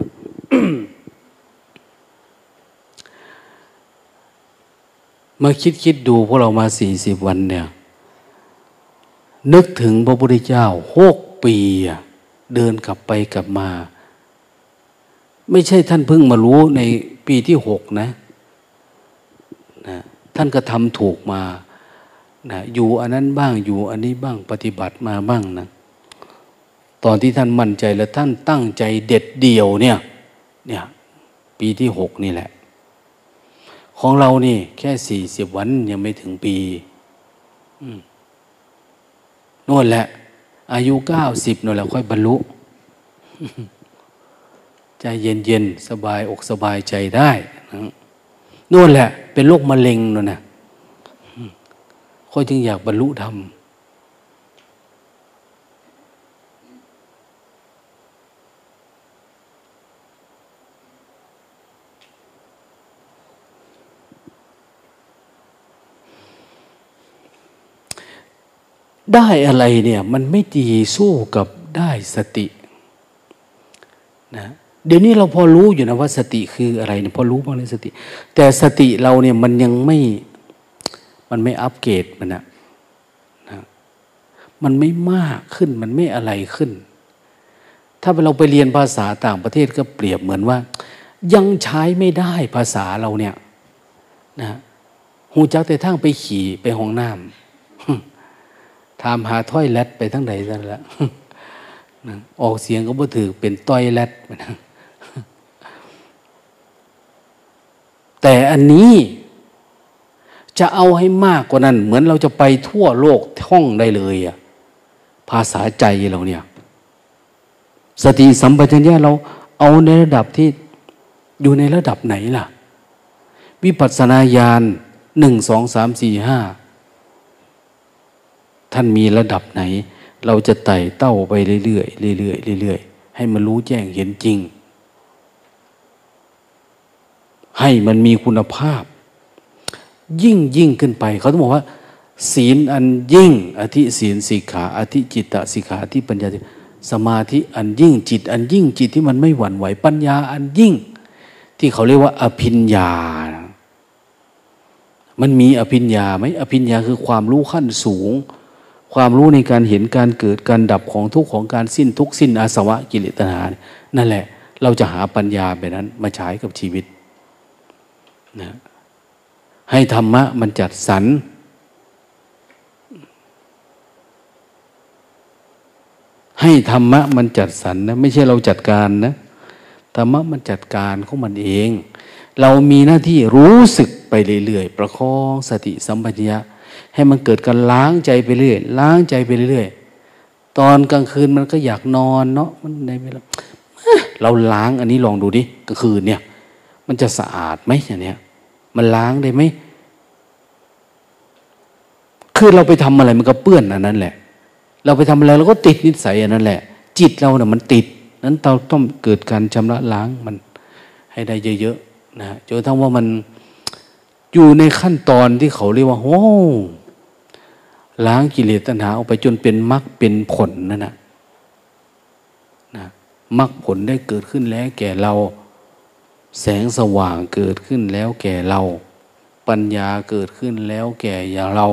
A: ๆมาคิดดูพวกเรามา40 วันเนี่ยนึกถึงพระพุทธเจ้า6 ปีเดินกลับไปกลับมาไม่ใช่ท่านเพิ่งมารู้ในปีที่6นะท่านก็ทำถูกมานะอยู่อันนั้นบ้างอยู่อันนี้บ้างปฏิบัติมาบ้างนะตอนที่ท่านมั่นใจแล้วท่านตั้งใจเด็ดเดี่ยวเนี่ยปีที่6นี่แหละของเรานี่แค่40 วันยังไม่ถึงปีโน่นแหละอายุ90โน่นแหละค่อยบรรลุใจเย็นๆสบายอกสบายใจได้นะโน่นแหละเป็นโรคมะเร็งนั่นนะค่อยจึงอยากบรรลุธรรมได้อะไรเนี่ยมันไม่ดีสู้กับได้สตินะเดี๋ยวนี้เราพอรู้อยู่นะว่าสติคืออะไรเนี่ยพอรู้บ้างในสติแต่สติเราเนี่ยมันยังไม่อัปเกรดมันนะมันไม่มากขึ้นมันไม่อะไรขึ้นถ้าเราไปเรียนภาษาต่างประเทศก็เปรียบเหมือนว่ายังใช้ไม่ได้ภาษาเราเนี่ยนะหูจักแต่ทั้งไปขี่ไปห้องน้ำถามหาถ้อยแรดไปทั้งใดนั่นแหละออกเสียงก็บ่ถือเป็นต้อยแรดแต่อันนี้จะเอาให้มากกว่านั้นเหมือนเราจะไปทั่วโลกท่องได้เลยอะภาษาใจเราเนี่ยสติสัมปชัญญะเราเอาในระดับที่อยู่ในระดับไหนล่ะวิปัสสนาญาณ1 2 3 4 5ท่านมีระดับไหนเราจะไต่เต้าไปเรื่อยๆเรื่อยๆเรื่อยๆให้มันรู้แจ้งเห็นจริงให้มันมีคุณภาพยิ่งขึ้นไปเขาต้องบอกว่าศีลอันยิ่งอธิศีลสิกขาอธิจิตตสิกขาอธิปัญญาสมาธิอันยิ่งจิตอันยิ่งจิตที่มันไม่หวั่นไหวปัญญาอันยิ่งที่เขาเรียกว่าอภิญญามันมีอภิญญาไหมอภิญญาคือความรู้ขั้นสูงความรู้ในการเห็นการเกิดการดับของทุกข์ของการสิ้นทุกข์สิ้นอาสวะกิเลสตัณหานั่นแหละเราจะหาปัญญาแบบนั้นมาใช้กับชีวิตนะให้ธรรมะมันจัดสรรให้ธรรมะมันจัดสรรนะไม่ใช่เราจัดการนะธรรมะมันจัดการของมันเองเรามีหน้าที่รู้สึกไปเรื่อยๆประคองสติสัมปชัญญะให้มันเกิดการล้างใจไปเรื่อยล้างใจไปเรื่อยตอนกลางคืนมันก็อยากนอนเนาะมันในเวลาเราล้างอันนี้ลองดูดิกลางคืนเนี่ยมันจะสะอาดไหมอย่างเนี้ยมันล้างได้ไหมคือเราไปทำอะไรมันก็เปื้อนอันนั้นแหละเราไปทำอะไรเราก็ติดนิสัยอันนั้นแหละจิตเราเนี่ยมันติดนั้นเราต้องเกิดการชำระล้างมันให้ได้เยอะๆนะจนทั้งว่ามันอยู่ในขั้นตอนที่เขาเรียกว่าโอ้ล้างกิเลสตัณหาออกไปจนเป็นมรรคเป็นผลนั่นนะมรรคผลได้เกิดขึ้นแล้วแก่เราแสงสว่างเกิดขึ้นแล้วแก่เราปัญญาเกิดขึ้นแล้วแก่เรา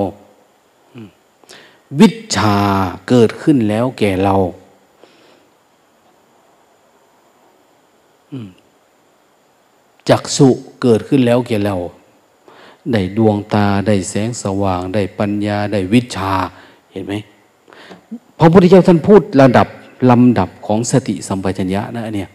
A: วิชชาเกิดขึ้นแล้วแก่เราจักษุเกิดขึ้นแล้วแก่เราได้ดวงตาได้แสงสว่างได้ปัญญาได้วิชาเห็นไหมพระพุทธเจ้าท่านพูดระดับลำดับของสติสัมปชัญญะนะเนี่ย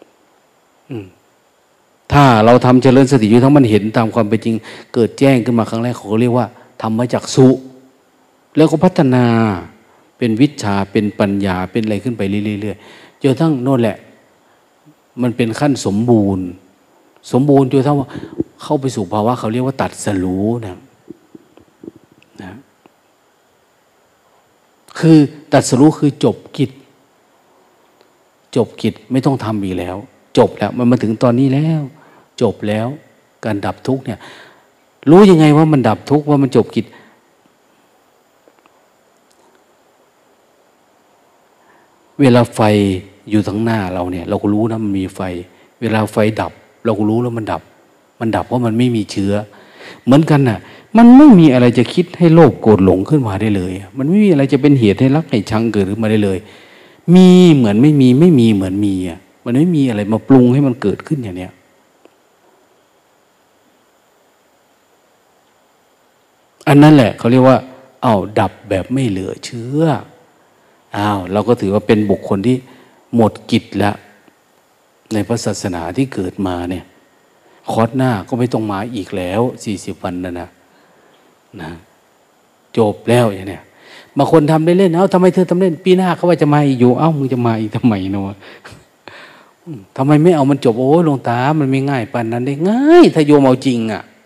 A: ถ้าเราทำเจริญสติอยู่ทั้งมันเห็นตามความเป็นจริงเกิดแจ้งขึ้นมาครั้งแรกเขาเรียกว่าธรรมจักษุแล้วก็พัฒนาเป็นวิชาเป็นปัญญาเป็นอะไรขึ้นไปเรื่อยๆจนทั้งโน่นแหละมันเป็นขั้นสมบูรณ์จนทั้งว่าเข้าไปสู่ภาวะเขาเรียกว่าตัดสรู้นะคือตัดสรู้คือจบกิจไม่ต้องทำอีกแล้วจบแล้วมันมาถึงตอนนี้แล้วจบแล้วการดับทุกข์เนี่ยรู้ยังไงว่ามันดับทุกข์ว่ามันจบกิจเวลาไฟอยู่ทั้งหน้าเราเนี่ยเราก็รู้นะมันมีไฟเวลาไฟดับเราก็รู้แล้วมันดับเพราะมันไม่มีเชื้อเหมือนกันน่ะมันไม่มีอะไรจะคิดให้โลภโกรธหลงขึ้นมาได้เลยมันไม่มีอะไรจะเป็นเหตุให้รักให้ชังเกิดขึ้นมาได้เลยมีเหมือนไม่มีไม่มีเหมือนมีอ่ะมันไม่มีอะไรมาปรุงให้มันเกิดขึ้นอย่างเนี้ยอันนั้นแหละเขาเรียกว่าดับแบบไม่เหลือเชื้อเราก็ถือว่าเป็นบุคคลที่หมดกิจแล้วในพระศาสนาที่เกิดมาเนี่ยคอร์สหน้าก็ไม่ต้องมาอีกแล้ว40 วันนะจบแล้วอย่างเนี้ยบางคนทำได้เล่นทำไมเธอทำเล่นปีหน้าเขาว่าจะมาอีกอยู่มึงจะมาอีกทำไมเนาะทำไมไม่เอามันจบโอ้หลวงตามันไม่ง่ายปานนั้นได้ง่ายถ้าโยมเอาจริง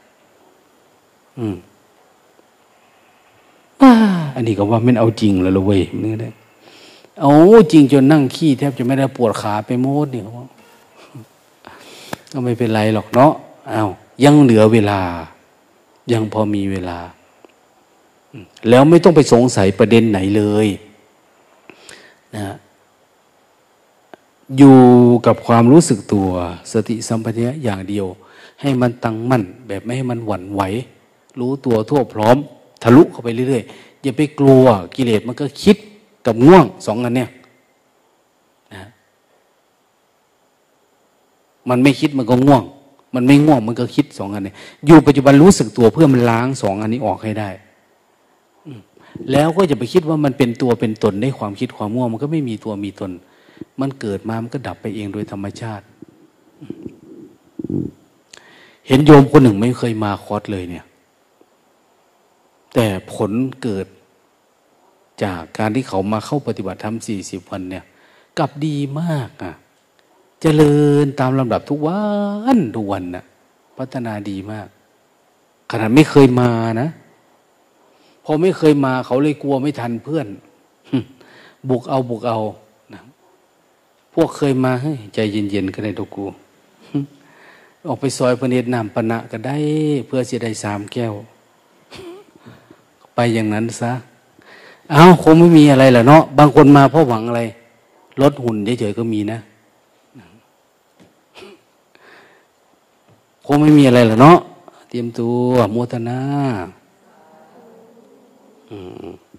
A: อันนี้ก็ว่าไม่เอาจริงแล้วเว้ยนี่ได้เอาจริงจนนั่งขี้แทบจะไม่ได้ปวดขาไปโมดเนี่ยก็ไม่เป็นไรหรอกเนาะยังเหลือเวลายังพอมีเวลาแล้วไม่ต้องไปสงสัยประเด็นไหนเลยนะอยู่กับความรู้สึกตัวสติสัมปชัญญะอย่างเดียวให้มันตั้งมั่นแบบไม่ให้มันหวั่นไหวรู้ตัวทั่วพร้อมทะลุเข้าไปเรื่อยๆอย่าไปกลัวกิเลสมันก็คิดกับง่วงสองอันเนี่ยนะมันไม่คิดมันก็ง่วงมันไม่ง่วงมันก็คิดสองอันเนี่ยอยู่ปัจจุบันรู้สึกตัวเพื่อมันล้างสองอันนี้ออกให้ได้แล้วก็จะไปคิดว่ามันเป็นตัวเป็นตนได้ความคิดความง่วงมันก็ไม่มีตัวมีตนมันเกิดมามันก็ดับไปเองโดยธรรมชาติเห็นโยมคนหนึ่งไม่เคยมาคอร์สเลยเนี่ยแต่ผลเกิดจากการที่เขามาเข้าปฏิบัติธรรม40 วันเนี่ยกลับดีมากเจริญตามลำดับทุกวันน่ะพัฒนาดีมากขนาดไม่เคยมานะพอไม่เคยมาเขาเลยกลัวไม่ทันเพื่อนบุกเอานะพวกเคยมาเฮ้ยใจเย็นๆก็ได้ตัวกูออกไปซอยพระเนตรน้ำปนะก็ได้เพื่อจะได้3 แก้วไปอย่างนั้นซะคงไม่มีอะไรแหละเนาะบางคนมาเพราะหวังอะไรลดหุ่นเฉยๆก็มีนะคงไม่มีอะไรแหละเนาะเตรียมตัวโมทนา